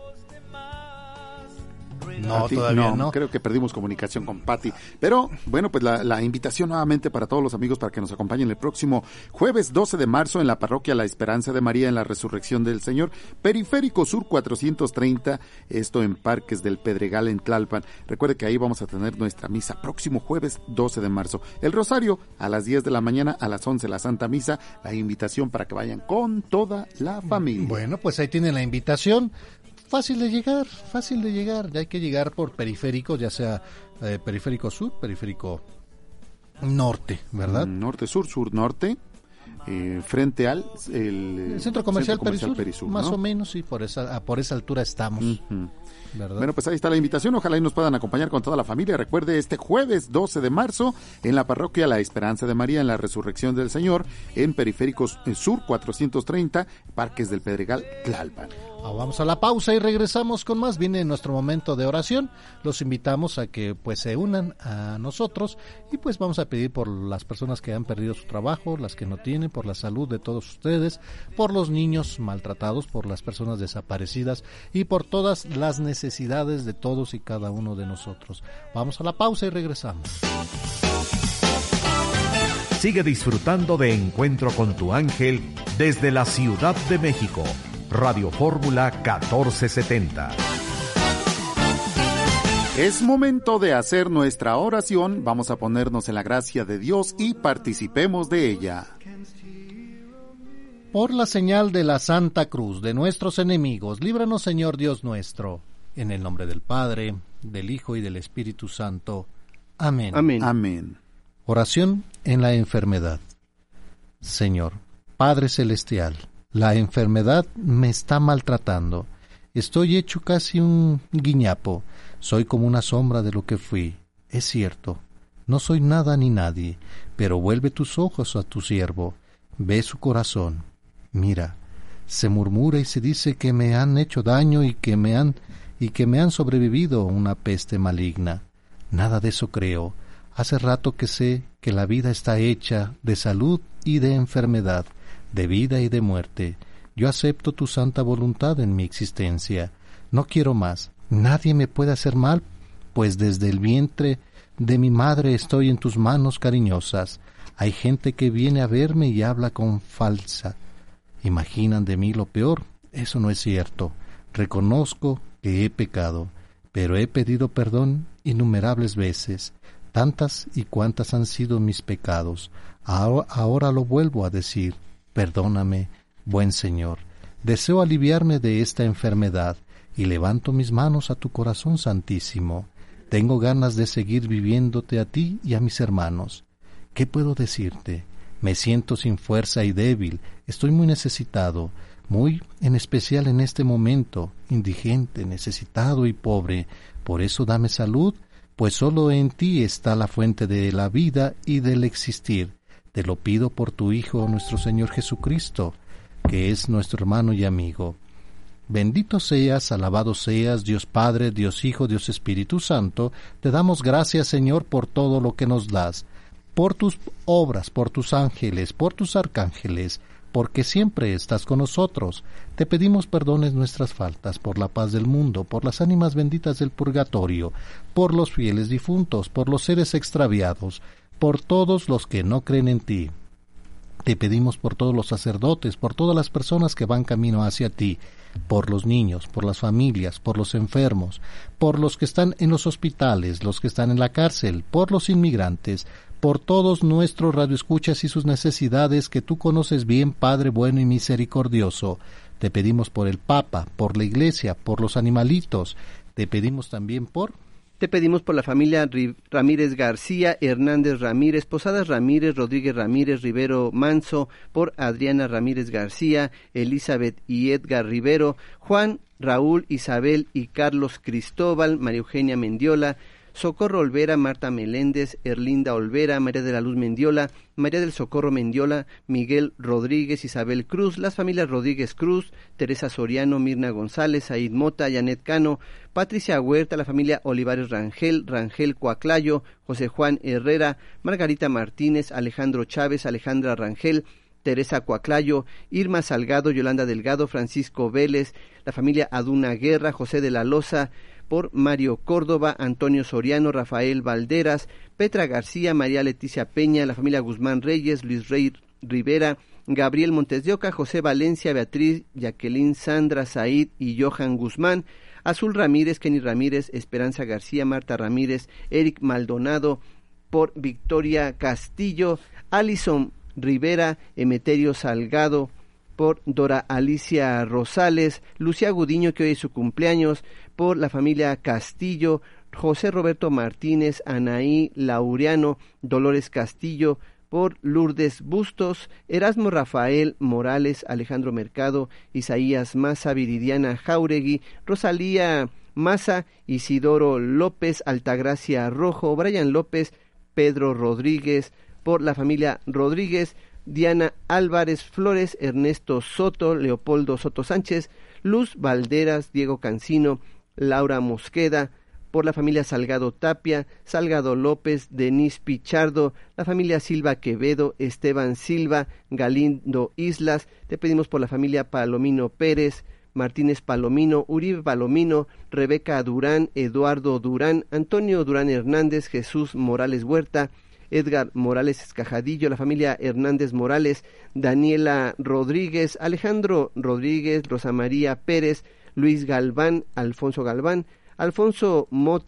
No, Pati, todavía no, no. Creo que perdimos comunicación con Pati. Pero, bueno, pues la, la invitación nuevamente para todos los amigos para que nos acompañen el próximo jueves doce de marzo en la parroquia La Esperanza de María en la Resurrección del Señor, Periférico Sur cuatrocientos treinta, esto en Parques del Pedregal en Tlalpan. Recuerde que ahí vamos a tener nuestra misa próximo jueves doce de marzo. El rosario a las diez de la mañana, a las once la Santa Misa. La invitación para que vayan con toda la familia. Bueno, pues ahí tienen la invitación. Fácil de llegar, fácil de llegar. Ya hay que llegar por periféricos, ya sea eh, periférico sur, periférico norte, ¿verdad? Norte, sur, sur, norte. Eh, frente al el, el centro comercial, centro comercial Perisur, Perisur, más ¿no? o menos, sí, por esa, por esa altura estamos. Uh-huh. Bueno, pues ahí está la invitación, ojalá y nos puedan acompañar con toda la familia. Recuerde, este jueves doce de marzo en la parroquia La Esperanza de María en la Resurrección del Señor, en Periféricos Sur cuatrocientos treinta, Parques del Pedregal, Tlalpan. Vamos a la pausa y regresamos con más. Viene nuestro momento de oración. Los invitamos a que pues se unan a nosotros y pues vamos a pedir por las personas que han perdido su trabajo, las que no tienen, por la salud de todos ustedes, por los niños maltratados, por las personas desaparecidas y por todas las necesidades de todos y cada uno de nosotros. Vamos a la pausa y regresamos. Sigue disfrutando de Encuentro con tu Ángel desde la Ciudad de México. Radio Fórmula catorce setenta. Es momento de hacer nuestra oración. Vamos a ponernos en la gracia de Dios y participemos de ella. Por la señal de la Santa Cruz de nuestros enemigos, líbranos, Señor Dios nuestro. En el nombre del Padre, del Hijo y del Espíritu Santo. Amén. Amén. Amén. Oración en la enfermedad. Señor, Padre Celestial, la enfermedad me está maltratando. Estoy hecho casi un guiñapo. Soy como una sombra de lo que fui. Es cierto, no soy nada ni nadie, pero vuelve tus ojos a tu siervo. Ve su corazón. Mira, se murmura y se dice que me han hecho daño y que me han y que me han sobrevivido una peste maligna. Nada de eso creo. Hace rato que sé que la vida está hecha de salud y de enfermedad, de vida y de muerte. Yo acepto tu santa voluntad en mi existencia. No quiero más. Nadie me puede hacer mal, pues desde el vientre de mi madre estoy en tus manos cariñosas. Hay gente que viene a verme y habla con falsa. Imaginan de mí lo peor. Eso no es cierto. Reconozco que he pecado, pero he pedido perdón innumerables veces. Tantas y cuantas han sido mis pecados. Ahora, ahora lo vuelvo a decir. Perdóname, buen Señor. Deseo aliviarme de esta enfermedad y levanto mis manos a tu corazón santísimo. Tengo ganas de seguir viviéndote a ti y a mis hermanos. ¿Qué puedo decirte? Me siento sin fuerza y débil. Estoy muy necesitado, muy en especial en este momento, indigente, necesitado y pobre. Por eso dame salud, pues solo en ti está la fuente de la vida y del existir. Te lo pido por tu Hijo, nuestro Señor Jesucristo, que es nuestro hermano y amigo. Bendito seas, alabado seas, Dios Padre, Dios Hijo, Dios Espíritu Santo. Te damos gracias, Señor, por todo lo que nos das, por tus obras, por tus ángeles, por tus arcángeles, porque siempre estás con nosotros. Te pedimos perdones nuestras faltas, por la paz del mundo, por las ánimas benditas del purgatorio, por los fieles difuntos, por los seres extraviados, por todos los que no creen en ti. Te pedimos por todos los sacerdotes, por todas las personas que van camino hacia ti, por los niños, por las familias, por los enfermos, por los que están en los hospitales, los que están en la cárcel, por los inmigrantes, por todos nuestros radioescuchas y sus necesidades que tú conoces bien, Padre bueno y misericordioso. Te pedimos por el Papa, por la Iglesia, por los animalitos. Te pedimos también por... Te pedimos por la familia Ramírez García, Hernández Ramírez, Posadas Ramírez, Rodríguez Ramírez, Rivero Manso, por Adriana Ramírez García, Elizabeth y Edgar Rivero, Juan, Raúl, Isabel y Carlos Cristóbal, María Eugenia Mendiola, Socorro Olvera, Marta Meléndez, Erlinda Olvera, María de la Luz Mendiola, María del Socorro Mendiola, Miguel Rodríguez, Isabel Cruz, las familias Rodríguez Cruz, Teresa Soriano, Mirna González, Said Mota, Janet Cano, Patricia Huerta, la familia Olivares Rangel, Rangel Coaclayo, José Juan Herrera, Margarita Martínez, Alejandro Chávez, Alejandra Rangel, Teresa Coaclayo, Irma Salgado, Yolanda Delgado, Francisco Vélez, la familia Aduna Guerra, José de la Loza, por Mario Córdoba, Antonio Soriano, Rafael Valderas, Petra García, María Leticia Peña, la familia Guzmán Reyes, Luis Rey Rivera, Gabriel Montes de Oca, José Valencia, Beatriz, Jacqueline, Sandra, Said y Johan Guzmán, Azul Ramírez, Kenny Ramírez, Esperanza García, Marta Ramírez, Eric Maldonado, por Victoria Castillo, Alison Rivera, Emeterio Salgado, por Dora Alicia Rosales, Lucía Gudiño, que hoy es su cumpleaños, por la familia Castillo, José Roberto Martínez, Anaí Laureano, Dolores Castillo, por Lourdes Bustos, Erasmo Rafael Morales, Alejandro Mercado, Isaías Maza, Viridiana Jauregui, Rosalía Maza, Isidoro López, Altagracia Rojo, Brian López, Pedro Rodríguez, por la familia Rodríguez, Diana Álvarez Flores, Ernesto Soto, Leopoldo Soto Sánchez, Luz Valderas, Diego Cancino, Laura Mosqueda, por la familia Salgado Tapia, Salgado López, Denise Pichardo, la familia Silva Quevedo, Esteban Silva, Galindo Islas. Te pedimos por la familia Palomino Pérez, Martínez Palomino, Uribe Palomino, Rebeca Durán, Eduardo Durán, Antonio Durán Hernández, Jesús Morales Huerta, Edgar Morales Escajadillo, la familia Hernández Morales, Daniela Rodríguez, Alejandro Rodríguez, Rosa María Pérez, Luis Galván, Alfonso Galván, Alfonso Mota,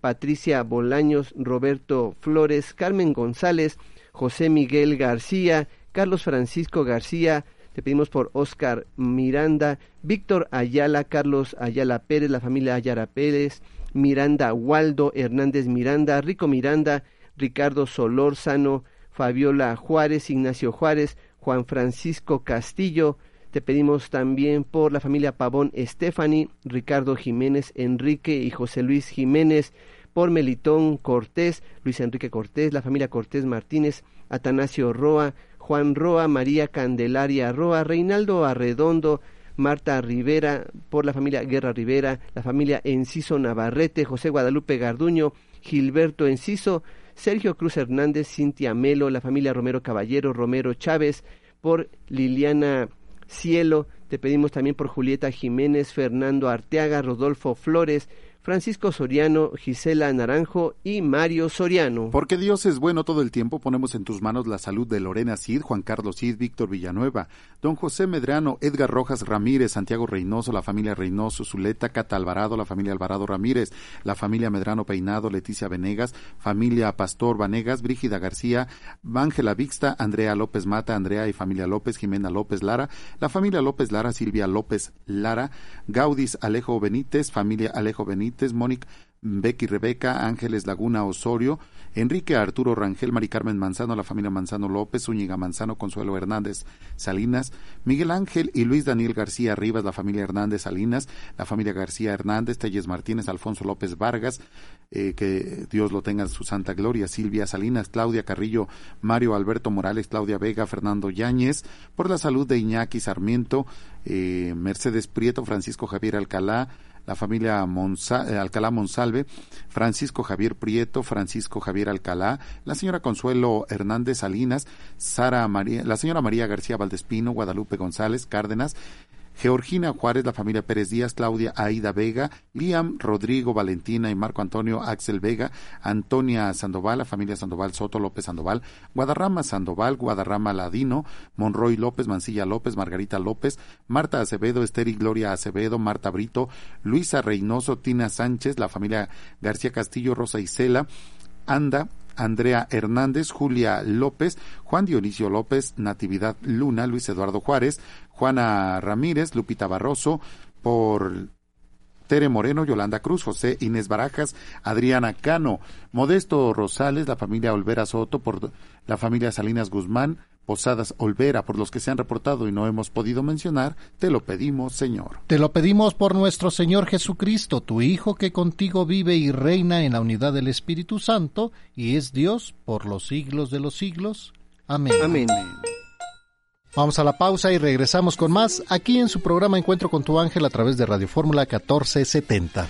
Patricia Bolaños, Roberto Flores, Carmen González, José Miguel García, Carlos Francisco García, te pedimos por Oscar Miranda, Víctor Ayala, Carlos Ayala Pérez, la familia Ayala Pérez, Miranda Waldo, Hernández Miranda, Rico Miranda, Ricardo Solórzano, Fabiola Juárez, Ignacio Juárez, Juan Francisco Castillo. Te pedimos también por la familia Pavón Stephanie, Ricardo Jiménez Enrique y José Luis Jiménez, por Melitón Cortés, Luis Enrique Cortés, la familia Cortés Martínez, Atanasio Roa, Juan Roa, María Candelaria Roa, Reinaldo Arredondo, Marta Rivera, por la familia Guerra Rivera, la familia Enciso Navarrete, José Guadalupe Garduño, Gilberto Enciso, Sergio Cruz Hernández, Cintia Melo, la familia Romero Caballero, Romero Chávez, por Liliana Cielo, te pedimos también por Julieta Jiménez, Fernando Arteaga, Rodolfo Flores, Francisco Soriano, Gisela Naranjo y Mario Soriano. Porque Dios es bueno todo el tiempo, ponemos en tus manos la salud de Lorena Cid, Juan Carlos Cid, Víctor Villanueva, don José Medrano, Edgar Rojas Ramírez, Santiago Reynoso, la familia Reynoso, Zuleta, Cata Alvarado, la familia Alvarado Ramírez, la familia Medrano Peinado, Leticia Venegas, familia Pastor Vanegas, Brígida García, Ángela Vixta, Andrea López Mata, Andrea y familia López, Jimena López Lara, la familia López Lara, Silvia López Lara, Gaudis Alejo Benítez, familia Alejo Benítez, Mónica, Becky Rebeca, Ángeles Laguna Osorio, Enrique Arturo Rangel, Mari Carmen Manzano, la familia Manzano López, Zúñiga Manzano, Consuelo Hernández Salinas, Miguel Ángel y Luis Daniel García Rivas, la familia Hernández Salinas, la familia García Hernández, Telles Martínez, Alfonso López Vargas, eh, que Dios lo tenga en su santa gloria, Silvia Salinas, Claudia Carrillo, Mario Alberto Morales, Claudia Vega, Fernando Yáñez, por la salud de Iñaki Sarmiento, eh, Mercedes Prieto, Francisco Javier Alcalá, la familia Monsa, eh, Alcalá Monsalve, Francisco Javier Prieto, Francisco Javier Alcalá, la señora Consuelo Hernández Salinas, Sara María, la señora María García Valdespino, Guadalupe González Cárdenas, Georgina Juárez, la familia Pérez Díaz, Claudia Aida Vega, Liam, Rodrigo, Valentina y Marco Antonio Axel Vega, Antonia Sandoval, la familia Sandoval Soto López Sandoval, Guadarrama Sandoval, Guadarrama Ladino, Monroy López, Mancilla López, Margarita López, Marta Acevedo, Esther y Gloria Acevedo, Marta Brito, Luisa Reynoso, Tina Sánchez, la familia García Castillo, Rosa Isela, Anda, Andrea Hernández, Julia López, Juan Dionisio López, Natividad Luna, Luis Eduardo Juárez, Juana Ramírez, Lupita Barroso, por Tere Moreno, Yolanda Cruz, José Inés Barajas, Adriana Cano, Modesto Rosales, la familia Olvera Soto, por la familia Salinas Guzmán, Posadas Olvera, por los que se han reportado y no hemos podido mencionar, te lo pedimos, Señor. Te lo pedimos por nuestro Señor Jesucristo, tu Hijo, que contigo vive y reina en la unidad del Espíritu Santo, y es Dios por los siglos de los siglos. Amén. Amén. Vamos a la pausa y regresamos con más aquí en su programa Encuentro con tu Ángel a través de Radio Fórmula catorce setenta.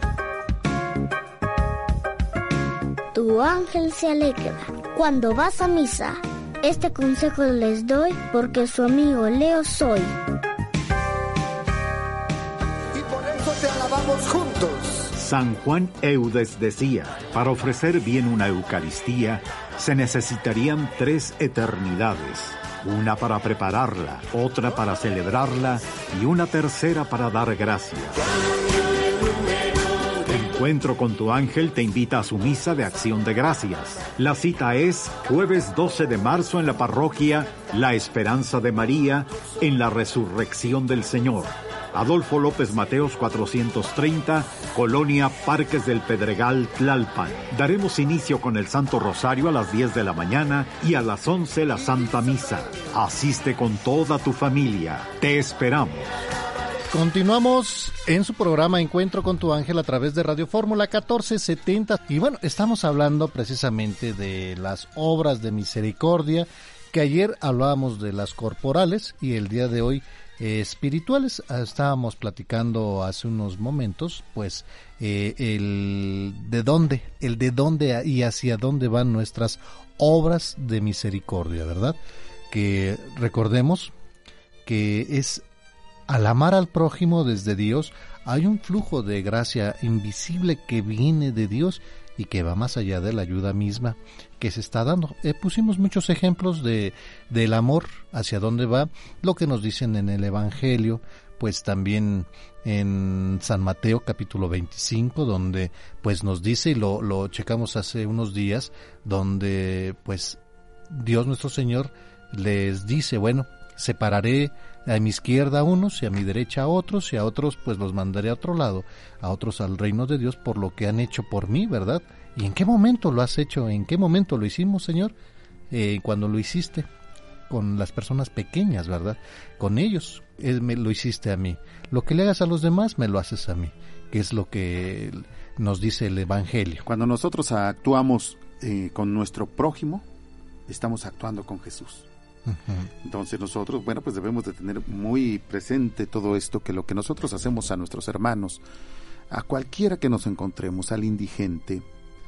Tu ángel se alegra cuando vas a misa. Este consejo les doy porque su amigo Leo soy. Y por eso te alabamos juntos. San Juan Eudes decía, para ofrecer bien una Eucaristía, se necesitarían tres eternidades. Una para prepararla, otra para celebrarla y una tercera para dar gracias. Encuentro con tu Ángel te invita a su misa de acción de gracias. La cita es jueves doce de marzo en la parroquia La Esperanza de María, en la Resurrección del Señor. Adolfo López Mateos cuatrocientos treinta, Colonia Parques del Pedregal, Tlalpan. Daremos inicio con el Santo Rosario a las diez de la mañana y a las once la Santa Misa. Asiste con toda tu familia. Te esperamos. Continuamos en su programa Encuentro con tu Ángel a través de Radio Fórmula catorce setenta. Y bueno, estamos hablando precisamente de las obras de misericordia, que ayer hablábamos de las corporales y el día de hoy eh, espirituales. Estábamos platicando hace unos momentos, pues, eh, el de dónde, el de dónde y hacia dónde van nuestras obras de misericordia, ¿verdad? Que recordemos que es al amar al prójimo desde Dios, hay un flujo de gracia invisible que viene de Dios y que va más allá de la ayuda misma que se está dando. Eh, pusimos muchos ejemplos de del amor, hacia dónde va, lo que nos dicen en el Evangelio, pues también en San Mateo capítulo veinticinco, donde pues nos dice, y lo, lo checamos hace unos días, donde pues Dios nuestro Señor les dice, bueno, separaré a mi izquierda a unos y a mi derecha a otros, y a otros pues los mandaré a otro lado, a otros al reino de Dios por lo que han hecho por mí, ¿verdad? ¿Y en qué momento lo has hecho? ¿En qué momento lo hicimos, Señor? Eh, cuando lo hiciste con las personas pequeñas, ¿verdad? Con ellos eh, me lo hiciste a mí. Lo que le hagas a los demás, me lo haces a mí, que es lo que nos dice el Evangelio. Cuando nosotros actuamos eh, con nuestro prójimo, estamos actuando con Jesús. Uh-huh. Entonces nosotros, bueno, pues debemos de tener muy presente todo esto, que lo que nosotros hacemos a nuestros hermanos, a cualquiera que nos encontremos, al indigente,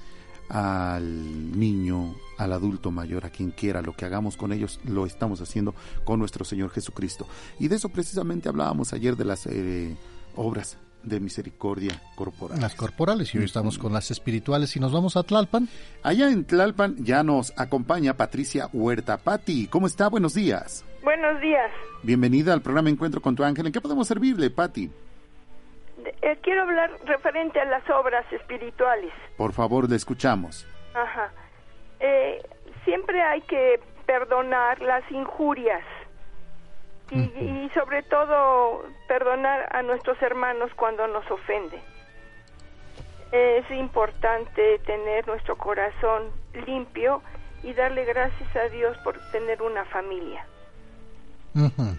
al niño, al adulto mayor, a quien quiera, lo que hagamos con ellos, lo estamos haciendo con nuestro Señor Jesucristo. Y de eso precisamente hablábamos ayer, de las eh, obras de misericordia corporales. Las corporales, y hoy estamos con las espirituales, y nos vamos a Tlalpan. Allá en Tlalpan ya nos acompaña Patricia Huerta. Pati, ¿cómo está? Buenos días. Buenos días. Bienvenida al programa Encuentro con tu Ángel. ¿En qué podemos servirle, Pati? Eh, quiero hablar referente a las obras espirituales. Por favor, le escuchamos. Ajá. Eh, siempre hay que perdonar las injurias. Y, y sobre todo perdonar a nuestros hermanos cuando nos ofenden. Es importante tener nuestro corazón limpio y darle gracias a Dios por tener una familia. Uh-huh.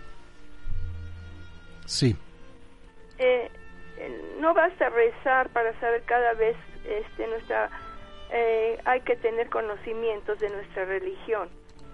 Sí. Eh, no basta rezar para saber cada vez este nuestra eh, hay que tener conocimientos de nuestra religión.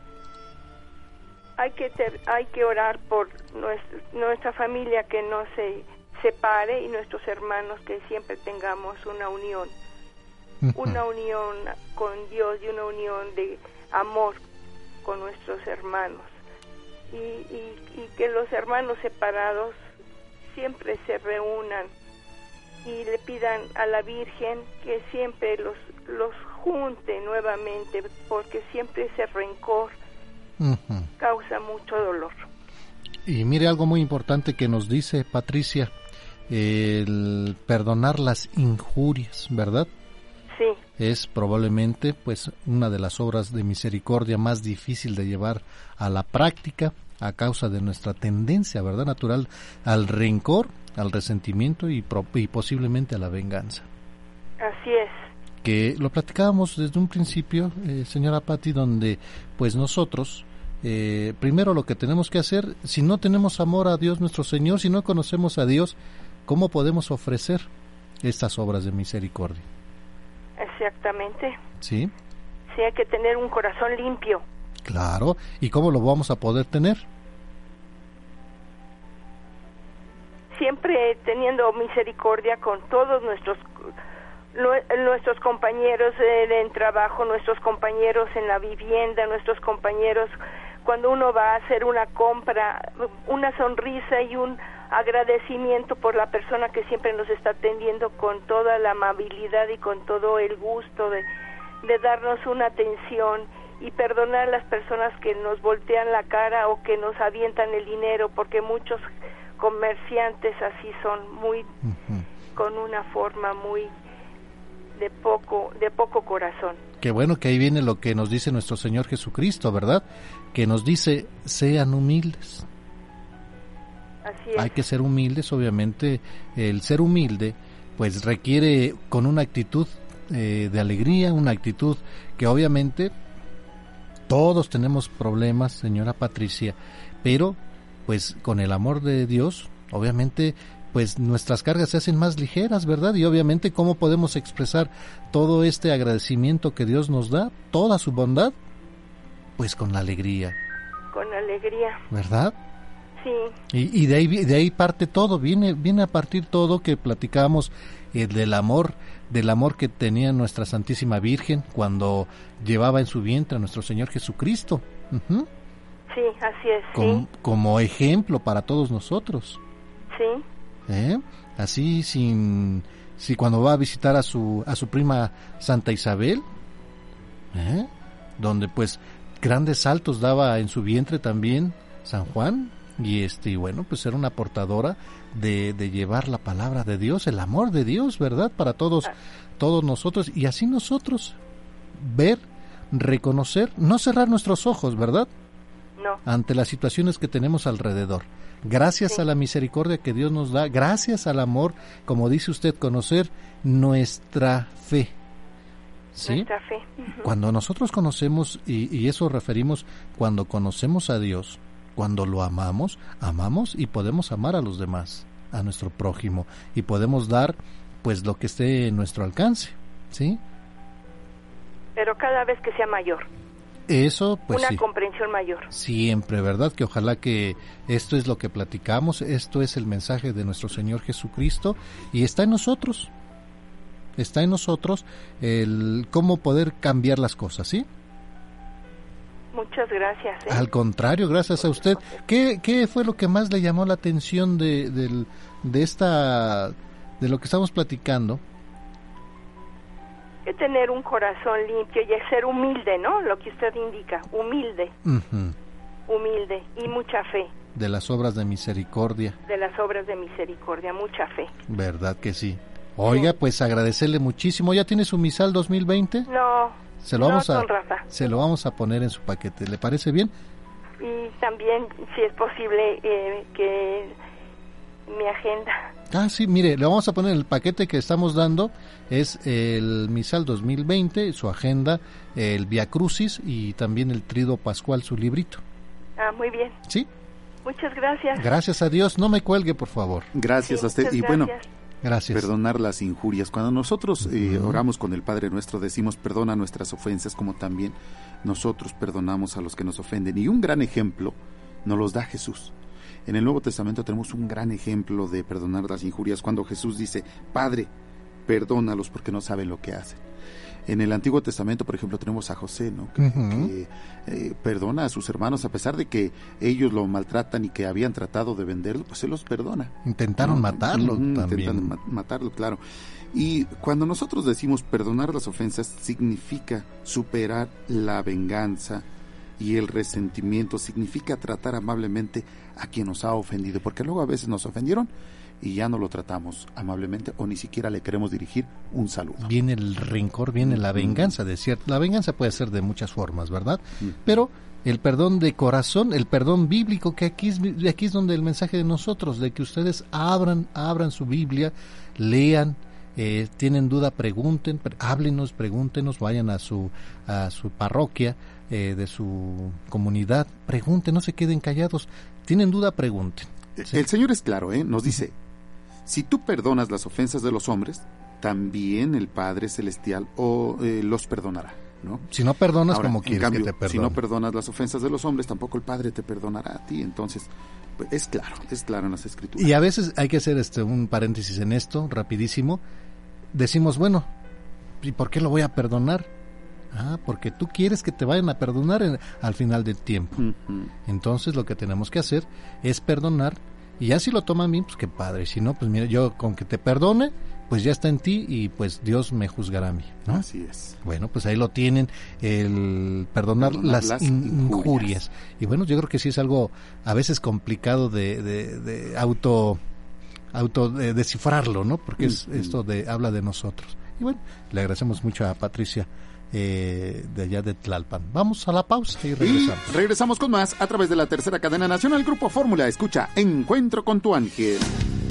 Hay que ter, hay que orar por nuestra, nuestra familia, que no se separe, y nuestros hermanos, que siempre tengamos una unión, uh-huh. una unión con Dios y una unión de amor con nuestros hermanos, y, y, y que los hermanos separados siempre se reúnan y le pidan a la Virgen que siempre los los junte nuevamente, porque siempre ese rencor uh-huh. causa mucho dolor. Y mire algo muy importante que nos dice Patricia, el perdonar las injurias, ¿verdad? Sí. Es probablemente pues una de las obras de misericordia más difícil de llevar a la práctica, a causa de nuestra tendencia, ¿verdad?, natural al rencor, al resentimiento y, pro- y posiblemente a la venganza. Así es. Que lo platicábamos desde un principio, eh, señora Patti, donde pues nosotros, eh, primero lo que tenemos que hacer, si no tenemos amor a Dios nuestro Señor, si no conocemos a Dios, ¿cómo podemos ofrecer estas obras de misericordia? Exactamente. Sí. Sí, hay que tener un corazón limpio. Claro, ¿y cómo lo vamos a poder tener? Siempre teniendo misericordia con todos nuestros nuestros compañeros en trabajo, nuestros compañeros en la vivienda, nuestros compañeros cuando uno va a hacer una compra, una sonrisa y un agradecimiento por la persona que siempre nos está atendiendo con toda la amabilidad y con todo el gusto de, de darnos una atención, y perdonar a las personas que nos voltean la cara o que nos avientan el dinero, porque muchos comerciantes así son, muy uh-huh. con una forma muy de poco de poco corazón. Qué bueno que ahí viene lo que nos dice nuestro Señor Jesucristo, ¿verdad? Que nos dice, sean humildes. Así es. Hay que ser humildes, obviamente. El ser humilde pues requiere con una actitud eh, de alegría, una actitud que obviamente todos tenemos problemas, señora Patricia, pero pues con el amor de Dios, obviamente pues nuestras cargas se hacen más ligeras, ¿verdad? Y obviamente, ¿cómo podemos expresar todo este agradecimiento que Dios nos da, toda su bondad? Pues con la alegría. Con alegría. ¿Verdad? Sí. Y, y de ahí de ahí parte todo, viene viene a partir todo que platicamos eh, del amor, del amor que tenía nuestra Santísima Virgen cuando llevaba en su vientre a nuestro Señor Jesucristo. Uh-huh. Sí, así es. Com, sí. Como ejemplo para todos nosotros. Sí. ¿Eh? Así sin si cuando va a visitar a su a su prima Santa Isabel, ¿eh? Donde pues grandes saltos daba en su vientre también San Juan, y este y bueno, pues ser una portadora de, de llevar la palabra de Dios, el amor de Dios, ¿verdad? Para todos, todos nosotros, y así nosotros ver, reconocer, no cerrar nuestros ojos, ¿verdad? No. Ante las situaciones que tenemos alrededor. Gracias sí. a la misericordia que Dios nos da, gracias al amor, como dice usted, conocer nuestra fe. ¿Sí? Nuestra fe. Uh-huh. Cuando nosotros conocemos, y, y eso referimos, cuando conocemos a Dios, cuando lo amamos, amamos y podemos amar a los demás, a nuestro prójimo, y podemos dar pues lo que esté en nuestro alcance, ¿sí? Pero cada vez que sea mayor. Eso, pues una sí. comprensión mayor. Siempre, ¿verdad? Que ojalá que esto es lo que platicamos, esto es el mensaje de nuestro Señor Jesucristo, y está en nosotros, está en nosotros el cómo poder cambiar las cosas, ¿sí? Muchas gracias. ¿eh? Al contrario, gracias a usted. ¿Qué, qué fue lo que más le llamó la atención de, de, de esta, de lo que estamos platicando? Que tener un corazón limpio y ser humilde, ¿no? Lo que usted indica, humilde. Uh-huh. Humilde y mucha fe. De las obras de misericordia. De las obras de misericordia, mucha fe. ¿Verdad que sí? Oiga, pues agradecerle muchísimo. ¿Ya tiene su misal dos mil veinte? No. Se lo vamos no, a don Rafa. se lo vamos a poner en su paquete. ¿Le parece bien? Y también, si es posible, eh, que mi agenda. Ah, sí, mire, le vamos a poner el paquete que estamos dando, es el misal dos mil veinte, su agenda, el Via Crucis y también el Triduo Pascual, su librito. Ah, muy bien. Sí. Muchas gracias. Gracias a Dios, no me cuelgue, por favor. Gracias sí, a usted. Y gracias. bueno, gracias. Perdonar las injurias. Cuando nosotros eh, Uh-huh. oramos con el Padre Nuestro, decimos perdona nuestras ofensas, como también nosotros perdonamos a los que nos ofenden. Y un gran ejemplo nos los da Jesús. En el Nuevo Testamento tenemos un gran ejemplo de perdonar las injurias, cuando Jesús dice, Padre, perdónalos porque no saben lo que hacen. En el Antiguo Testamento, por ejemplo, tenemos a José, ¿no? Que, Uh-huh. que eh, perdona a sus hermanos, a pesar de que ellos lo maltratan y que habían tratado de venderlo, pues él los perdona. Intentaron ¿no? matarlo Uh-huh, también. Intentan ma- matarlo, claro. Y cuando nosotros decimos perdonar las ofensas, significa superar la venganza y el resentimiento, significa tratar amablemente a quien nos ha ofendido, porque luego a veces nos ofendieron y ya no lo tratamos amablemente o ni siquiera le queremos dirigir un saludo. Viene el rencor, viene la venganza, de cierto. La venganza puede ser de muchas formas, ¿verdad? Uh-huh. Pero el perdón de corazón, el perdón bíblico, que aquí es, aquí es donde el mensaje de nosotros, de que ustedes abran, abran su Biblia, lean, eh, tienen duda, pregunten, pre- háblenos, pregúntenos, vayan a su, a su parroquia, eh, de su comunidad, pregunten, no se queden callados, tienen duda, pregunten. ¿Sí? El Señor es claro, ¿eh? Nos dice, si tú perdonas las ofensas de los hombres, también el Padre Celestial o, eh, los perdonará, ¿no? Si no perdonas, Ahora, como en quieres cambio, que te perdone. si no perdonas las ofensas de los hombres, tampoco el Padre te perdonará a ti. Entonces, pues, es claro, es claro en las Escrituras. Y a veces hay que hacer este un paréntesis en esto, rapidísimo. Decimos, bueno, ¿y por qué lo voy a perdonar? Ah, porque tú quieres que te vayan a perdonar en, al final del tiempo. Uh-huh. Entonces lo que tenemos que hacer es perdonar, y ya si lo toman bien, pues qué padre. Si no, pues mira, yo con que te perdone, pues ya está en ti y pues Dios me juzgará a mí, ¿no? Así es. Bueno, pues ahí lo tienen, el perdonar, Perdonar las, las in- injurias. injurias. Y bueno, yo creo que sí es algo a veces complicado de, de, de auto auto de descifrarlo, ¿no? Porque es, Uh-huh. esto de habla de nosotros. Y bueno, le agradecemos mucho a Patricia eh, de allá de Tlalpan. Vamos a la pausa y regresamos. Y regresamos con más a través de la tercera cadena nacional Grupo Fórmula. Escucha Encuentro con tu ángel.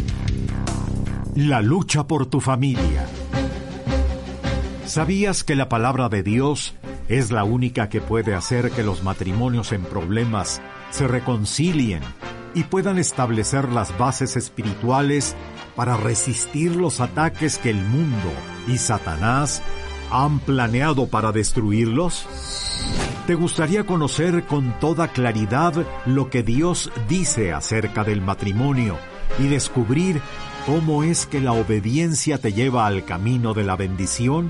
La lucha por tu familia. ¿Sabías que la palabra de Dios es la única que puede hacer que los matrimonios en problemas se reconcilien y puedan establecer las bases espirituales para resistir los ataques que el mundo y Satanás han planeado para destruirlos? ¿Te gustaría conocer con toda claridad lo que Dios dice acerca del matrimonio y descubrir cómo es que la obediencia te lleva al camino de la bendición?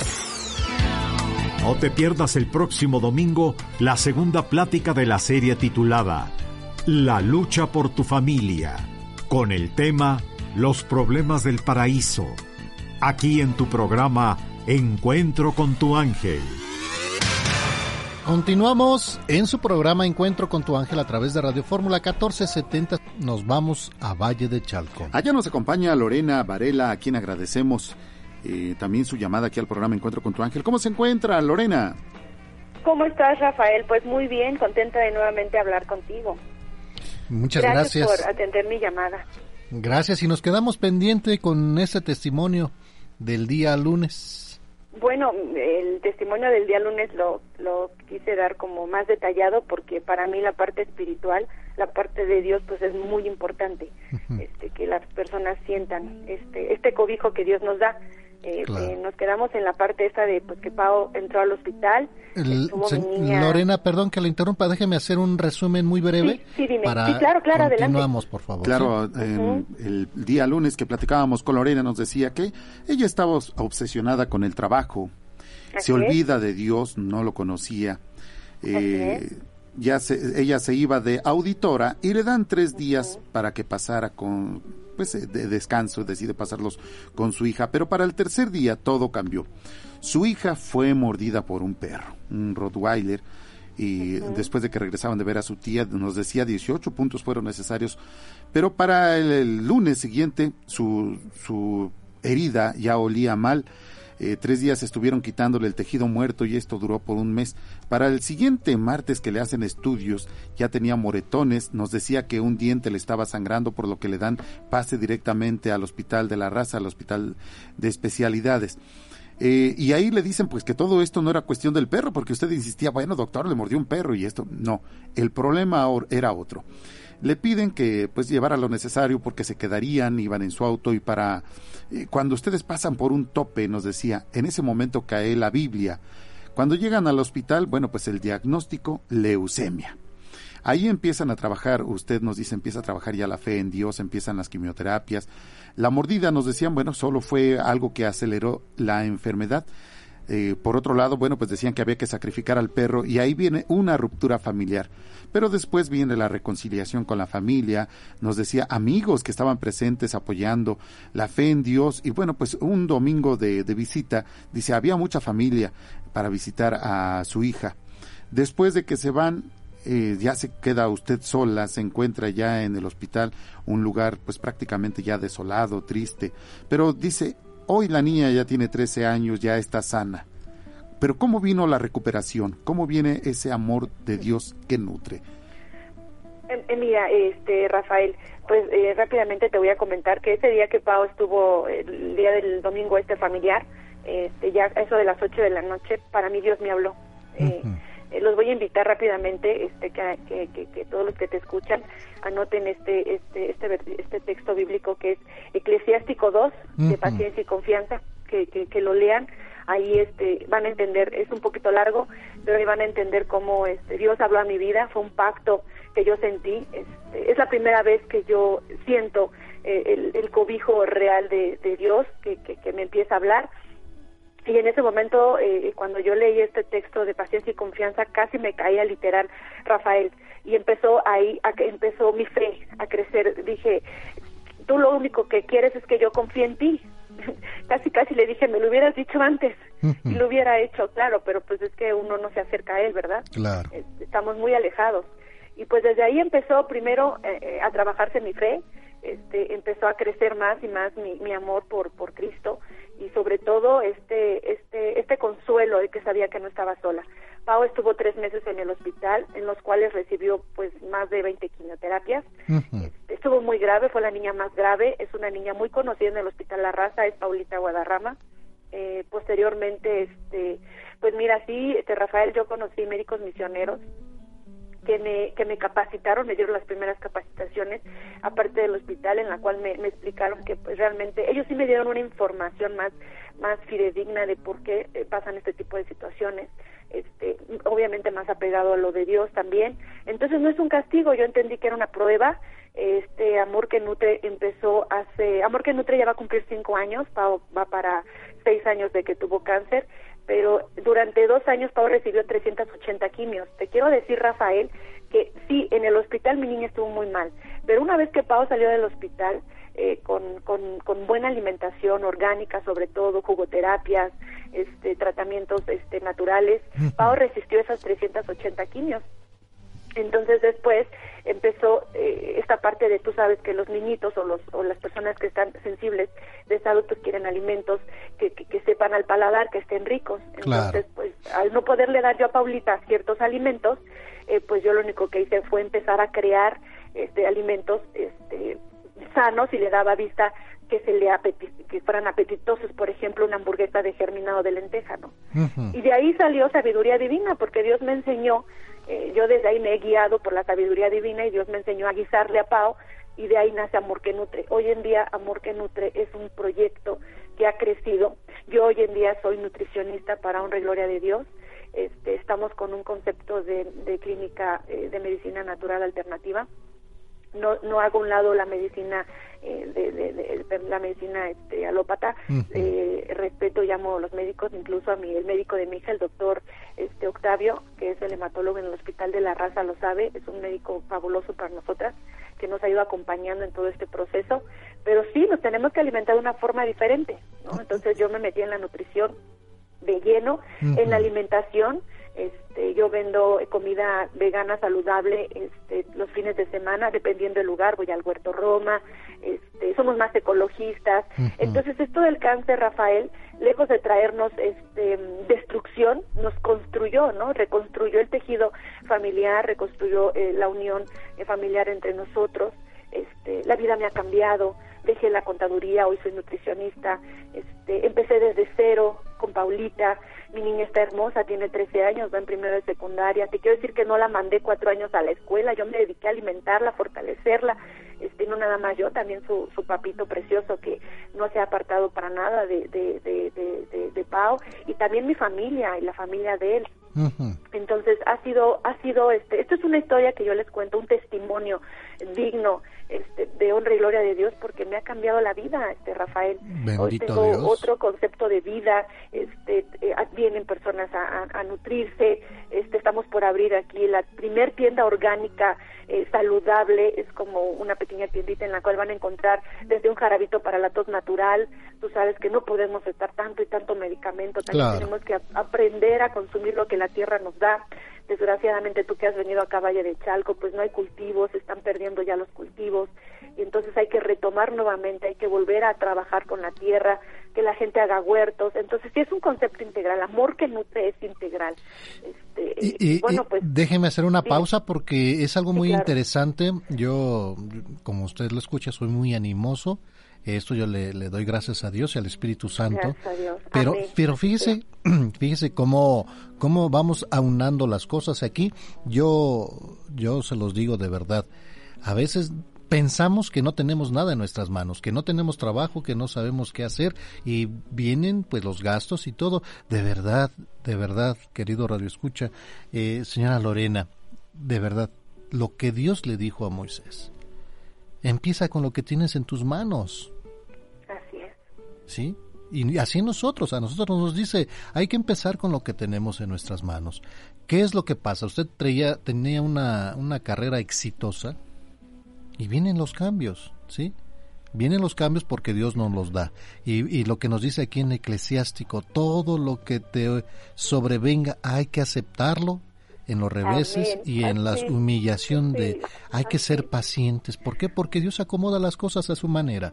No te pierdas el próximo domingo la segunda plática de la serie titulada La lucha por tu familia, con el tema Los problemas del paraíso, aquí en tu programa Encuentro con tu ángel. Continuamos en su programa Encuentro con tu ángel a través de Radio Fórmula catorce setenta. Nos vamos a Valle de Chalco. Allá nos acompaña Lorena Varela, a quien agradecemos eh, también su llamada aquí al programa Encuentro con tu ángel. ¿Cómo se encuentra, Lorena? ¿Cómo estás, Rafael? Pues muy bien, contenta de nuevamente hablar contigo. Muchas gracias. Gracias por atender mi llamada. Gracias, y nos quedamos pendiente con ese testimonio del día lunes. Bueno, el testimonio del día lunes lo, lo quise dar como más detallado porque para mí la parte espiritual, la parte de Dios, pues es muy importante, uh-huh. este, que las personas sientan este, este cobijo que Dios nos da. Eh, claro. eh, nos quedamos en la parte esta de pues que Pau entró al hospital. El, se, niña... Lorena, perdón que la interrumpa, déjeme hacer un resumen muy breve. Sí, sí, dime. Para... Sí, claro, claro, Continuamos, adelante. por favor. Claro, ¿sí? eh, uh-huh. el día lunes que platicábamos con Lorena nos decía que ella estaba obsesionada con el trabajo, Así se es. olvida de Dios, no lo conocía. Eh, ya se, ella se iba de auditora y le dan tres días uh-huh. para que pasara con... pues de descanso, decide pasarlos con su hija, pero para el tercer día todo cambió. Su hija fue mordida por un perro, un Rottweiler, y uh-huh. después de que regresaban de ver a su tía, nos decía dieciocho puntos fueron necesarios, pero para el, el lunes siguiente su, su herida ya olía mal. Eh, tres días estuvieron quitándole el tejido muerto y esto duró por un mes. Para el siguiente martes que le hacen estudios ya tenía moretones, nos decía que un diente le estaba sangrando, por lo que le dan pase directamente al hospital de la raza, al hospital de especialidades. Eh, y ahí le dicen pues que todo esto no era cuestión del perro, porque usted insistía, bueno doctor, le mordió un perro y esto, no, el problema era otro. Le piden que pues llevara lo necesario porque se quedarían, iban en su auto y para eh, cuando ustedes pasan por un tope, nos decía, en ese momento cae la Biblia. Cuando llegan al hospital, bueno, pues el diagnóstico, leucemia. Ahí empiezan a trabajar, usted nos dice, empieza a trabajar ya la fe en Dios, empiezan las quimioterapias. La mordida, nos decían, bueno, solo fue algo que aceleró la enfermedad. Eh, por otro lado, bueno, pues decían que había que sacrificar al perro y ahí viene una ruptura familiar. Pero después viene la reconciliación con la familia, nos decía amigos que estaban presentes apoyando, la fe en Dios y bueno, pues un domingo de, de visita, dice, había mucha familia para visitar a su hija. Después de que se van, eh, ya se queda usted sola, se encuentra ya en el hospital, un lugar pues prácticamente ya desolado, triste, pero dice, hoy la niña ya tiene trece años, ya está sana. Pero ¿cómo vino la recuperación? ¿Cómo viene ese amor de Dios que nutre? Eh, mira, este, Rafael, pues eh, rápidamente te voy a comentar que ese día que Pau estuvo, el día del domingo este familiar, este, ya eso de las ocho de la noche, para mí Dios me habló. Eh, uh-huh. eh, los voy a invitar rápidamente, este, que, que, que, que todos los que te escuchan anoten este, este, este, este texto bíblico que es Eclesiástico dos, uh-huh. de paciencia y confianza, que, que, que lo lean. Ahí este van a entender, es un poquito largo, pero ahí van a entender cómo este Dios habló a mi vida, fue un pacto que yo sentí, este, es la primera vez que yo siento eh, el, el cobijo real de, de Dios que, que, que me empieza a hablar, y en ese momento eh, cuando yo leí este texto de paciencia y confianza casi me caía literal, Rafael, y empezó ahí, a, empezó mi fe a crecer. Dije, tú lo único que quieres es que yo confíe en ti. Casi, casi le dije, me lo hubieras dicho antes y lo hubiera hecho, claro, pero pues es que uno no se acerca a él, ¿verdad? Claro. Estamos muy alejados. Y pues desde ahí empezó primero eh, a trabajarse mi fe, este, empezó a crecer más y más mi, mi amor por, por Cristo y sobre todo este, este, este consuelo de que sabía que no estaba sola. Pau estuvo tres meses en el hospital, en los cuales recibió pues más de veinte quimioterapias. Uh-huh. Este, estuvo muy grave, fue la niña más grave, es una niña muy conocida en el Hospital La Raza, es Paulita Guadarrama. Eh, posteriormente, este, pues mira, sí, este, Rafael, yo conocí médicos misioneros que me que me capacitaron, me dieron las primeras capacitaciones, aparte del hospital, en la cual me, me explicaron que pues realmente, ellos sí me dieron una información más, más fidedigna de por qué eh, pasan este tipo de situaciones. Este, obviamente más apegado a lo de Dios también. Entonces no es un castigo, yo entendí que era una prueba. Este Amor que Nutre empezó hace, Amor que Nutre ya va a cumplir cinco años, Pau va para seis años de que tuvo cáncer, pero durante dos años Pau recibió trescientas ochenta quimios. Te quiero decir, Rafael, que sí, en el hospital mi niña estuvo muy mal, pero una vez que Pau salió del hospital, eh, con, con, con buena alimentación orgánica, sobre todo, jugoterapias, este, tratamientos este, naturales. Pao resistió esas trescientas ochenta quimios. Entonces después empezó eh, esta parte de, tú sabes que los niñitos o los o las personas que están sensibles de salud pues quieren alimentos que, que, que sepan al paladar, que estén ricos. Entonces claro. pues al no poderle dar yo a Paulita ciertos alimentos, eh, pues yo lo único que hice fue empezar a crear este alimentos este sanos y le daba vista que se le apeti que fueran apetitosos, por ejemplo, una hamburguesa de germinado de lenteja, ¿no? Uh-huh. Y de ahí salió sabiduría divina, porque Dios me enseñó, eh, yo desde ahí me he guiado por la sabiduría divina y Dios me enseñó a guisarle a Pao, y de ahí nace Amor que Nutre. Hoy en día Amor que Nutre es un proyecto que ha crecido. Yo hoy en día soy nutricionista para honra y gloria de Dios. Este, estamos con un concepto de, de clínica eh, de medicina natural alternativa. No, no hago a un lado la medicina eh, de, de, de, de la medicina este, alópata. Uh-huh. eh, respeto, llamo a los médicos, incluso a mi el médico de mi hija, el doctor este Octavio, que es el hematólogo en el Hospital de la Raza, lo sabe, es un médico fabuloso para nosotras, que nos ha ido acompañando en todo este proceso. Pero sí, nos tenemos que alimentar de una forma diferente, ¿no? Entonces yo me metí en la nutrición de lleno, uh-huh. en la alimentación. Este, yo vendo comida vegana saludable este, los fines de semana, dependiendo del lugar, voy al Huerto Roma, este, somos más ecologistas. Uh-huh. Entonces esto del cáncer, Rafael, lejos de traernos este, destrucción, nos construyó, ¿no? Reconstruyó el tejido familiar, reconstruyó eh, la unión eh, familiar entre nosotros. Este, la vida me ha cambiado, dejé la contaduría, hoy soy nutricionista, este, empecé desde cero con Paulita. Mi niña está hermosa, tiene trece años, va en primero de secundaria. Te quiero decir que no la mandé cuatro años a la escuela, yo me dediqué a alimentarla, a fortalecerla, este, no nada más yo, también su, su papito precioso que no se ha apartado para nada de, de, de, de, de, de Pao, y también mi familia y la familia de él. Uh-huh. Entonces ha sido, ha sido, este, esto es una historia que yo les cuento, un testimonio digno este, de honra y gloria de Dios, porque me ha cambiado la vida, este Rafael. Bendito Hoy tengo Dios. Otro concepto de vida, este, eh, vienen personas a, a, a nutrirse, este, estamos por abrir aquí la primer tienda orgánica eh, saludable, es como una pequeña tiendita en la cual van a encontrar desde un jarabito para la tos natural. Tú sabes que no podemos estar tanto y tanto medicamento, también claro. tenemos que a, aprender a consumir lo que la tierra nos da. Desgraciadamente tú que has venido acá a Valle de Chalco, pues no hay cultivos, se están perdiendo ya los cultivos, y entonces hay que retomar nuevamente, hay que volver a trabajar con la tierra, que la gente haga huertos. Entonces sí es un concepto integral, Amor que Nutre es integral. Este, y, y, bueno, pues déjeme hacer una sí, pausa porque es algo muy sí, claro. interesante. Yo, como usted lo escucha, soy muy animoso. Esto yo le, le doy gracias a Dios y al Espíritu Santo. A Dios. Pero, Amén. pero fíjese, fíjese cómo, cómo vamos aunando las cosas aquí. Yo, yo se los digo de verdad. A veces pensamos que no tenemos nada en nuestras manos, que no tenemos trabajo, que no sabemos qué hacer, y vienen pues los gastos y todo. De verdad, de verdad, querido Radio Escucha, eh, señora Lorena, de verdad, lo que Dios le dijo a Moisés, empieza con lo que tienes en tus manos. Así es. ¿Sí? Y así nosotros, a nosotros nos dice, hay que empezar con lo que tenemos en nuestras manos. ¿Qué es lo que pasa? Usted traía, tenía una, una carrera exitosa y vienen los cambios, ¿sí? Vienen los cambios porque Dios nos los da. Y, y lo que nos dice aquí en Eclesiástico, todo lo que te sobrevenga hay que aceptarlo en los reveses Amén. Y en la humillación de sí. hay que ser pacientes. ¿Por qué? Porque Dios acomoda las cosas a su manera.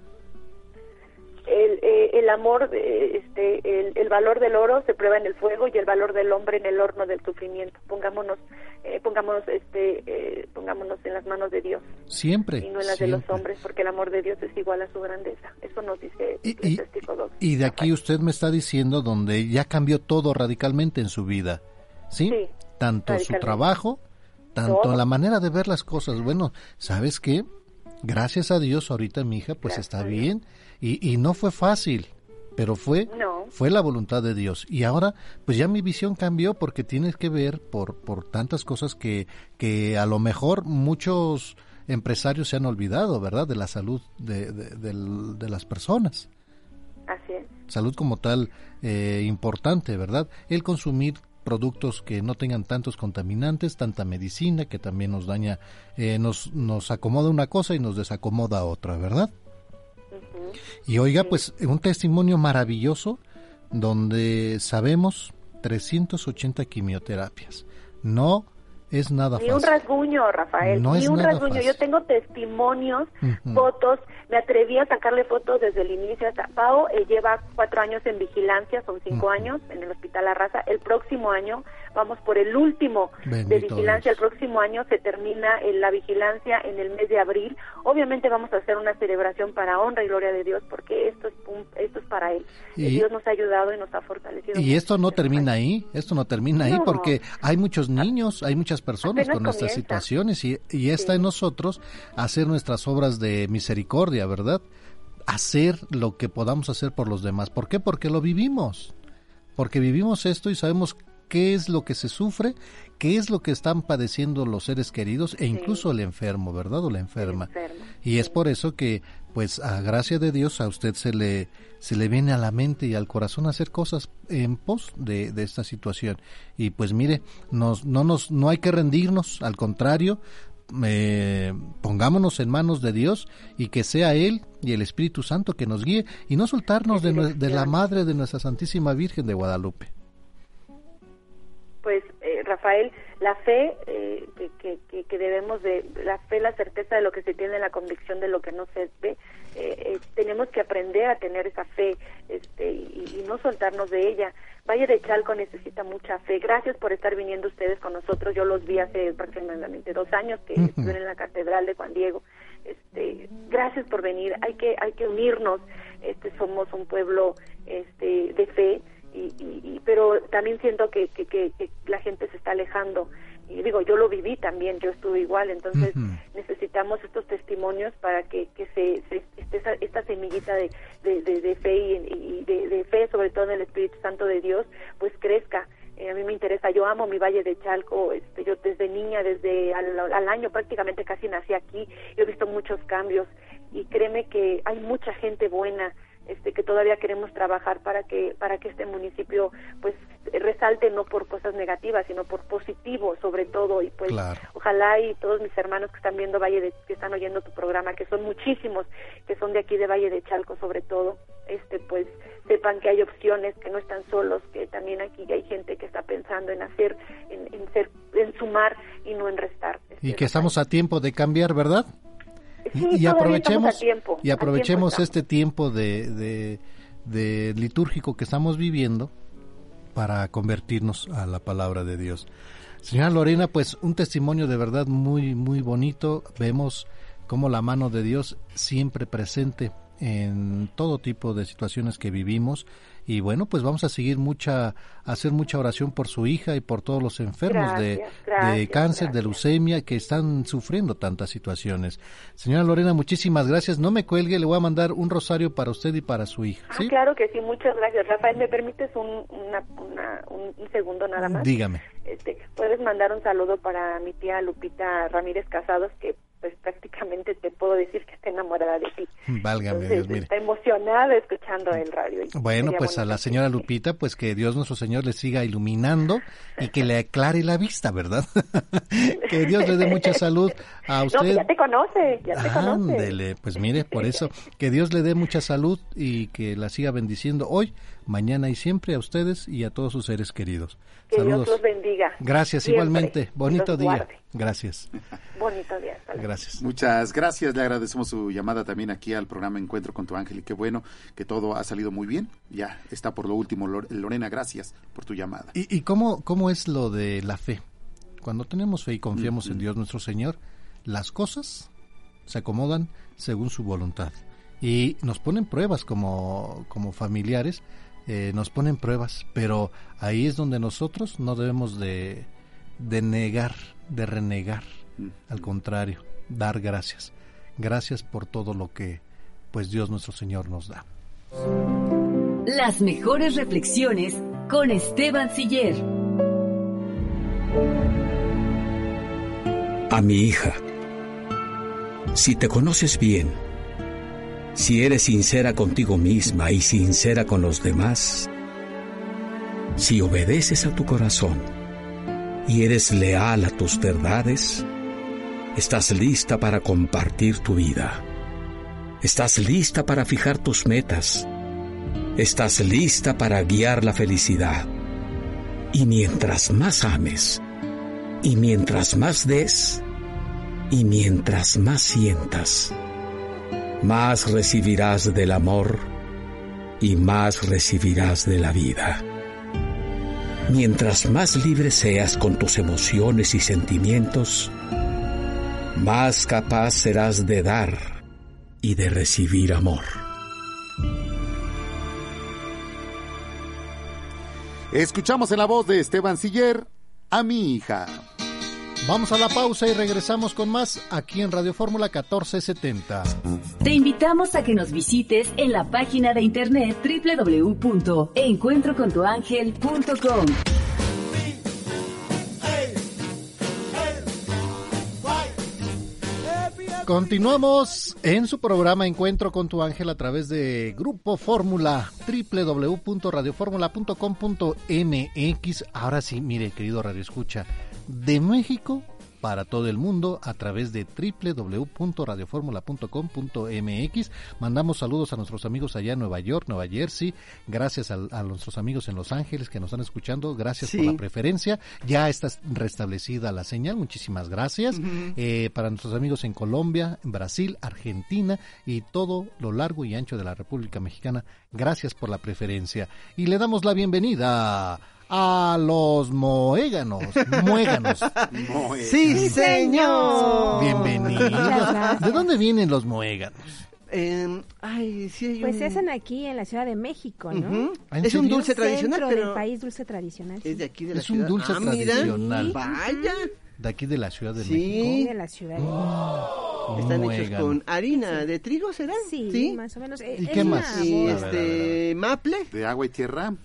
El, eh, el amor, eh, este, el, el valor del oro se prueba en el fuego y el valor del hombre en el horno del sufrimiento. Pongámonos, eh, pongámonos, este, eh, pongámonos en las manos de Dios. Siempre. Y no en las siempre. de los hombres, porque el amor de Dios es igual a su grandeza. Eso nos dice Eclesiástico dos. Y de aquí usted me está diciendo donde ya cambió todo radicalmente en su vida, ¿sí? Sí. Tanto su trabajo, tanto todo. La manera de ver las cosas. Bueno, ¿sabes qué? Gracias a Dios ahorita mi hija pues Gracias está bien y, y no fue fácil, pero fue no. fue la voluntad de Dios. Y ahora pues ya mi visión cambió porque tienes que ver por por tantas cosas que, que a lo mejor muchos empresarios se han olvidado, ¿verdad? De la salud de, de, de, de las personas. Así es. Salud como tal eh, importante, ¿verdad? El consumir productos que no tengan tantos contaminantes, tanta medicina que también nos daña, eh, nos nos acomoda una cosa y nos desacomoda otra, ¿verdad? Uh-huh. Y oiga, sí. pues un testimonio maravilloso donde sabemos trescientas ochenta quimioterapias. No es nada fácil. Ni un rasguño, Rafael, no ni es un nada rasguño. fácil. Yo tengo testimonios, Uh-huh. fotos, me atreví a sacarle fotos desde el inicio. Hasta Pao eh, lleva cuatro años en vigilancia, son cinco Uh-huh. años en el Hospital La Raza. El próximo año vamos por el último Bendito de vigilancia. Dios. El próximo año se termina en la vigilancia en el mes de abril. Obviamente vamos a hacer una celebración para honra y gloria de Dios, porque esto es un, esto es para Él. Y- Dios nos ha ayudado y nos ha fortalecido. Y esto no termina ahí, esto no termina ahí, No. porque hay muchos niños, hay muchas personas Apenas con nuestras comienza. situaciones y, y está en nosotros hacer nuestras obras de misericordia, ¿verdad? Hacer lo que podamos hacer por los demás. ¿Por qué? Porque lo vivimos, porque vivimos esto y sabemos qué es lo que se sufre, qué es lo que están padeciendo los seres queridos e incluso el enfermo, ¿verdad? O la enferma. Y es por eso que, pues, a gracia de Dios, a usted se le se le viene a la mente y al corazón hacer cosas en pos de, de esta situación. Y pues mire, nos, no nos no hay que rendirnos, al contrario, eh, pongámonos en manos de Dios y que sea Él y el Espíritu Santo que nos guíe y no soltarnos de, nue- de la Madre de nuestra Santísima Virgen de Guadalupe. Pues eh, Rafael, la fe eh, que, que, que, que debemos de, la fe, la certeza de lo que se tiene, la convicción de lo que no se ve, eh, eh, tenemos que aprender a tener esa fe este, y, y no soltarnos de ella. Valle de Chalco necesita mucha fe. Gracias por estar viniendo ustedes con nosotros. Yo los vi hace aproximadamente dos años que Ujú. estuvieron en la Catedral de Juan Diego. Este, gracias por venir. Hay que hay que unirnos. Este, somos un pueblo este, de fe. Y, y, y pero también siento que, que, que, que la gente se está alejando y digo, yo lo viví también, yo estuve igual, entonces Ujú. necesitamos estos testimonios para que, que se, se este, esa, esta semillita de, de, de, de fe y, y de, de fe, sobre todo en el Espíritu Santo de Dios, pues crezca. Eh, a mí me interesa, yo amo mi Valle de Chalco, este, yo desde niña, desde al, al año prácticamente casi nací aquí, yo he visto muchos cambios y créeme que hay mucha gente buena, este que todavía queremos trabajar para que para que este municipio pues resalte no por cosas negativas sino por positivo sobre todo y pues Claro. ojalá y todos mis hermanos que están viendo Valle de, que están oyendo tu programa, que son muchísimos, que son de aquí de Valle de Chalco sobre todo, este pues sepan que hay opciones, que no están solos, que también aquí hay gente que está pensando en hacer en, en ser en sumar y no en restar. Y que estamos a tiempo de cambiar, ¿verdad? Sí, y, y todavía aprovechemos estamos a tiempo, y a aprovechemos tiempo este tiempo de, de, de litúrgico que estamos viviendo para convertirnos a la palabra de Dios. Señora Lorena, pues un testimonio de verdad muy muy bonito. Vemos cómo la mano de Dios siempre presente en todo tipo de situaciones que vivimos. Y bueno, pues vamos a seguir mucha, a hacer mucha oración por su hija y por todos los enfermos de, Gracias, gracias, de cáncer, de leucemia, que están sufriendo tantas situaciones. Señora Lorena, muchísimas gracias. No me cuelgue, le voy a mandar un rosario para usted y para su hija. Ah, ¿Sí? claro que sí, muchas gracias. Rafael, ¿me permites un, una, una, un, un segundo nada más? Dígame. Este, puedes mandar un saludo para mi tía Lupita Ramírez Casados, que pues prácticamente te puedo decir que está enamorada de ti. Válgame Entonces, Dios, mire. está emocionada escuchando el radio. y Bueno, sería pues a la bonito señora Lupita, pues que Dios nuestro Señor le siga iluminando y que le aclare la vista, ¿verdad? Que Dios le dé mucha salud a usted. No, que ya te conoce, ya te conoce. Ándele, pues mire, por eso, que Dios le dé mucha salud y que la siga bendiciendo hoy, mañana y siempre a ustedes y a todos sus seres queridos. Que Saludos. Dios los bendiga. Gracias, siempre, igualmente. Bonito los día. guarde. Gracias. Bonito día. Hasta luego. Gracias. Muchas gracias, le agradecemos su llamada también aquí al programa Encuentro con tu Ángel y qué bueno que todo ha salido muy bien. Ya está por lo último, Lor- Lorena, gracias por tu llamada. ¿Y, y cómo, cómo es lo de la fe? Cuando tenemos fe y confiamos en Dios nuestro Señor, las cosas se acomodan según su voluntad. Y nos ponen pruebas como, como familiares, eh, nos ponen pruebas, pero ahí es donde nosotros no debemos de, de negar, de renegar. Al contrario, dar gracias. Gracias por todo lo que pues Dios nuestro Señor nos da. Las mejores reflexiones con Esteban Siller. A mi hija, si te conoces bien, si eres sincera contigo misma y sincera con los demás, si obedeces a tu corazón y eres leal a tus verdades, estás lista para compartir tu vida. Estás lista para fijar tus metas Estás lista para guiar la felicidad. Y mientras más ames, y mientras más des, y mientras más sientas, más recibirás del amor y más recibirás de la vida. Mientras más libre seas con tus emociones y sentimientos, más capaz serás de dar y de recibir amor. Escuchamos en la voz de Esteban Siller a mi hija. Vamos a la pausa y regresamos con más aquí en Radio Fórmula catorce setenta. Te invitamos a que nos visites en la página de internet doble u doble u doble u punto encuentro con tu ángel punto com. Continuamos en su programa Encuentro con tu ángel a través de Grupo Fórmula, doble u doble u doble u punto radio fórmula punto com punto m x. Ahora sí, mire, querido Radio Escucha, de México para todo el mundo a través de doble u doble u doble u punto radio fórmula punto com punto m x. Mandamos saludos a nuestros amigos allá en Nueva York, Nueva Jersey, gracias a, a nuestros amigos en Los Ángeles que nos están escuchando, gracias sí. por la preferencia. Ya está restablecida la señal, muchísimas gracias. Uh-huh. Eh, para nuestros amigos en Colombia, en Brasil, Argentina y todo lo largo y ancho de la República Mexicana, gracias por la preferencia. Y le damos la bienvenida a los moéganos, muéganos. ¡Sí, señor! Bienvenidos. ¿De dónde vienen los moéganos? Eh, ay, sí hay pues un... se hacen aquí en la Ciudad de México, ¿no? Uh-huh. Es un dulce tradicional, centro pero... del país dulce tradicional. Es de aquí de la es ciudad. Es un dulce ah, tradicional. Mira. Vaya. De aquí de la Ciudad de sí. México. Sí, de la Ciudad de México. Oh, Están muégano. Hechos con harina sí. de trigo, ¿serán? Sí, sí, más o menos. ¿Y qué más? Y este, maple. De agua y tierra. No.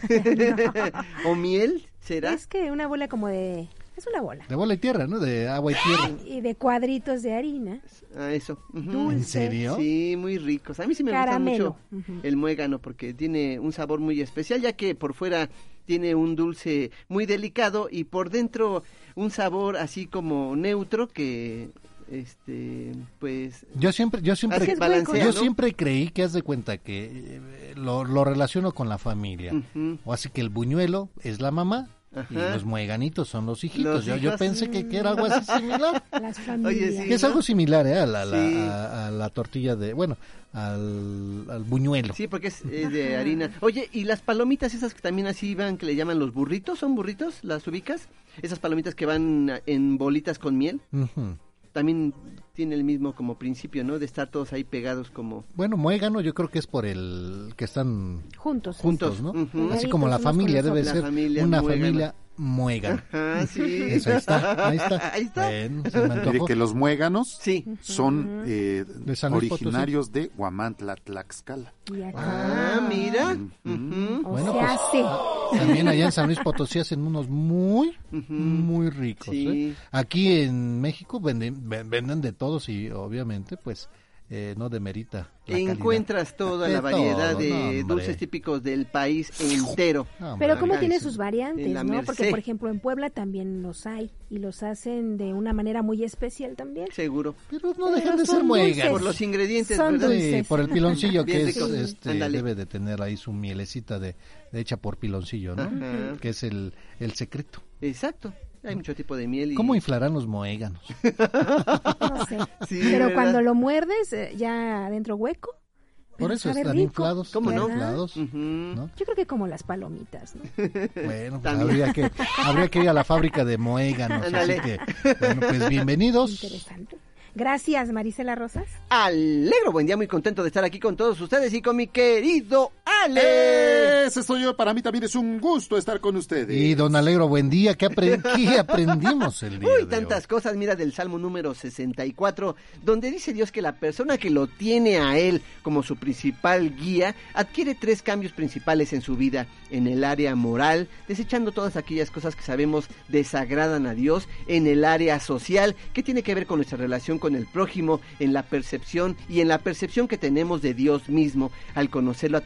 O miel, ¿será? Es que una bola como de... Es una bola. De bola y tierra, ¿no? De agua y tierra. Y de cuadritos de harina. Ah, eso. Uh-huh. Dulce. ¿En serio? Sí, muy ricos. A mí sí me Caramelo. gusta mucho uh-huh. el muégano porque tiene un sabor muy especial, ya que por fuera tiene un dulce muy delicado y por dentro un sabor así como neutro que... este pues yo siempre yo siempre balancea, yo ¿no? siempre creí que haz de cuenta que eh, lo, lo relaciono con la familia uh-huh. o así que el buñuelo es la mamá. Ajá. Y los mueganitos son los hijitos. Los yo, yo pensé que, que era algo así similar. Las familias. Oye, sí, que es ¿no? algo similar, ¿eh? A la, sí. la, a, a la tortilla de, bueno, al, al buñuelo. Sí, porque es eh, de harina. Oye, ¿y las palomitas esas que también así van, que le llaman los burritos? ¿Son burritos? ¿Las ubicas? Esas palomitas que van en bolitas con miel. Uh-huh. También tiene el mismo como principio, ¿no? De estar todos ahí pegados como... Bueno, muégano yo creo que es por el que están... Juntos. Juntos, ¿no? Uh-huh. Así como la familia debe la ser familia una muégano. familia muégano. Ajá, sí. Eso, ahí está, ahí está. Ahí está. Bueno, se me Mire que los muéganos sí. son eh, de originarios de Huamantla, Tlaxcala. Ah, mira. Uh-huh. Uh-huh. Bueno, o sea, pues, sí. también allá en San Luis Potosí hacen unos muy, uh-huh. muy ricos. Sí. ¿eh? Aquí en México venden, venden de todos y obviamente pues eh, no demerita la encuentras calidad. toda de la variedad todo, de no, dulces típicos del país entero. No, pero como Ajá, tiene eso. sus variantes, ¿no? Merced. Porque por ejemplo en Puebla también los hay y los hacen de una manera muy especial también. Seguro. Pero no Pero dejan de son ser muéganos. Por los ingredientes, Son ¿verdad? dulces. Sí, por el piloncillo que es, Bien este, Ándale. debe de tener ahí su mielecita de, de hecha por piloncillo, ¿no? Ajá. Que es el, el secreto. Exacto. Hay mucho tipo de miel y... ¿Cómo inflarán los moéganos? No sé. Sí, pero ¿verdad? cuando lo muerdes eh, ya adentro hueco. Por pero eso sabe están rico, inflados. ¿Cómo no? Inflados, Uh-huh. ¿no? Yo creo que como las palomitas, ¿no? Bueno, pues habría que, habría que ir a la fábrica de moéganos. Ándale. Así que, bueno, pues bienvenidos. Interesante. Gracias, Marisela Rosas. Alegro, buen día, muy contento de estar aquí con todos ustedes y con mi querido Ale. Ese soy yo, para mí también es un gusto estar con ustedes. Y don Alegro, buen día, ¿qué, apre- qué aprendimos el día Uy, de tantas hoy? cosas, mira del Salmo número sesenta y cuatro, donde dice Dios que la persona que lo tiene a él como su principal guía, adquiere tres cambios principales en su vida, en el área moral, desechando todas aquellas cosas que sabemos desagradan a Dios, en el área social, que tiene que ver con nuestra relación con el prójimo, en la percepción y en la percepción que tenemos de Dios mismo, al conocerlo a través de su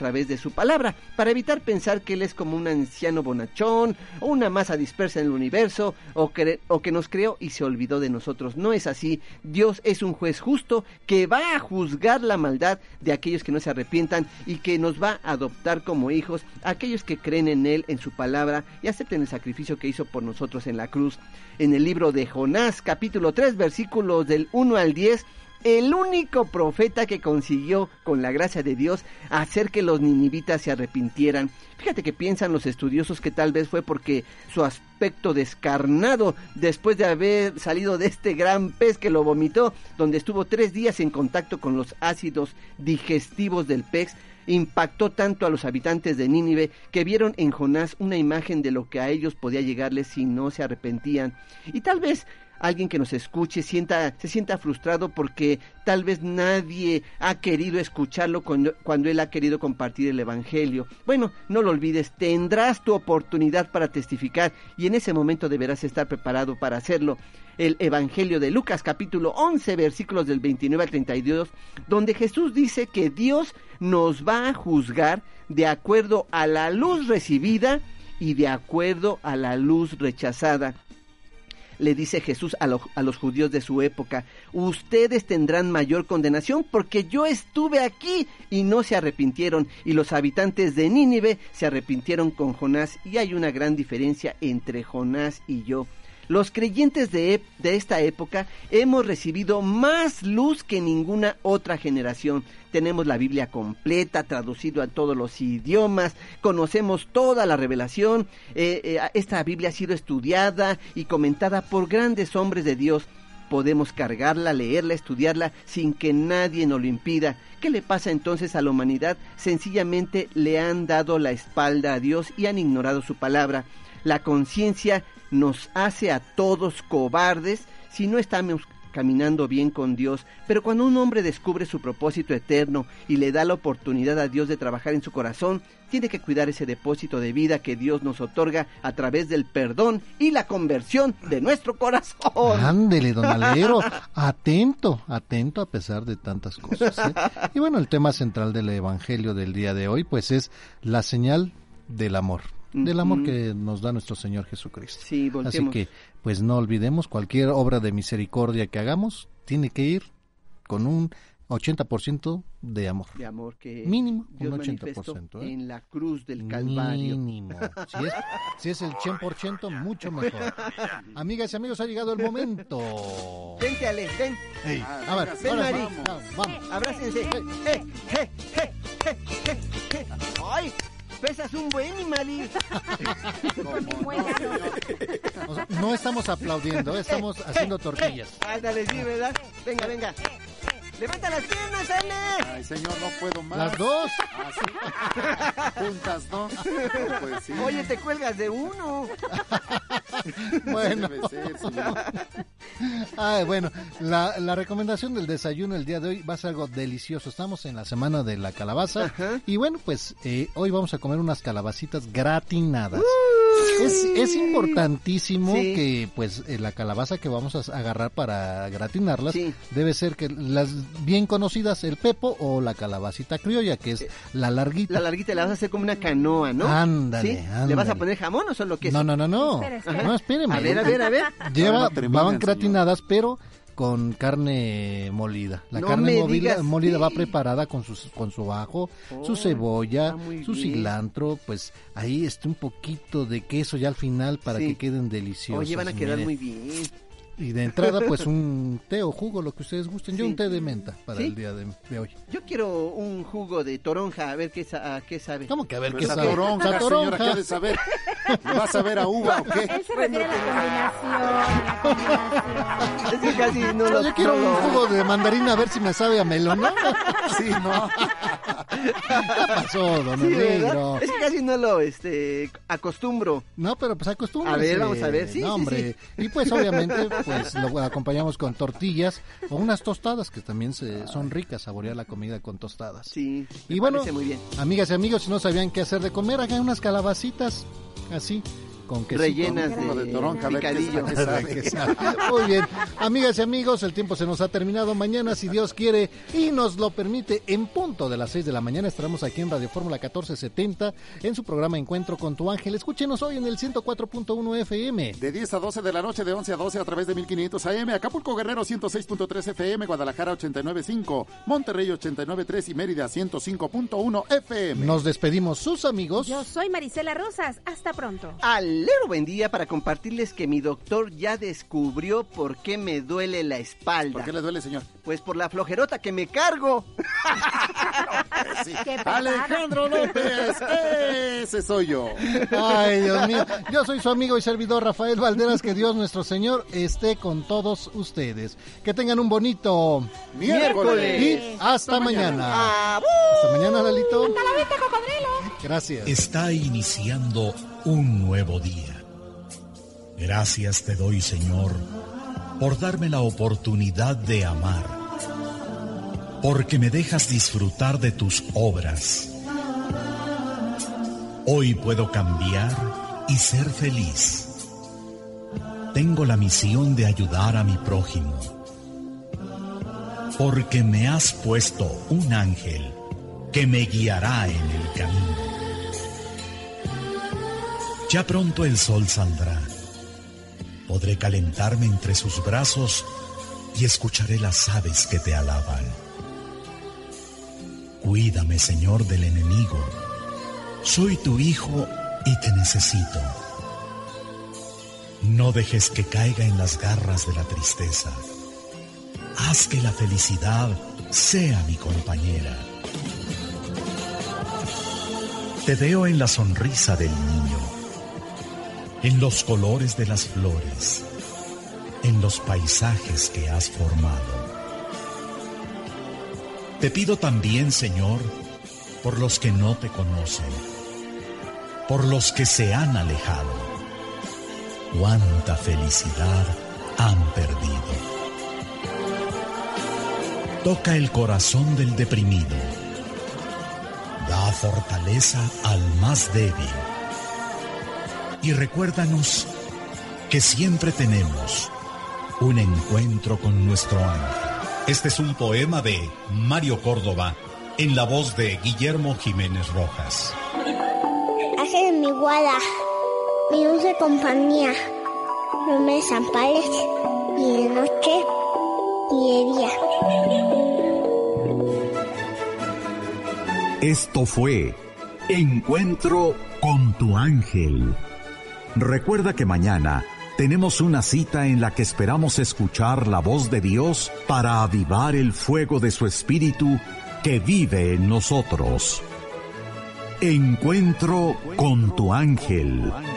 su palabra, para evitar pensar que Él es como un anciano bonachón, o una masa dispersa en el universo, o que, o que nos creó y se olvidó de nosotros. No es así. Dios es un juez justo que va a juzgar la maldad de aquellos que no se arrepientan y que nos va a adoptar como hijos, aquellos que creen en Él, en su palabra, y acepten el sacrificio que hizo por nosotros en la cruz. En el libro de Jonás, capítulo tres, versículos del uno al diez, el único profeta que consiguió, con la gracia de Dios, hacer que los ninivitas se arrepintieran. Fíjate que piensan los estudiosos que tal vez fue porque su aspecto descarnado, después de haber salido de este gran pez que lo vomitó, donde estuvo tres días en contacto con los ácidos digestivos del pez, impactó tanto a los habitantes de Nínive que vieron en Jonás una imagen de lo que a ellos podía llegarles si no se arrepentían. Y tal vez alguien que nos escuche sienta, se sienta frustrado porque tal vez nadie ha querido escucharlo cuando, cuando él ha querido compartir el evangelio. Bueno, no lo olvides, tendrás tu oportunidad para testificar y en ese momento deberás estar preparado para hacerlo. El evangelio de Lucas capítulo once, versículos del veintinueve al treinta y dos, donde Jesús dice que Dios nos va a juzgar de acuerdo a la luz recibida y de acuerdo a la luz rechazada. Le dice Jesús a, lo, a los judíos de su época: ustedes tendrán mayor condenación porque yo estuve aquí y no se arrepintieron, y los habitantes de Nínive se arrepintieron con Jonás, y hay una gran diferencia entre Jonás y yo. Los creyentes de, de esta época hemos recibido más luz que ninguna otra generación. Tenemos la Biblia completa, traducido a todos los idiomas, conocemos toda la revelación. Eh, eh, esta Biblia ha sido estudiada y comentada por grandes hombres de Dios. Podemos cargarla, leerla, estudiarla sin que nadie nos lo impida. ¿Qué le pasa entonces a la humanidad? Sencillamente le han dado la espalda a Dios y han ignorado su palabra. La conciencia nos hace a todos cobardes si no estamos caminando bien con Dios, pero cuando un hombre descubre su propósito eterno y le da la oportunidad a Dios de trabajar en su corazón, tiene que cuidar ese depósito de vida que Dios nos otorga a través del perdón y la conversión de nuestro corazón. Ándele, don Alero, atento, atento a pesar de tantas cosas, ¿eh? Y bueno, el tema central del evangelio del día de hoy, pues es la señal del amor. Del amor que nos da nuestro Señor Jesucristo. Sí, volteemos. Así que, pues no olvidemos, cualquier obra de misericordia que hagamos, tiene que ir con un ochenta por ciento de amor. De amor que mínimo, Dios un ochenta por ciento. ¿eh? En la cruz del Calvario. Mínimo. Si es, si es el cien por ciento, mucho mejor. Amigas y amigos, ha llegado el momento. Vente, Ale, ven. Hey, a ver, ven, ahora Mari. Vamos, vamos. Abrácense. Eh, eh, eh, eh, eh, eh, eh. ¡Ay! Pesas un buen, Mari. O sea, no estamos aplaudiendo, estamos haciendo tortillas. Ándale, sí, ¿verdad? Venga, venga. ¡Levanta las piernas, Ale! Ay, señor, no puedo más. ¿Las dos? Ah, ¿sí? Juntas, ¿no? No, pues sí. Oye, te cuelgas de uno. Bueno. Debe ser, señor. Ay, bueno, la, la recomendación del desayuno el día de hoy va a ser algo delicioso. Estamos en la semana de la calabaza. Ajá. Y bueno, pues eh, hoy vamos a comer unas calabacitas gratinadas. Uh, es, es importantísimo sí. que pues eh, la calabaza que vamos a agarrar para gratinarlas sí. debe ser que las bien conocidas, el pepo o la calabacita criolla, que es la larguita. La larguita la vas a hacer como una canoa, ¿no? Ándale, ¿Sí? ándale. ¿Le vas a poner jamón o solo queso? No, no, no, no. Espera, espera. No, espéreme. A ver, a ver, a ver. Lleva, van gratinadas, pero con carne molida. La no carne molida, digas, molida sí. va preparada con su, con su ajo, oh, su cebolla, su bien. cilantro, pues ahí está un poquito de queso ya al final para sí. que queden deliciosos. Oye, van a quedar mire. muy bien. Y de entrada, pues un té o jugo, lo que ustedes gusten. Yo sí. un té de menta para ¿Sí? el día de, de hoy. Yo quiero un jugo de toronja, a ver qué, a qué sabe. ¿Cómo que a ver Pero qué esa sabe? Toronja, esa toronja, señora, ¿qué ha de saber? ¿Vas a ver a uva o qué? Él se refiere a la combinación, la combinación. Es que casi no lo... Yo quiero no un lo... jugo de mandarina a ver si me sabe a melón, ¿no? Sí, ¿no? ¿Qué pasó, don sí, Negro? Es que casi no lo este, acostumbro. No, pero pues acostumbro. A ver, vamos a ver, sí, no, sí, hombre. sí. Y pues obviamente pues lo acompañamos con tortillas o unas tostadas que también se, son ricas, saborear la comida con tostadas. Sí, y bueno, muy bien. Amigas y amigos, si no sabían qué hacer de comer, hagan unas calabacitas así, con quesito, rellenas ¿no? de, de toronja, picadillo. A ver qué sabe, qué sabe. Muy bien, amigas y amigos, el tiempo se nos ha terminado. Mañana, si Dios quiere y nos lo permite, en punto de las seis de la mañana estaremos aquí en Radio Fórmula catorce setenta en su programa Encuentro con tu Ángel. Escúchenos hoy en el ciento cuatro punto uno F M. De diez a doce de la noche, de once a doce a través de mil quinientos A M, Acapulco Guerrero ciento seis punto tres F M, Guadalajara ochenta y nueve punto cinco, Monterrey ochenta y nueve punto tres y Mérida ciento cinco punto uno F M. Nos despedimos, sus amigos. Yo soy Marisela Rosas, hasta pronto. Alero, buen día, para compartirles que mi doctor ya descubrió por qué me duele la espalda. ¿Por qué le duele, señor? Pues por la flojerota que me cargo. Sí. Alejandro López, ese soy yo. Ay, Dios mío. Yo soy su amigo y servidor Rafael Valderas. Que Dios nuestro Señor esté con todos ustedes. Que tengan un bonito miércoles. Y hasta, hasta mañana. mañana. Hasta mañana, Lalito. Hasta la vista, cocodrilo. Gracias. Está iniciando un nuevo día. Gracias te doy, Señor, por darme la oportunidad de amar, porque me dejas disfrutar de tus obras. Hoy puedo cambiar y ser feliz. Tengo la misión de ayudar a mi prójimo, porque me has puesto un ángel que me guiará en el camino. Ya pronto el sol saldrá. Podré calentarme entre sus brazos y escucharé las aves que te alaban. Cuídame, Señor, del enemigo. Soy tu hijo y te necesito. No dejes que caiga en las garras de la tristeza. Haz que la felicidad sea mi compañera. Te veo en la sonrisa del niño, en los colores de las flores, en los paisajes que has formado. Te pido también, Señor, por los que no te conocen, por los que se han alejado. Cuánta felicidad han perdido. Toca el corazón del deprimido. Da fortaleza al más débil. Y recuérdanos que siempre tenemos un encuentro con nuestro ángel. Este es un poema de Mario Córdoba en la voz de Guillermo Jiménez Rojas. Ángel de mi guarda, mi dulce compañía, no me desampares ni de noche ni de día. Esto fue Encuentro con tu ángel. Recuerda que mañana tenemos una cita en la que esperamos escuchar la voz de Dios para avivar el fuego de su espíritu que vive en nosotros. Encuentro con tu ángel.